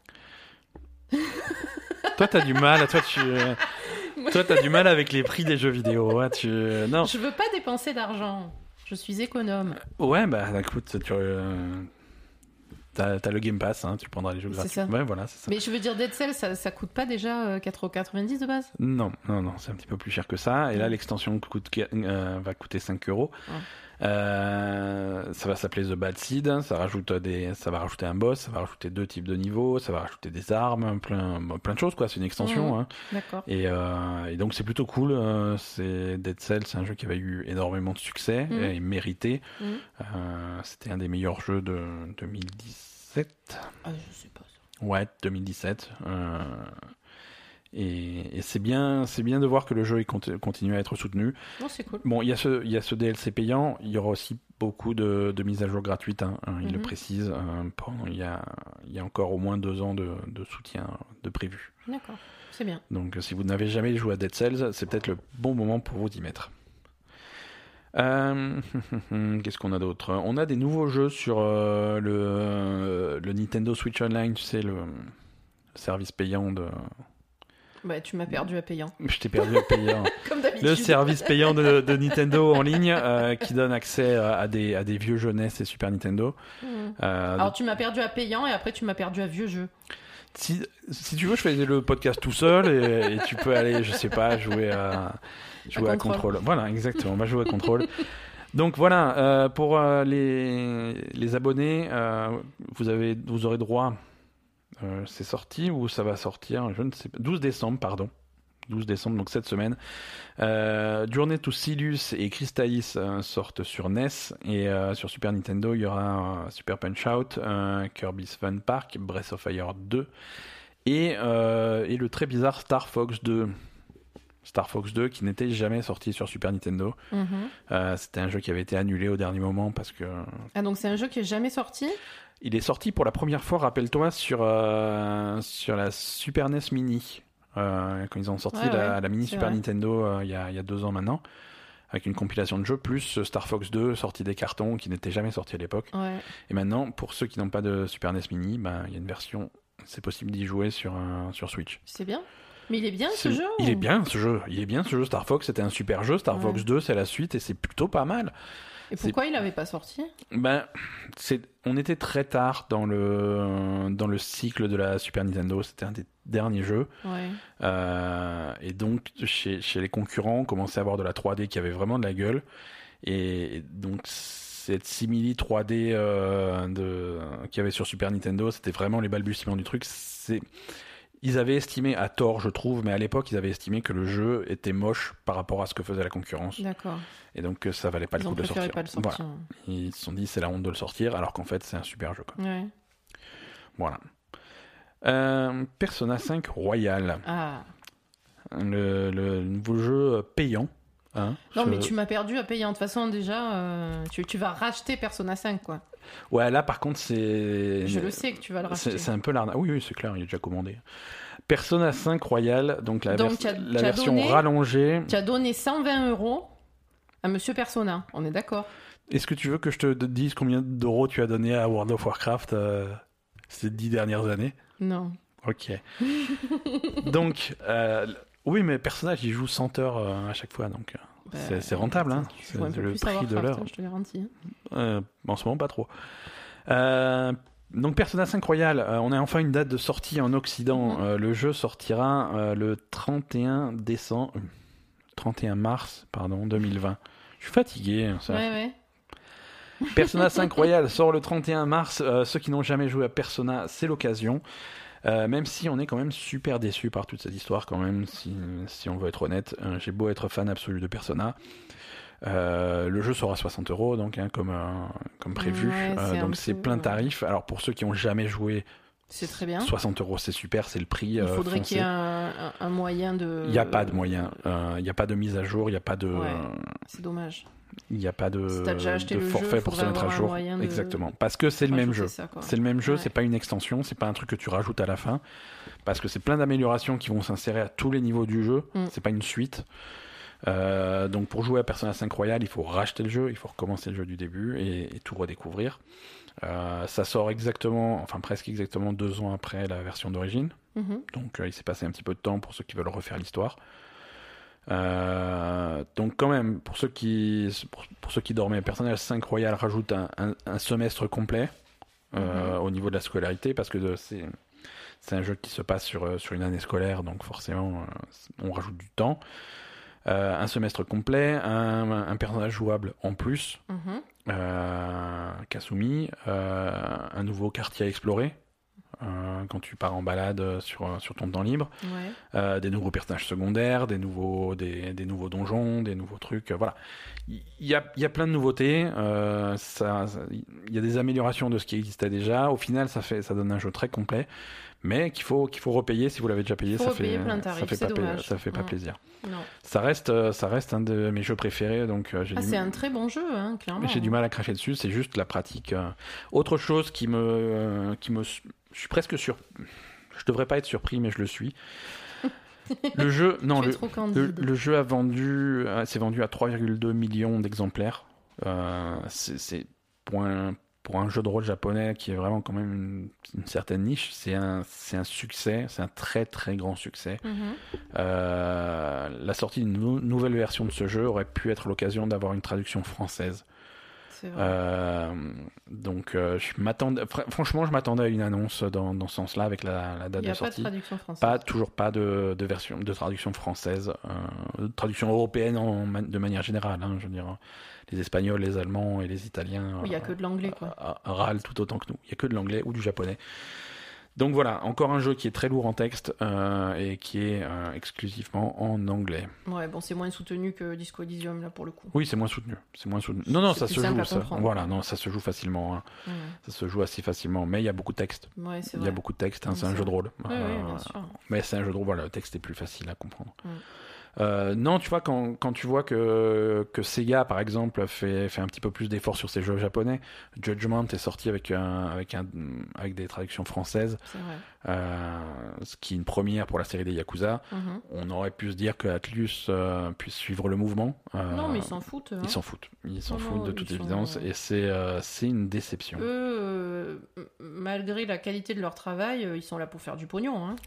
Toi, t'as du mal. Toi, t'as du mal avec les prix des jeux vidéo. Ouais, non. Je veux pas dépenser d'argent. Je suis économe. Ouais, bah écoute, t'as le Game Pass, tu prendras les jeux gratuits. C'est ça. Ouais, voilà, c'est ça. Mais je veux dire, Dead Cells, ça coûte pas déjà 4,90€ de base ? Non, c'est un petit peu plus cher que ça. Et là, l'extension va coûter 5€. Ouais. Ça va s'appeler The Bad Seed. Ça va rajouter un boss, ça va rajouter 2 types de niveaux, ça va rajouter des armes, plein de choses, quoi. C'est une extension. D'accord. Et donc c'est plutôt cool. C'est Dead Cells, c'est un jeu qui avait eu énormément de succès et mérité. C'était un des meilleurs jeux de 2017. Ah, je sais pas ça. Ouais, 2017. Et c'est bien de voir que le jeu continue à être soutenu. Non, c'est cool. Bon, il y a ce DLC payant, il y aura aussi beaucoup de mises à jour gratuites, il le précise. Il y a encore au moins 2 ans de soutien de prévu. D'accord, c'est bien. Donc si vous n'avez jamais joué à Dead Cells, c'est peut-être le bon moment pour vous d'y mettre. Qu'est-ce qu'on a d'autre ? On a des nouveaux jeux sur le Nintendo Switch Online, tu sais, le service payant de... Bah, tu m'as perdu à payant. Je t'ai perdu à payant. Comme d'habitude. Le service payant de Nintendo en ligne qui donne accès à des vieux jeux NES et Super Nintendo. Alors tu m'as perdu à payant et après tu m'as perdu à vieux jeux. Si tu veux, je fais le podcast tout seul et tu peux aller, je sais pas, jouer à Control. Voilà, exactement. On va jouer à Control. Donc voilà, pour les abonnés, vous aurez droit. C'est sorti ou ça va sortir, je ne sais pas. 12 décembre, donc cette semaine. Journey to Silius et Crystalis sortent sur NES et sur Super Nintendo, il y aura Super Punch-Out, Kirby's Fun Park, Breath of Fire 2 et le très bizarre Star Fox 2. Star Fox 2 qui n'était jamais sorti sur Super Nintendo. C'était un jeu qui avait été annulé au dernier moment parce que... Ah, donc c'est un jeu qui est jamais sorti ? Il est sorti pour la première fois, rappelle-toi, sur la Super NES Mini. Quand ils ont sorti la Mini Super vrai. Nintendo il y a 2 ans maintenant, avec une compilation de jeux, plus Star Fox 2 sorti des cartons qui n'était jamais sorti à l'époque. Ouais. Et maintenant, pour ceux qui n'ont pas de Super NES Mini, il y a une version, c'est possible d'y jouer sur Switch. C'est bien. Mais il est bien ce jeu ? Il est bien ce jeu. Star Fox, c'était un super jeu. Star Fox 2, c'est la suite et c'est plutôt pas mal. Et pourquoi il n'avait pas sorti ? On était très tard dans le cycle de la Super Nintendo. C'était un des derniers jeux. Ouais. Et donc, chez les concurrents, on commençait à avoir de la 3D qui avait vraiment de la gueule. Et donc, cette simili 3D qu'il y avait sur Super Nintendo, c'était vraiment les balbutiements du truc. Ils avaient estimé, à tort je trouve, mais à l'époque ils avaient estimé que le jeu était moche par rapport à ce que faisait la concurrence. D'accord. Et donc ça valait pas le coup de le sortir. Pas le sortir. Voilà. Ils se sont dit c'est la honte de le sortir, alors qu'en fait c'est un super jeu. Quoi. Ouais. Voilà. Persona 5 Royal. Ah. Le nouveau jeu payant. Non mais tu m'as perdu à payant. De toute façon déjà, tu vas racheter Persona 5 quoi. Ouais, là par contre c'est... Je le sais que tu vas le racheter. C'est un peu l'arnaque. Oui, c'est clair, il est déjà commandé. Persona 5 Royal, donc la version rallongée. Tu as donné 120€ à Monsieur Persona, on est d'accord ? Est-ce que tu veux que je te dise combien d'euros tu as donné à World of Warcraft ces 10 dernières années ? Non. Ok. Donc, Oui, mais personnage, il joue 100 heures à chaque fois, donc c'est rentable. Hein. C'est le prix de l'heure. Je te garantis. En ce moment, pas trop. Donc Persona 5 Royal, on a enfin une date de sortie en Occident. Le jeu sortira le 31 mars 2020. Je suis fatigué. Ça. Ouais. Persona 5 Royal sort le 31 mars. Ceux qui n'ont jamais joué à Persona, c'est l'occasion. Même si on est quand même super déçu par toute cette histoire, quand même, si on veut être honnête. J'ai beau être fan absolu de Persona. Le jeu sera 60 €, donc comme prévu. Donc c'est plein tarif. Alors pour ceux qui n'ont jamais joué, c'est très bien. 60 €, c'est super, c'est le prix. Il faudrait qu'il y ait un moyen de. Il n'y a pas de moyen. Il n'y a pas de mise à jour. Il n'y a pas de. Ouais, c'est dommage. Il n'y a pas de forfait jeu, pour se mettre à jour. Exactement. Parce que c'est le même jeu. C'est le même jeu, c'est pas une extension, c'est pas un truc que tu rajoutes à la fin. Parce que c'est plein d'améliorations qui vont s'insérer à tous les niveaux du jeu. C'est pas une suite. Donc pour jouer à Persona 5 Royal, il faut racheter le jeu, il faut recommencer le jeu du début et tout redécouvrir. Ça sort presque exactement 2 ans après la version d'origine. Donc il s'est passé un petit peu de temps pour ceux qui veulent refaire l'histoire. Donc quand même, pour ceux qui dormaient, Persona 5 Royal rajoute un semestre complet au niveau de la scolarité, parce que c'est un jeu qui se passe sur une année scolaire, donc forcément on rajoute du temps. Un semestre complet, un personnage jouable en plus, Kasumi, un nouveau quartier à explorer quand tu pars en balade sur ton temps libre, des nouveaux personnages secondaires, des nouveaux donjons, des nouveaux trucs, voilà. Il y a plein de nouveautés, il y a des améliorations de ce qui existait déjà. Au final, ça donne un jeu très complet, mais qu'il faut repayer. Si vous l'avez déjà payé, ça fait pas plaisir. Non. Ça reste un de mes jeux préférés, donc c'est un très bon jeu, hein, clairement. J'ai du mal à cracher dessus, c'est juste la pratique. Autre chose qui me je suis presque je devrais pas être surpris, mais je le suis. Le jeu le jeu s'est vendu à 3,2 millions d'exemplaires. C'est pour un jeu de rôle japonais qui est vraiment quand même une certaine niche, c'est un succès, c'est un très très grand succès. La sortie d'une nouvelle version de ce jeu aurait pu être l'occasion d'avoir une traduction française. C'est vrai. Donc franchement, je m'attendais à une annonce dans ce sens-là avec la date de sortie. Il n'y a pas de traduction française. Toujours pas de version de traduction française, de traduction européenne de manière générale. Je veux dire, les Espagnols, les Allemands et les Italiens. Il n'y a que de l'anglais, quoi. Râlent tout autant que nous. Il n'y a que de l'anglais ou du japonais. Donc voilà, encore un jeu qui est très lourd en texte et qui est exclusivement en anglais. Ouais, bon, c'est moins soutenu que Disco Elysium là pour le coup. Oui, c'est moins soutenu. Non, ça se joue. Ça se joue facilement. Hein. Ça se joue assez facilement, mais il y a beaucoup de texte. Ouais, c'est vrai. Il y a beaucoup de texte. C'est un jeu de rôle. Oui, bien sûr. Mais c'est un jeu de rôle. Voilà, le texte est plus facile à comprendre. Non, tu vois, quand tu vois que Sega, par exemple, fait un petit peu plus d'efforts sur ses jeux japonais, Judgment est sorti avec des traductions françaises, ce qui est une première pour la série des Yakuza. On aurait pu se dire que Atlus puisse suivre le mouvement. Non, mais ils s'en foutent. Ils s'en foutent. Ils s'en foutent de toute évidence, et c'est une déception. Eux, malgré la qualité de leur travail, ils sont là pour faire du pognon. Hein.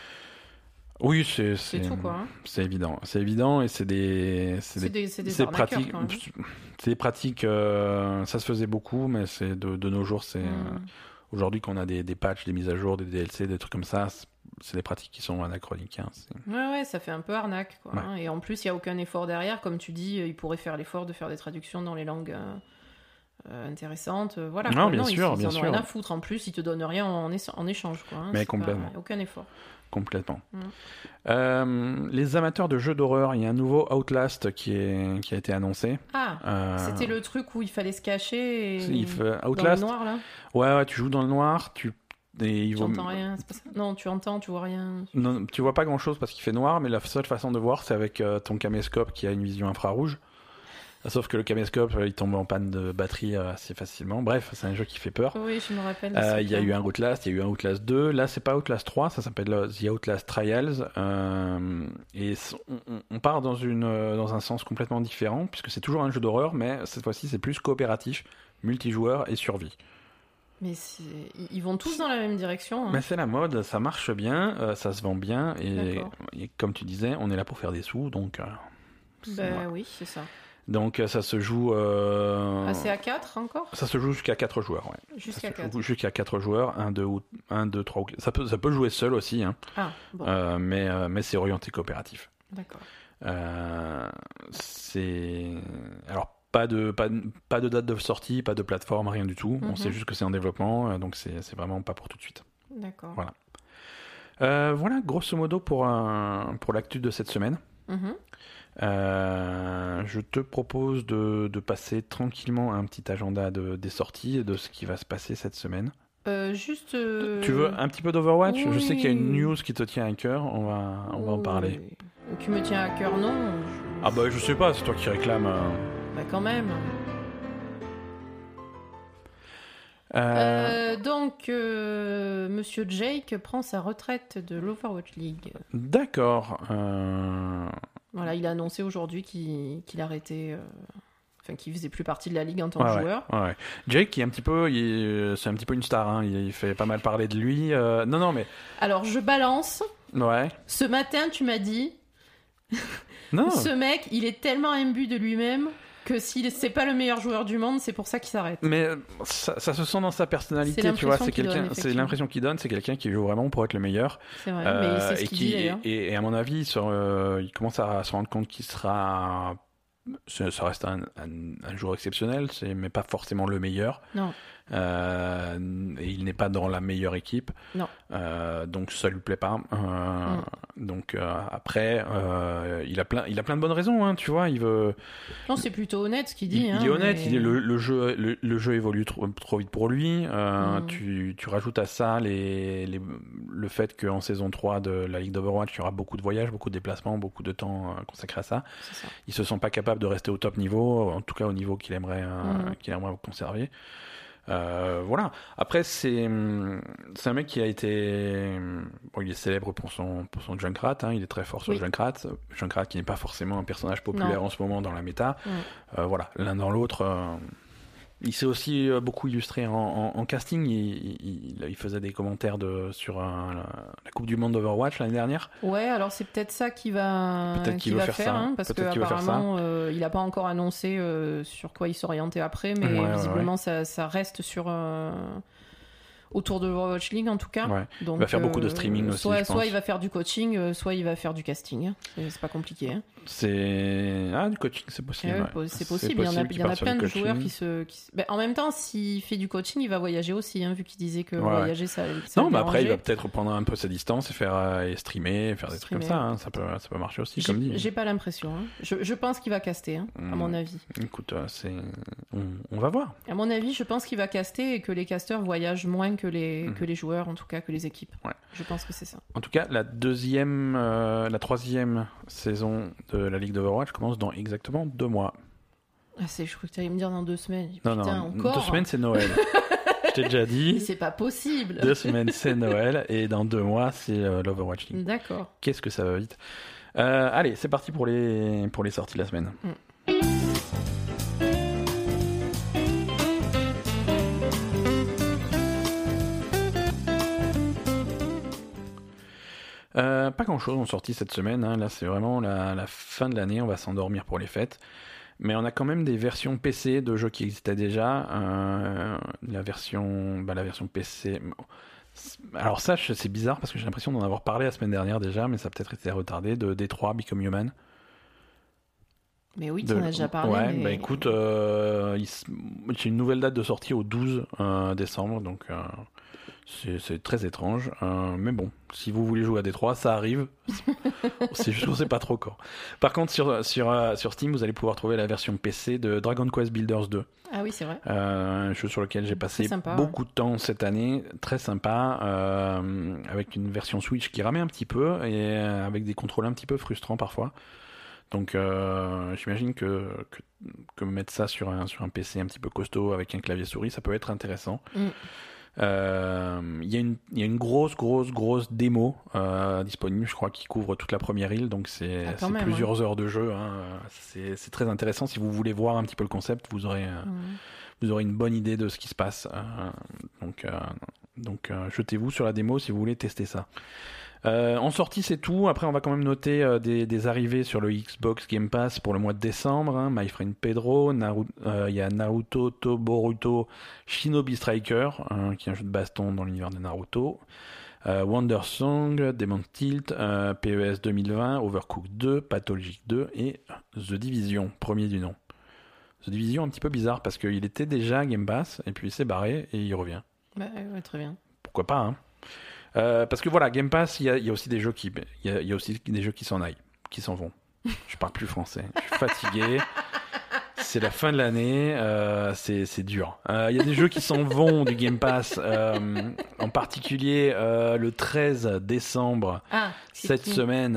Oui, c'est tout, quoi. Hein. C'est évident, et c'est des pratiques. C'est des pratiques. Ça se faisait beaucoup, mais c'est de nos jours, c'est aujourd'hui qu'on a des patchs, des mises à jour, des DLC, des trucs comme ça. C'est des pratiques qui sont anachroniques. Hein. Ouais, ça fait un peu arnaque, quoi. Hein. Et en plus, il y a aucun effort derrière, comme tu dis. Ils pourraient faire l'effort de faire des traductions dans les langues intéressantes. Voilà. Non, bien sûr. Ils en ont rien à foutre. En plus, ils te donnent rien en échange, quoi. Hein. Mais complètement. Aucun effort. Complètement. Les amateurs de jeux d'horreur, il y a un nouveau Outlast qui a été annoncé. C'était le truc où il fallait se cacher Outlast, dans le noir, là. Ouais, tu joues dans le noir, tu entends rien, c'est pas ça. Non, tu entends, tu vois rien. Non, tu vois pas grand chose parce qu'il fait noir, mais la seule façon de voir, c'est avec ton caméscope qui a une vision infrarouge. Sauf que le caméscope, il tombe en panne de batterie assez facilement. Bref, c'est un jeu qui fait peur. Oui, je me rappelle. Il y a eu un Outlast, il y a eu un Outlast 2. Là, c'est pas Outlast 3, ça s'appelle The Outlast Trials. Et on part dans un sens complètement différent, puisque c'est toujours un jeu d'horreur, mais cette fois-ci, c'est plus coopératif, multijoueur et survie. Mais ils vont tous dans la même direction. Hein. Mais c'est la mode, ça marche bien, ça se vend bien, et comme tu disais, on est là pour faire des sous, donc... oui, c'est ça. Donc ça se joue... c'est à 4 encore ? Ça se joue jusqu'à 4 joueurs, ouais. Jusqu'à 4. Jusqu'à 4 joueurs, 1, 2, 3... Ça peut jouer seul aussi, hein. Ah, bon. Mais c'est orienté coopératif. D'accord. Alors, pas de date de sortie, pas de plateforme, rien du tout. On sait juste que c'est en développement, donc c'est vraiment pas pour tout de suite. D'accord. Voilà, grosso modo pour l'actu de cette semaine. Je te propose de passer tranquillement à un petit agenda des sorties et de ce qui va se passer cette semaine. Tu veux un petit peu d'Overwatch ? Oui. Je sais qu'il y a une news qui te tient à cœur, on va en parler. Qui me tient à cœur, non. Je sais pas, c'est toi qui réclames. Quand même. Donc, Monsieur Jake prend sa retraite de l'Overwatch League. D'accord. Voilà, il a annoncé aujourd'hui qu'il arrêtait... qu'il faisait plus partie de la ligue en tant que joueur. Ouais. Jake, c'est un petit peu une star. Hein. Il fait pas mal parler de lui. Non, mais. Alors, je balance. Ouais. Ce matin, tu m'as dit. Non. Ce mec, il est tellement imbu de lui-même que si c'est pas le meilleur joueur du monde, c'est pour ça qu'il s'arrête. Mais ça se sent dans sa personnalité, tu vois. C'est l'impression qu'il donne. C'est quelqu'un qui joue vraiment pour être le meilleur. C'est vrai. Mais c'est ce qu'il dit d'ailleurs. Et à mon avis, il commence à se rendre compte qu'il sera. Ça reste un joueur exceptionnel, mais pas forcément le meilleur. Non. Et il n'est pas dans la meilleure équipe. Non. Donc ça lui plaît pas. Donc après, il a plein de bonnes raisons, hein, tu vois. Il veut. Non, c'est plutôt honnête ce qu'il dit. Il est honnête. Le jeu évolue trop vite pour lui. Tu rajoutes à ça le fait qu'en saison 3 de la Ligue d'Overwatch, il y aura beaucoup de voyages, beaucoup de déplacements, beaucoup de temps consacré à ça. C'est ça. Il se sent pas capable de rester au top niveau, en tout cas au niveau qu'il aimerait conserver. Voilà. Après, c'est un mec qui a été... il est célèbre pour son Junkrat, hein. Il est très fort sur Junkrat qui n'est pas forcément un personnage populaire en ce moment dans la méta. Voilà, l'un dans l'autre. Il s'est aussi beaucoup illustré en casting. Il faisait des commentaires sur la Coupe du Monde d'Overwatch l'année dernière. Ouais, alors c'est peut-être ça qu'il va faire, hein, parce qu'apparemment il n'a pas encore annoncé sur quoi il s'orientait après, mais visiblement ça reste sur autour de l'Overwatch League en tout cas. Ouais. Donc, il va faire beaucoup de streaming aussi. Soit il va faire du coaching, soit il va faire du casting. C'est pas compliqué. Hein. Du coaching, c'est possible. C'est possible. Il y en a plein de joueurs qui se. En même temps, s'il fait du coaching, il va voyager aussi, hein, vu qu'il disait que voyager, ça. Non, mais après, il va peut-être prendre un peu sa distance et streamer, faire des trucs comme ça. Hein. Ça peut marcher aussi, comme dit. J'ai pas l'impression. Hein. Je pense qu'il va caster, hein, à mon avis. Écoute, on va voir. À mon avis, je pense qu'il va caster et que les casteurs voyagent moins que les joueurs, en tout cas, que les équipes. Ouais. Je pense que c'est ça. En tout cas, la troisième saison de la Ligue d'Overwatch commence dans exactement 2 mois. Je crois que tu allais me dire dans 2 semaines. Non, encore 2 semaines, c'est Noël. Je t'ai déjà dit. Mais c'est pas possible. 2 semaines, c'est Noël. Et dans 2 mois, c'est l'Overwatch League. D'accord. Qu'est-ce que ça va vite. Allez, c'est parti pour les sorties de la semaine. Pas grand chose en sortie cette semaine, hein. Là c'est vraiment la fin de l'année, on va s'endormir pour les fêtes, mais on a quand même des versions PC de jeux qui existaient déjà. La version PC, alors ça c'est bizarre parce que j'ai l'impression d'en avoir parlé la semaine dernière déjà, mais ça a peut-être été retardé, de D3 Become Human. Mais oui, tu en as déjà parlé. Ouais, mais... écoute, j'ai une nouvelle date de sortie au 12 décembre, donc c'est très étrange. Mais bon, si vous voulez jouer à D3, ça arrive. C'est juste qu'on sait pas trop quand. Par contre, sur Steam, vous allez pouvoir trouver la version PC de Dragon Quest Builders 2. Ah oui, c'est vrai. Un jeu sur lequel j'ai passé beaucoup de temps cette année. Très sympa, avec une version Switch qui ramait un petit peu et avec des contrôles un petit peu frustrants parfois. Donc j'imagine que mettre ça sur un PC un petit peu costaud avec un clavier souris, ça peut être intéressant. Il y a une grosse démo disponible, je crois, qui couvre toute la première île, donc c'est plusieurs heures de jeu, hein. C'est très intéressant. Si vous voulez voir un petit peu le concept, vous aurez vous aurez une bonne idée de ce qui se passe. Donc jetez-vous sur la démo si vous voulez tester ça. En sortie, c'est tout. Après, on va quand même noter des arrivées sur le Xbox Game Pass pour le mois de décembre. Hein. My Friend Pedro, il y a Naruto to Boruto Shinobi Striker, qui est un jeu de baston dans l'univers de Naruto. Wonder Song, Demon Tilt, PES 2020, Overcooked 2, Pathologic 2 et The Division, premier du nom. The Division, un petit peu bizarre parce qu'il était déjà Game Pass et puis il s'est barré et il revient. Ouais, très bien. Pourquoi pas, hein. Parce que voilà, Game Pass, il y a aussi des jeux qui s'en aillent, qui s'en vont. Je parle plus français, je suis fatigué. C'est la fin de l'année, c'est dur. Il y a des jeux qui s'en vont du Game Pass, en particulier le 13 décembre, cette semaine,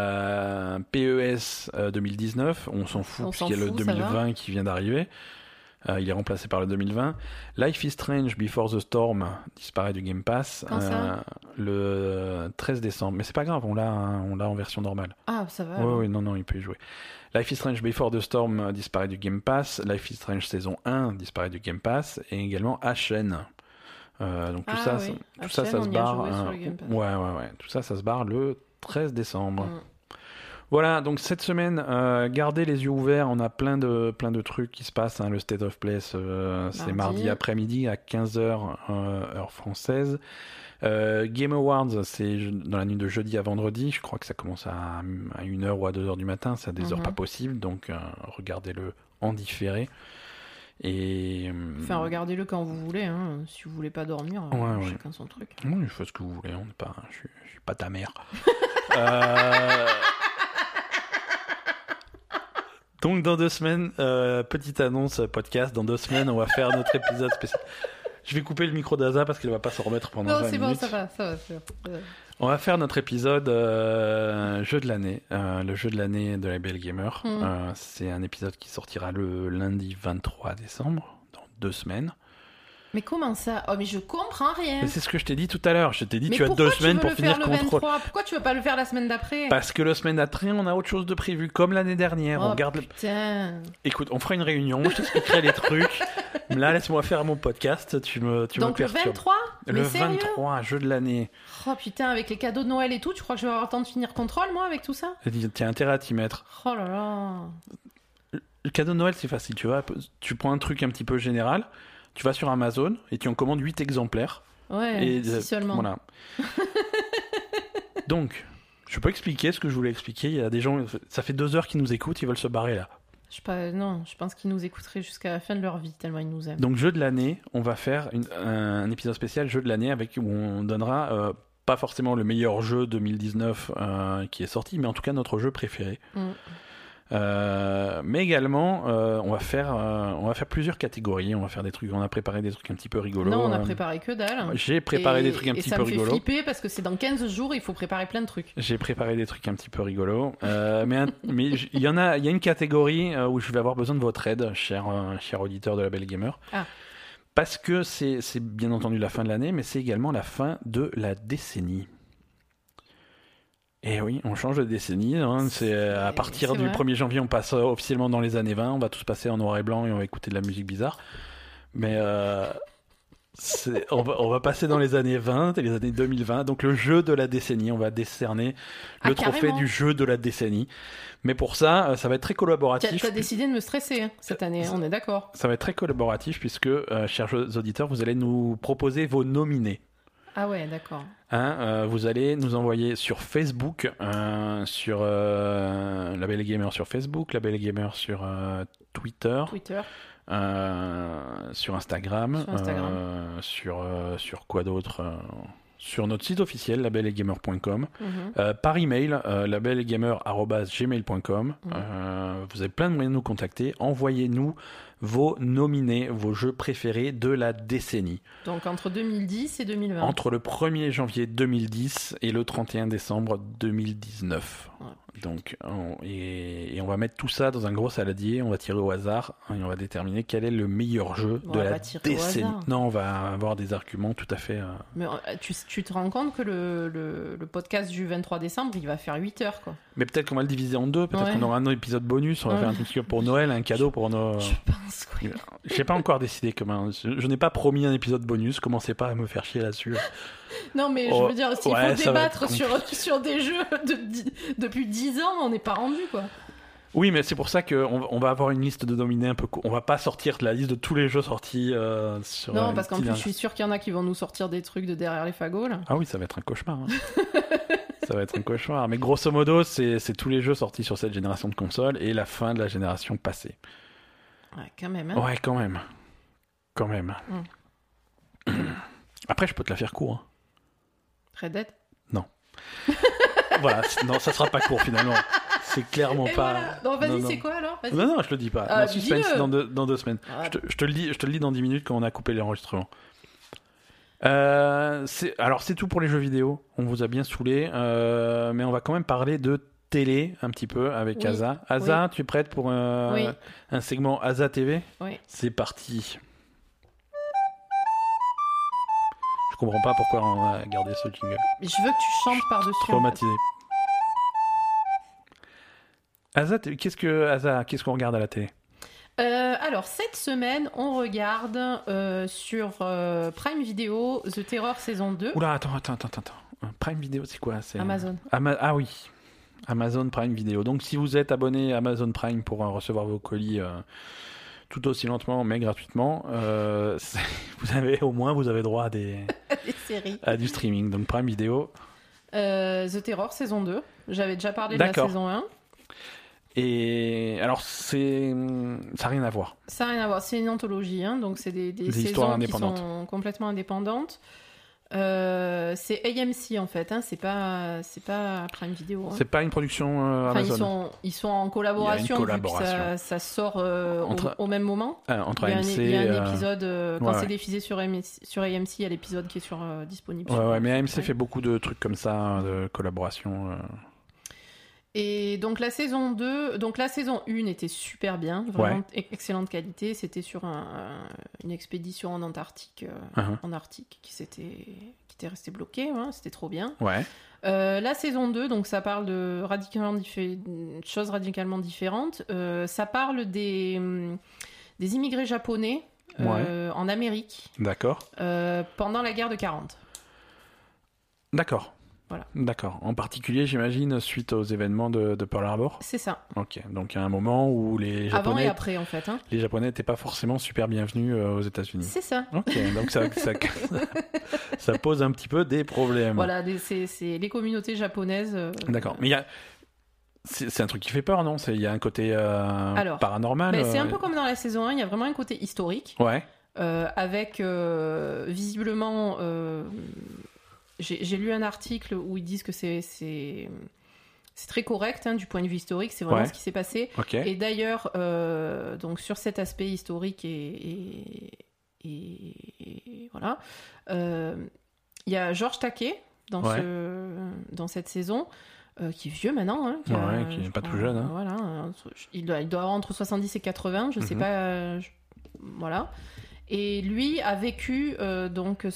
PES 2019, on s'en fout puisqu'il y a le 2020 qui vient d'arriver. Il est remplacé par le 2020. Life is Strange Before the Storm disparaît du Game Pass le 13 décembre. Mais c'est pas grave, on l'a en version normale. Ah, ça va. Oui, non, il peut y jouer. Life is Strange Before the Storm disparaît du Game Pass. Life is Strange saison 1 disparaît du Game Pass. Et également Ashen. Donc tout ça se barre. Ouais. Tout ça se barre le 13 décembre. Voilà, donc cette semaine, gardez les yeux ouverts, on a plein de trucs qui se passent. Hein. Le State of Play, c'est mardi après-midi à 15h, heure française. Game Awards, c'est dans la nuit de jeudi à vendredi. Je crois que ça commence à 1h ou à 2h du matin, c'est à des heures pas possibles, donc regardez-le en différé. Et... Enfin, regardez-le quand vous voulez, hein. Si vous voulez pas dormir, chacun son truc. Oui, faites ce que vous voulez, je suis pas ta mère. Donc dans 2 semaines, petite annonce podcast, dans 2 semaines on va faire notre épisode spécial. Je vais couper le micro d'Aza parce qu'elle va pas se remettre pendant 20 minutes. Non, c'est bon, ça va. On va faire notre épisode jeu de l'année, le jeu de l'année de la Belle Gamer. C'est un épisode qui sortira le lundi 23 décembre, dans 2 semaines. Mais comment ça ? Oh, mais je comprends rien. Mais c'est ce que je t'ai dit tout à l'heure. Je t'ai dit, tu as 2 semaines pour finir Control. Pourquoi tu veux pas le faire la semaine d'après ? Parce que la semaine d'après, on a autre chose de prévu, comme l'année dernière. Oh, on garde putain. Écoute, on fera une réunion, je t'expliquerai les trucs. Là, laisse-moi faire mon podcast. Tu me Donc le 23 ? Le 23, jeu de l'année. Oh putain, avec les cadeaux de Noël et tout, tu crois que je vais avoir le temps de finir Control, moi, avec tout ça ? T'as intérêt à t'y mettre. Oh là là. Le cadeau de Noël, c'est facile. Tu prends un truc un petit peu général. Tu vas sur Amazon et tu en commandes 8 exemplaires. Ouais, et, si seulement. Voilà. Donc, je peux expliquer ce que je voulais expliquer. Il y a des gens, ça fait 2 heures qu'ils nous écoutent, ils veulent se barrer là. Je pense qu'ils nous écouteraient jusqu'à la fin de leur vie, tellement ils nous aiment. Donc, jeu de l'année, on va faire un épisode spécial jeu de l'année où on donnera pas forcément le meilleur jeu 2019 qui est sorti, mais en tout cas notre jeu préféré. Mais également on va faire plusieurs catégories, on va faire des trucs, on a préparé des trucs un petit peu rigolos. Non, on a préparé que dalle. J'ai préparé des trucs un petit peu rigolos. Et ça me fait flipper parce que c'est dans 15 jours, il faut préparer plein de trucs. J'ai préparé des trucs un petit peu rigolos, mais il y a une catégorie où je vais avoir besoin de votre aide, cher auditeur de la Belle Gamer. Parce que c'est bien entendu la fin de l'année, mais c'est également la fin de la décennie. Et oui, on change de décennie. Hein. C'est à partir du 1er janvier, on passe officiellement dans les années 20. On va tous passer en noir et blanc et on va écouter de la musique bizarre. Mais on va passer dans les années 20 et les années 2020. Donc le jeu de la décennie, on va décerner le trophée du jeu de la décennie. Mais pour ça, ça va être très collaboratif. Tu as décidé de me stresser cette année, on est d'accord. Ça va être très collaboratif puisque, chers auditeurs, vous allez nous proposer vos nominés. Ah ouais, d'accord. Vous allez nous envoyer sur Facebook, sur La Belle Gamer sur Facebook, La Belle Gamer sur Twitter. Sur Instagram. Sur quoi d'autre sur notre site officiel, labellegamer.com, par email, labellegamer@gmail.com. Vous avez plein de moyens de nous contacter. Envoyez-nous vos nominés, vos jeux préférés de la décennie. Donc entre 2010 et 2020. Entre le 1er janvier 2010 et le 31 décembre 2019. Ouais. Donc, on va mettre tout ça dans un gros saladier, on va tirer au hasard et on va déterminer quel est le meilleur jeu de la décennie. Non, on va avoir des arguments tout à fait... Mais tu te rends compte que le podcast du 23 décembre, il va faire 8 heures, quoi. Mais peut-être qu'on va le diviser en 2, peut-être qu'on aura un épisode bonus, on va faire un truc pour Noël, un cadeau pour nos... Je pense pense. Oui. J'ai pas encore décidé comment. Je n'ai pas promis un épisode bonus. Commencez pas à me faire chier là-dessus. Non, mais je veux dire, s'il faut débattre sur des jeux depuis 10 ans, on n'est pas rendu, quoi. Oui, mais c'est pour ça qu'on va avoir une liste de nominés un peu. On va pas sortir la liste de tous les jeux sortis sur. Non, parce qu'en plus, je suis sûr qu'il y en a qui vont nous sortir des trucs de derrière les fagots, là. Ah oui, ça va être un cauchemar. Hein. Ça va être un cauchemar. Mais grosso modo, c'est tous les jeux sortis sur cette génération de consoles et la fin de la génération passée. Ouais, quand même. Hein. Ouais, quand même. Quand même. Après, je peux te la faire court. Hein. Red Dead ? Non. Voilà, non, ça sera pas court finalement. C'est clairement pas. Voilà. Non, vas-y, c'est quoi alors ? Vas-y. Non, je le dis pas. Suspense dans 2 semaines. Ah. Je te le dis dans 10 minutes quand on a coupé l'enregistrement. C'est tout pour les jeux vidéo. On vous a bien saoulé, mais on va quand même parler de télé un petit peu avec Asa. Asa, tu es prête pour un segment Asa TV ? Oui. C'est parti. Je comprends pas pourquoi on a gardé ce jingle. Je veux que tu chantes par-dessus. Traumatisé. Asa, qu'est-ce qu'on regarde à la télé ? Alors, cette semaine, on regarde sur Prime Video The Terror saison 2. Oula, attends. Prime Video, c'est quoi ? C'est Amazon. Ah oui, Amazon Prime Video. Donc, si vous êtes abonné à Amazon Prime pour recevoir vos colis tout aussi lentement, mais gratuitement, vous avez droit à des séries. À du streaming. Donc, Prime Video. The Terror saison 2. J'avais déjà parlé de la saison 1. Et alors, ça n'a rien à voir. Ça n'a rien à voir. C'est une anthologie, hein, donc c'est des saisons qui sont complètement indépendantes. C'est AMC en fait, hein, c'est pas Prime Video. Hein. C'est pas une production Amazon. Ils sont en collaboration, vu que ça sort au même moment. Entre AMC. Il y a un épisode quand c'est diffusé sur AMC, il y a l'épisode qui est disponible. Ouais, mais AMC fait beaucoup de trucs comme ça, de collaboration. Et donc la saison 2, la saison 1 était super bien, vraiment excellente qualité. C'était sur une expédition en Antarctique, en Arctique, qui était resté bloqué. Hein, c'était trop bien. Ouais. La saison 2, donc ça parle de choses radicalement différentes. Ça parle des immigrés japonais en Amérique. D'accord. Pendant la guerre de 40. D'accord. Voilà. D'accord. En particulier, j'imagine, suite aux événements de Pearl Harbor. C'est ça. Ok. Donc, il y a un moment où les Japonais... Avant et après, en fait. Hein. Les Japonais n'étaient pas forcément super bienvenus aux États-Unis. C'est ça. Ok. Donc, ça pose un petit peu des problèmes. Voilà, c'est les communautés japonaises... D'accord. Mais il y a... C'est un truc qui fait peur, non ? Il y a un côté paranormal. C'est un peu comme dans la saison 1, il y a vraiment un côté historique. Ouais. Avec, visiblement... J'ai lu un article où ils disent que c'est très correct hein, du point de vue historique, c'est vraiment ce qui s'est passé. Okay. Et d'ailleurs, donc sur cet aspect historique et voilà, il y a Georges Takei dans cette saison, qui est vieux maintenant, hein, qui n'est pas tout jeune. Hein. Voilà, il doit avoir entre 70 et 80, je sais pas, voilà. Et lui a vécu donc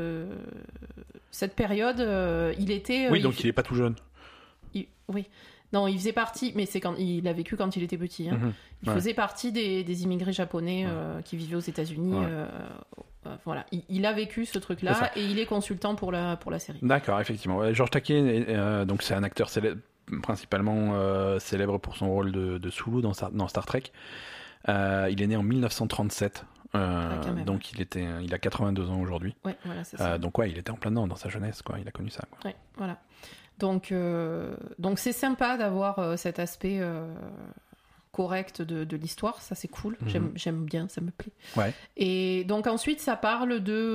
cette période. Il était. Oui, donc il n'est pas tout jeune. Oui. Non, il faisait partie, mais c'est quand il a vécu quand il était petit. Hein. Il faisait partie des immigrés japonais qui vivaient aux États-Unis. Voilà, il a vécu ce truc-là et il est consultant pour la série. D'accord, effectivement. Georges Takei, donc c'est un acteur principalement célèbre pour son rôle de Sulu dans Star Trek. Il est né en 1937. Donc il a 82 ans aujourd'hui. Ouais, voilà, c'est ça. Donc il était en plein dedans dans sa jeunesse, quoi. Il a connu ça. Quoi. Ouais, voilà. Donc c'est sympa d'avoir cet aspect correct de l'histoire, ça c'est cool. J'aime bien, ça me plaît. Ouais. Et donc ensuite ça parle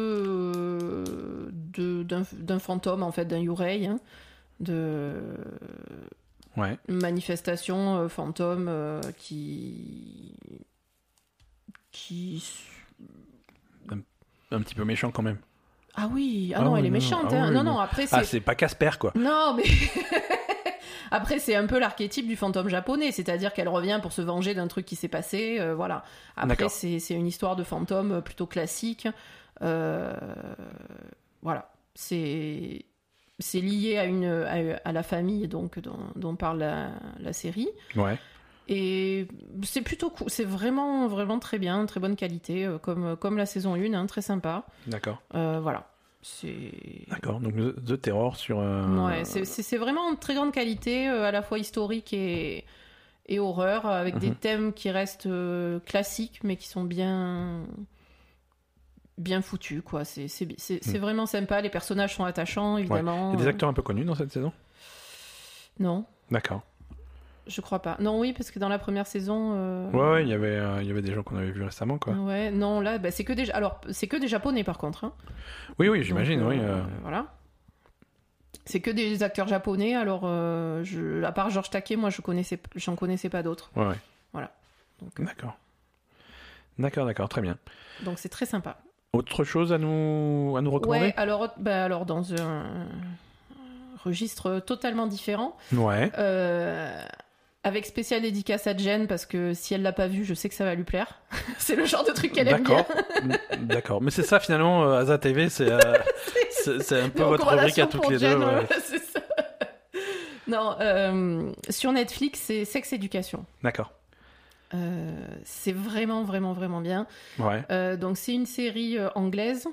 d'un fantôme en fait, d'un Yurei, hein, de manifestation fantôme qui un petit peu méchant quand même. Ah oui, non, elle est méchante. Non, après c'est pas Casper quoi. Non, mais après c'est un peu l'archétype du fantôme japonais, c'est-à-dire qu'elle revient pour se venger d'un truc qui s'est passé, voilà. Après c'est une histoire de fantôme plutôt classique, voilà. C'est lié à la famille donc dont parle la série. Ouais. Et c'est plutôt cool, c'est vraiment, vraiment très bien, très bonne qualité, comme la saison 1, hein, très sympa. D'accord. Voilà. D'accord, donc The Terror sur... Ouais, c'est vraiment de très grande qualité, à la fois historique et horreur, avec des thèmes qui restent classiques, mais qui sont bien foutus, quoi. C'est vraiment sympa, les personnages sont attachants, évidemment. Il y a des acteurs un peu connus dans cette saison ? Non. D'accord. Je crois pas. Non, oui, parce que dans la première saison... Ouais, il y avait des gens qu'on avait vus récemment, quoi. Ouais, non, là, c'est que des... Alors, c'est que des Japonais, par contre. Hein. Oui, j'imagine, oui. Voilà. C'est que des acteurs japonais, alors, à part George Takei, moi, j'en connaissais pas d'autres. Ouais. Voilà. Donc, D'accord, très bien. Donc, c'est très sympa. Autre chose à nous recommander ? Ouais, alors dans un registre totalement différent. Ouais. Avec spéciale dédicace à Jen, parce que si elle l'a pas vu, je sais que ça va lui plaire. C'est le genre de truc qu'elle aime bien. D'accord. Mais c'est ça, finalement, Asa TV, c'est un peu votre rubrique à toutes les Jen, deux. Ouais. C'est ça. Non, sur Netflix, c'est Sex Education. D'accord. C'est vraiment, vraiment, vraiment bien. Ouais. Donc, c'est une série anglaise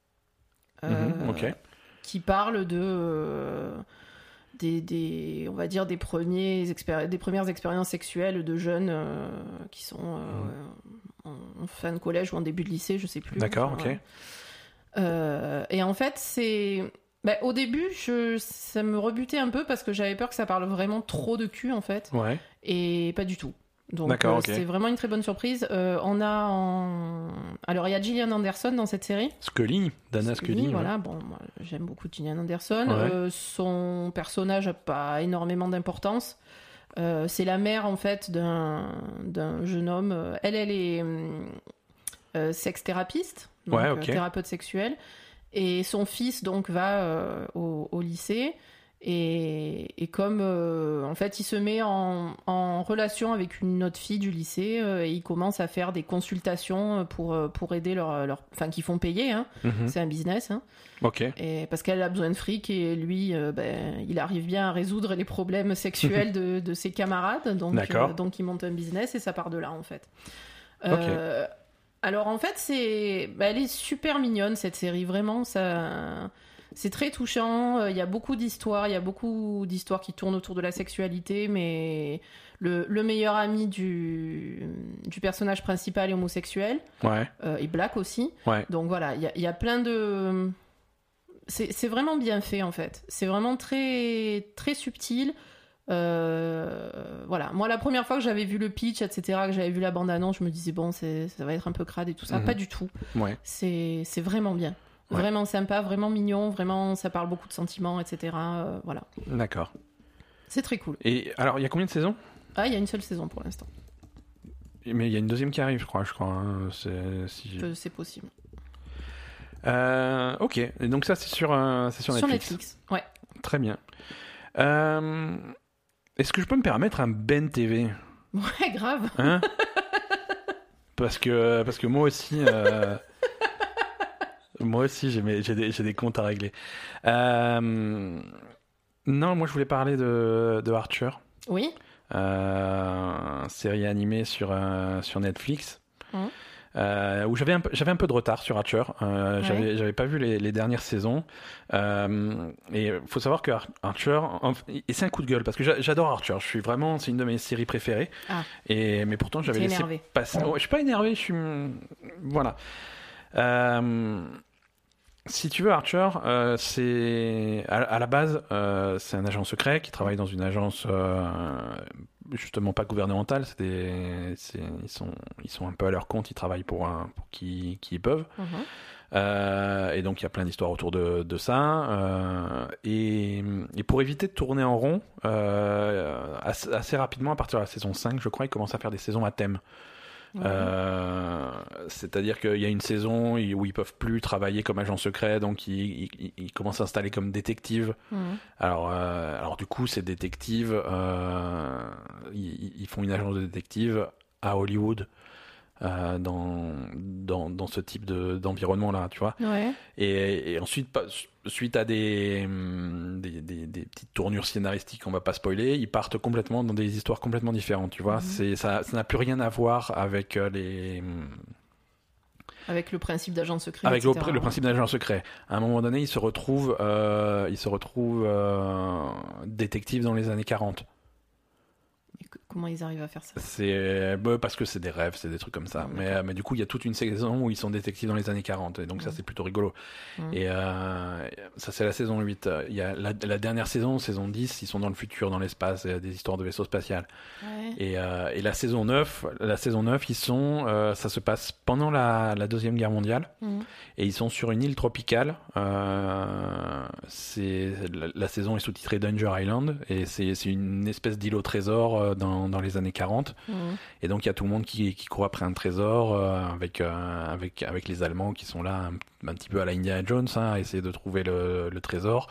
qui parle de... on va dire des premières expériences sexuelles de jeunes qui sont en fin de collège ou en début de lycée, je sais plus. D'accord, ok. Et en fait, au début, ça me rebutait un peu parce que j'avais peur que ça parle vraiment trop de cul, en fait. Ouais. Et pas du tout. Donc, c'est vraiment une très bonne surprise. Alors, il y a Gillian Anderson dans cette série. Dana Scully. Voilà, ouais. bon, moi, j'aime beaucoup Gillian Anderson. Ouais. Son personnage n'a pas énormément d'importance. C'est la mère, en fait, d'un jeune homme. Elle est sex-thérapeute, donc thérapeute sexuel. Et son fils, donc, va au lycée. Et comme en fait il se met en relation avec une autre fille du lycée et il commence à faire des consultations pour aider enfin qui font payer, hein. C'est un business, hein. Et parce qu'elle a besoin de fric et lui il arrive bien à résoudre les problèmes sexuels de ses camarades, donc il monte un business et ça part de là, en fait. Alors en fait elle est super mignonne, cette série, vraiment. C'est très touchant, il y a beaucoup d'histoires qui tournent autour de la sexualité, mais le meilleur ami du personnage principal est homosexuel, et black aussi. Ouais. Donc voilà, il y a plein de... C'est vraiment bien fait, en fait. C'est vraiment très, très subtil. Voilà. Moi, la première fois que j'avais vu le pitch, etc., que j'avais vu la bande-annonce, je me disais, bon, ça va être un peu crade et tout ça. Pas du tout. Ouais. C'est vraiment bien. Ouais. Vraiment sympa, vraiment mignon, vraiment ça parle beaucoup de sentiments, etc. Voilà. D'accord. C'est très cool. Et alors, il y a combien de saisons ? Il y a une seule saison pour l'instant. Mais il y a une deuxième qui arrive, je crois. Hein. C'est possible. Ok. Et donc ça, c'est sur Netflix. Sur Netflix, ouais. Très bien. Est-ce que je peux me permettre un Ben TV ? Ouais, grave. Hein ? Parce que moi aussi... Moi aussi, j'ai des comptes à régler. Non, moi, je voulais parler de Archer. Oui. Série animée sur Netflix. Où j'avais un peu de retard sur Archer. J'avais pas vu les dernières saisons. Et il faut savoir que Archer, et c'est un coup de gueule parce que j'adore Archer. C'est une de mes séries préférées. Ah. Mais pourtant, j'avais laissé passer. Je suis pas énervé. Voilà. Si tu veux, Archer, c'est à la base, c'est un agent secret qui travaille dans une agence justement pas gouvernementale. Ils sont un peu à leur compte. Ils travaillent pour qui ils peuvent. Et donc il y a plein d'histoires autour de ça. Et pour éviter de tourner en rond, assez rapidement, à partir de la saison 5, je crois, ils commencent à faire des saisons à thème. C'est-à-dire qu'il y a une saison où ils peuvent plus travailler comme agent secret, donc ils commencent à s'installer comme détectives. Alors du coup, ces détectives, ils font une agence de détectives à Hollywood, dans ce type d'environnement-là, tu vois. Ouais. Et ensuite, suite à des petites tournures scénaristiques, on va pas spoiler, ils partent complètement dans des histoires complètement différentes, tu vois. Ça n'a plus rien à voir avec avec le principe d'agent secret, avec etc. le principe d'agent secret. À un moment donné, il se retrouve détective dans les années 40. Comment ils arrivent à faire ça? C'est parce que c'est des rêves, c'est des trucs comme ça. Mais du coup, il y a toute une saison où ils sont détectives dans les années 40. Et donc ça, c'est plutôt rigolo. Et ça, c'est la saison 8. Il y a la dernière saison 10, ils sont dans le futur, dans l'espace, des histoires de vaisseaux spatial. Ouais. Et la saison 9, ils sont, ça se passe pendant la Deuxième Guerre mondiale. Et ils sont sur une île tropicale. La saison est sous-titrée Danger Island. Et c'est une espèce d'île au trésor dans les années 40. Et donc il y a tout le monde qui court après un trésor avec les Allemands qui sont là un petit peu à la Indiana Jones, à essayer de trouver le trésor.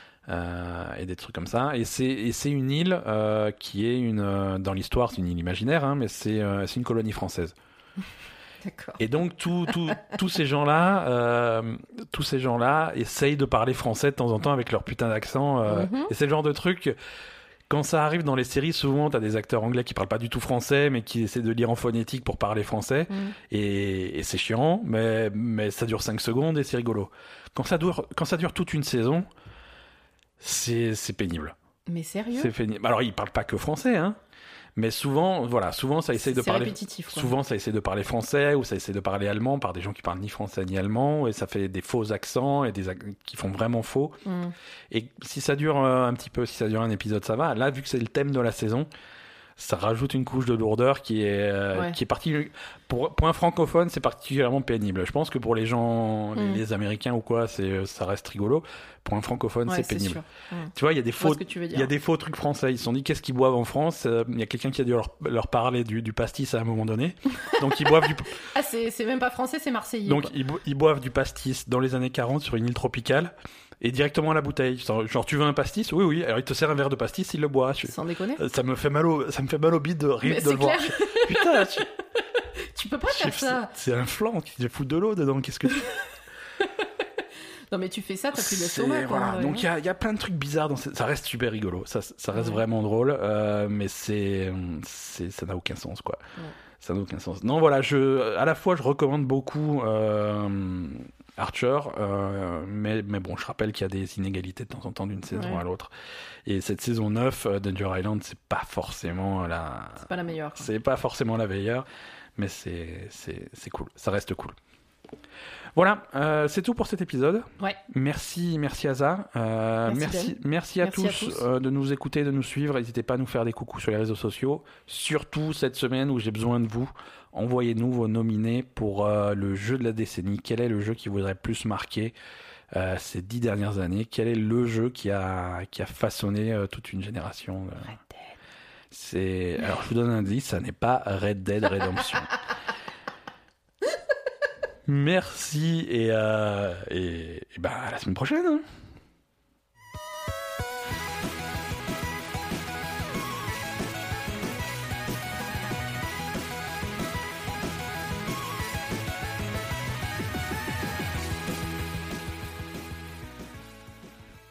Et des trucs comme ça. Et c'est une île qui est dans l'histoire, c'est une île imaginaire, mais c'est une colonie française. D'accord. Et donc tous ces gens-là essayent de parler français de temps en temps avec leur putain d'accent. Et c'est le genre de truc. Quand ça arrive dans les séries, souvent, t'as des acteurs anglais qui parlent pas du tout français, mais qui essaient de lire en phonétique pour parler français. Et c'est chiant, mais ça dure 5 secondes et c'est rigolo. Quand ça dure toute une saison, c'est pénible. Mais sérieux? C'est pénible. Alors, ils parlent pas que français, mais souvent, ça essaie de parler. Répétitif, quoi. Souvent, ça essaie de parler français ou ça essaie de parler allemand par des gens qui parlent ni français ni allemand, et ça fait des faux accents et qui font vraiment faux. Et si ça dure un petit peu, si ça dure un épisode, ça va. Là, vu que c'est le thème de la saison, ça rajoute une couche de lourdeur qui est partie. Pour un francophone, c'est particulièrement pénible. Je pense que pour les gens, les Américains ou quoi, ça reste rigolo. Pour un francophone, c'est pénible. Tu vois, il y a des faux trucs français. Ils se sont dit, qu'est-ce qu'ils boivent en France? Il y a quelqu'un qui a dû leur parler du pastis à un moment donné. Donc ils boivent du. Ah, c'est même pas français, c'est marseillais. Donc ils boivent du pastis dans les années 40 sur une île tropicale. Et directement à la bouteille. Genre, tu veux un pastis? Oui, oui. Alors, il te sert un verre de pastis, il le boit. Sans déconner. Ça me fait mal au bide de rire de le voir. Putain, tu peux pas faire ça. C'est un flan, tu fous de l'eau dedans, qu'est-ce que tu... Non, mais tu fais ça, t'as plus l'estomac. Voilà. Donc, il y a plein de trucs bizarres. Ça reste super rigolo. Ça reste vraiment drôle. Mais ça n'a aucun sens, quoi. Ça n'a aucun sens. Non, voilà, à la fois, je recommande beaucoup Archer, mais bon, je rappelle qu'il y a des inégalités de temps en temps d'une saison à l'autre. Et cette saison 9, Danger Island, c'est pas forcément c'est pas la meilleure. Quoi. C'est pas forcément la meilleure, mais c'est cool. Ça reste cool. Voilà, c'est tout pour cet épisode. Ouais. Merci Asa. Merci à tous de nous écouter, de nous suivre. N'hésitez pas à nous faire des coucous sur les réseaux sociaux. Surtout cette semaine où j'ai besoin de vous. Envoyez-nous vos nominés pour le jeu de la décennie. Quel est le jeu qui vous aurait plus marqué ces 10 dernières années? Quel est le jeu qui a façonné toute une génération Red Dead. Alors je vous donne un indice, ça n'est pas Red Dead Redemption. Merci et à la semaine prochaine.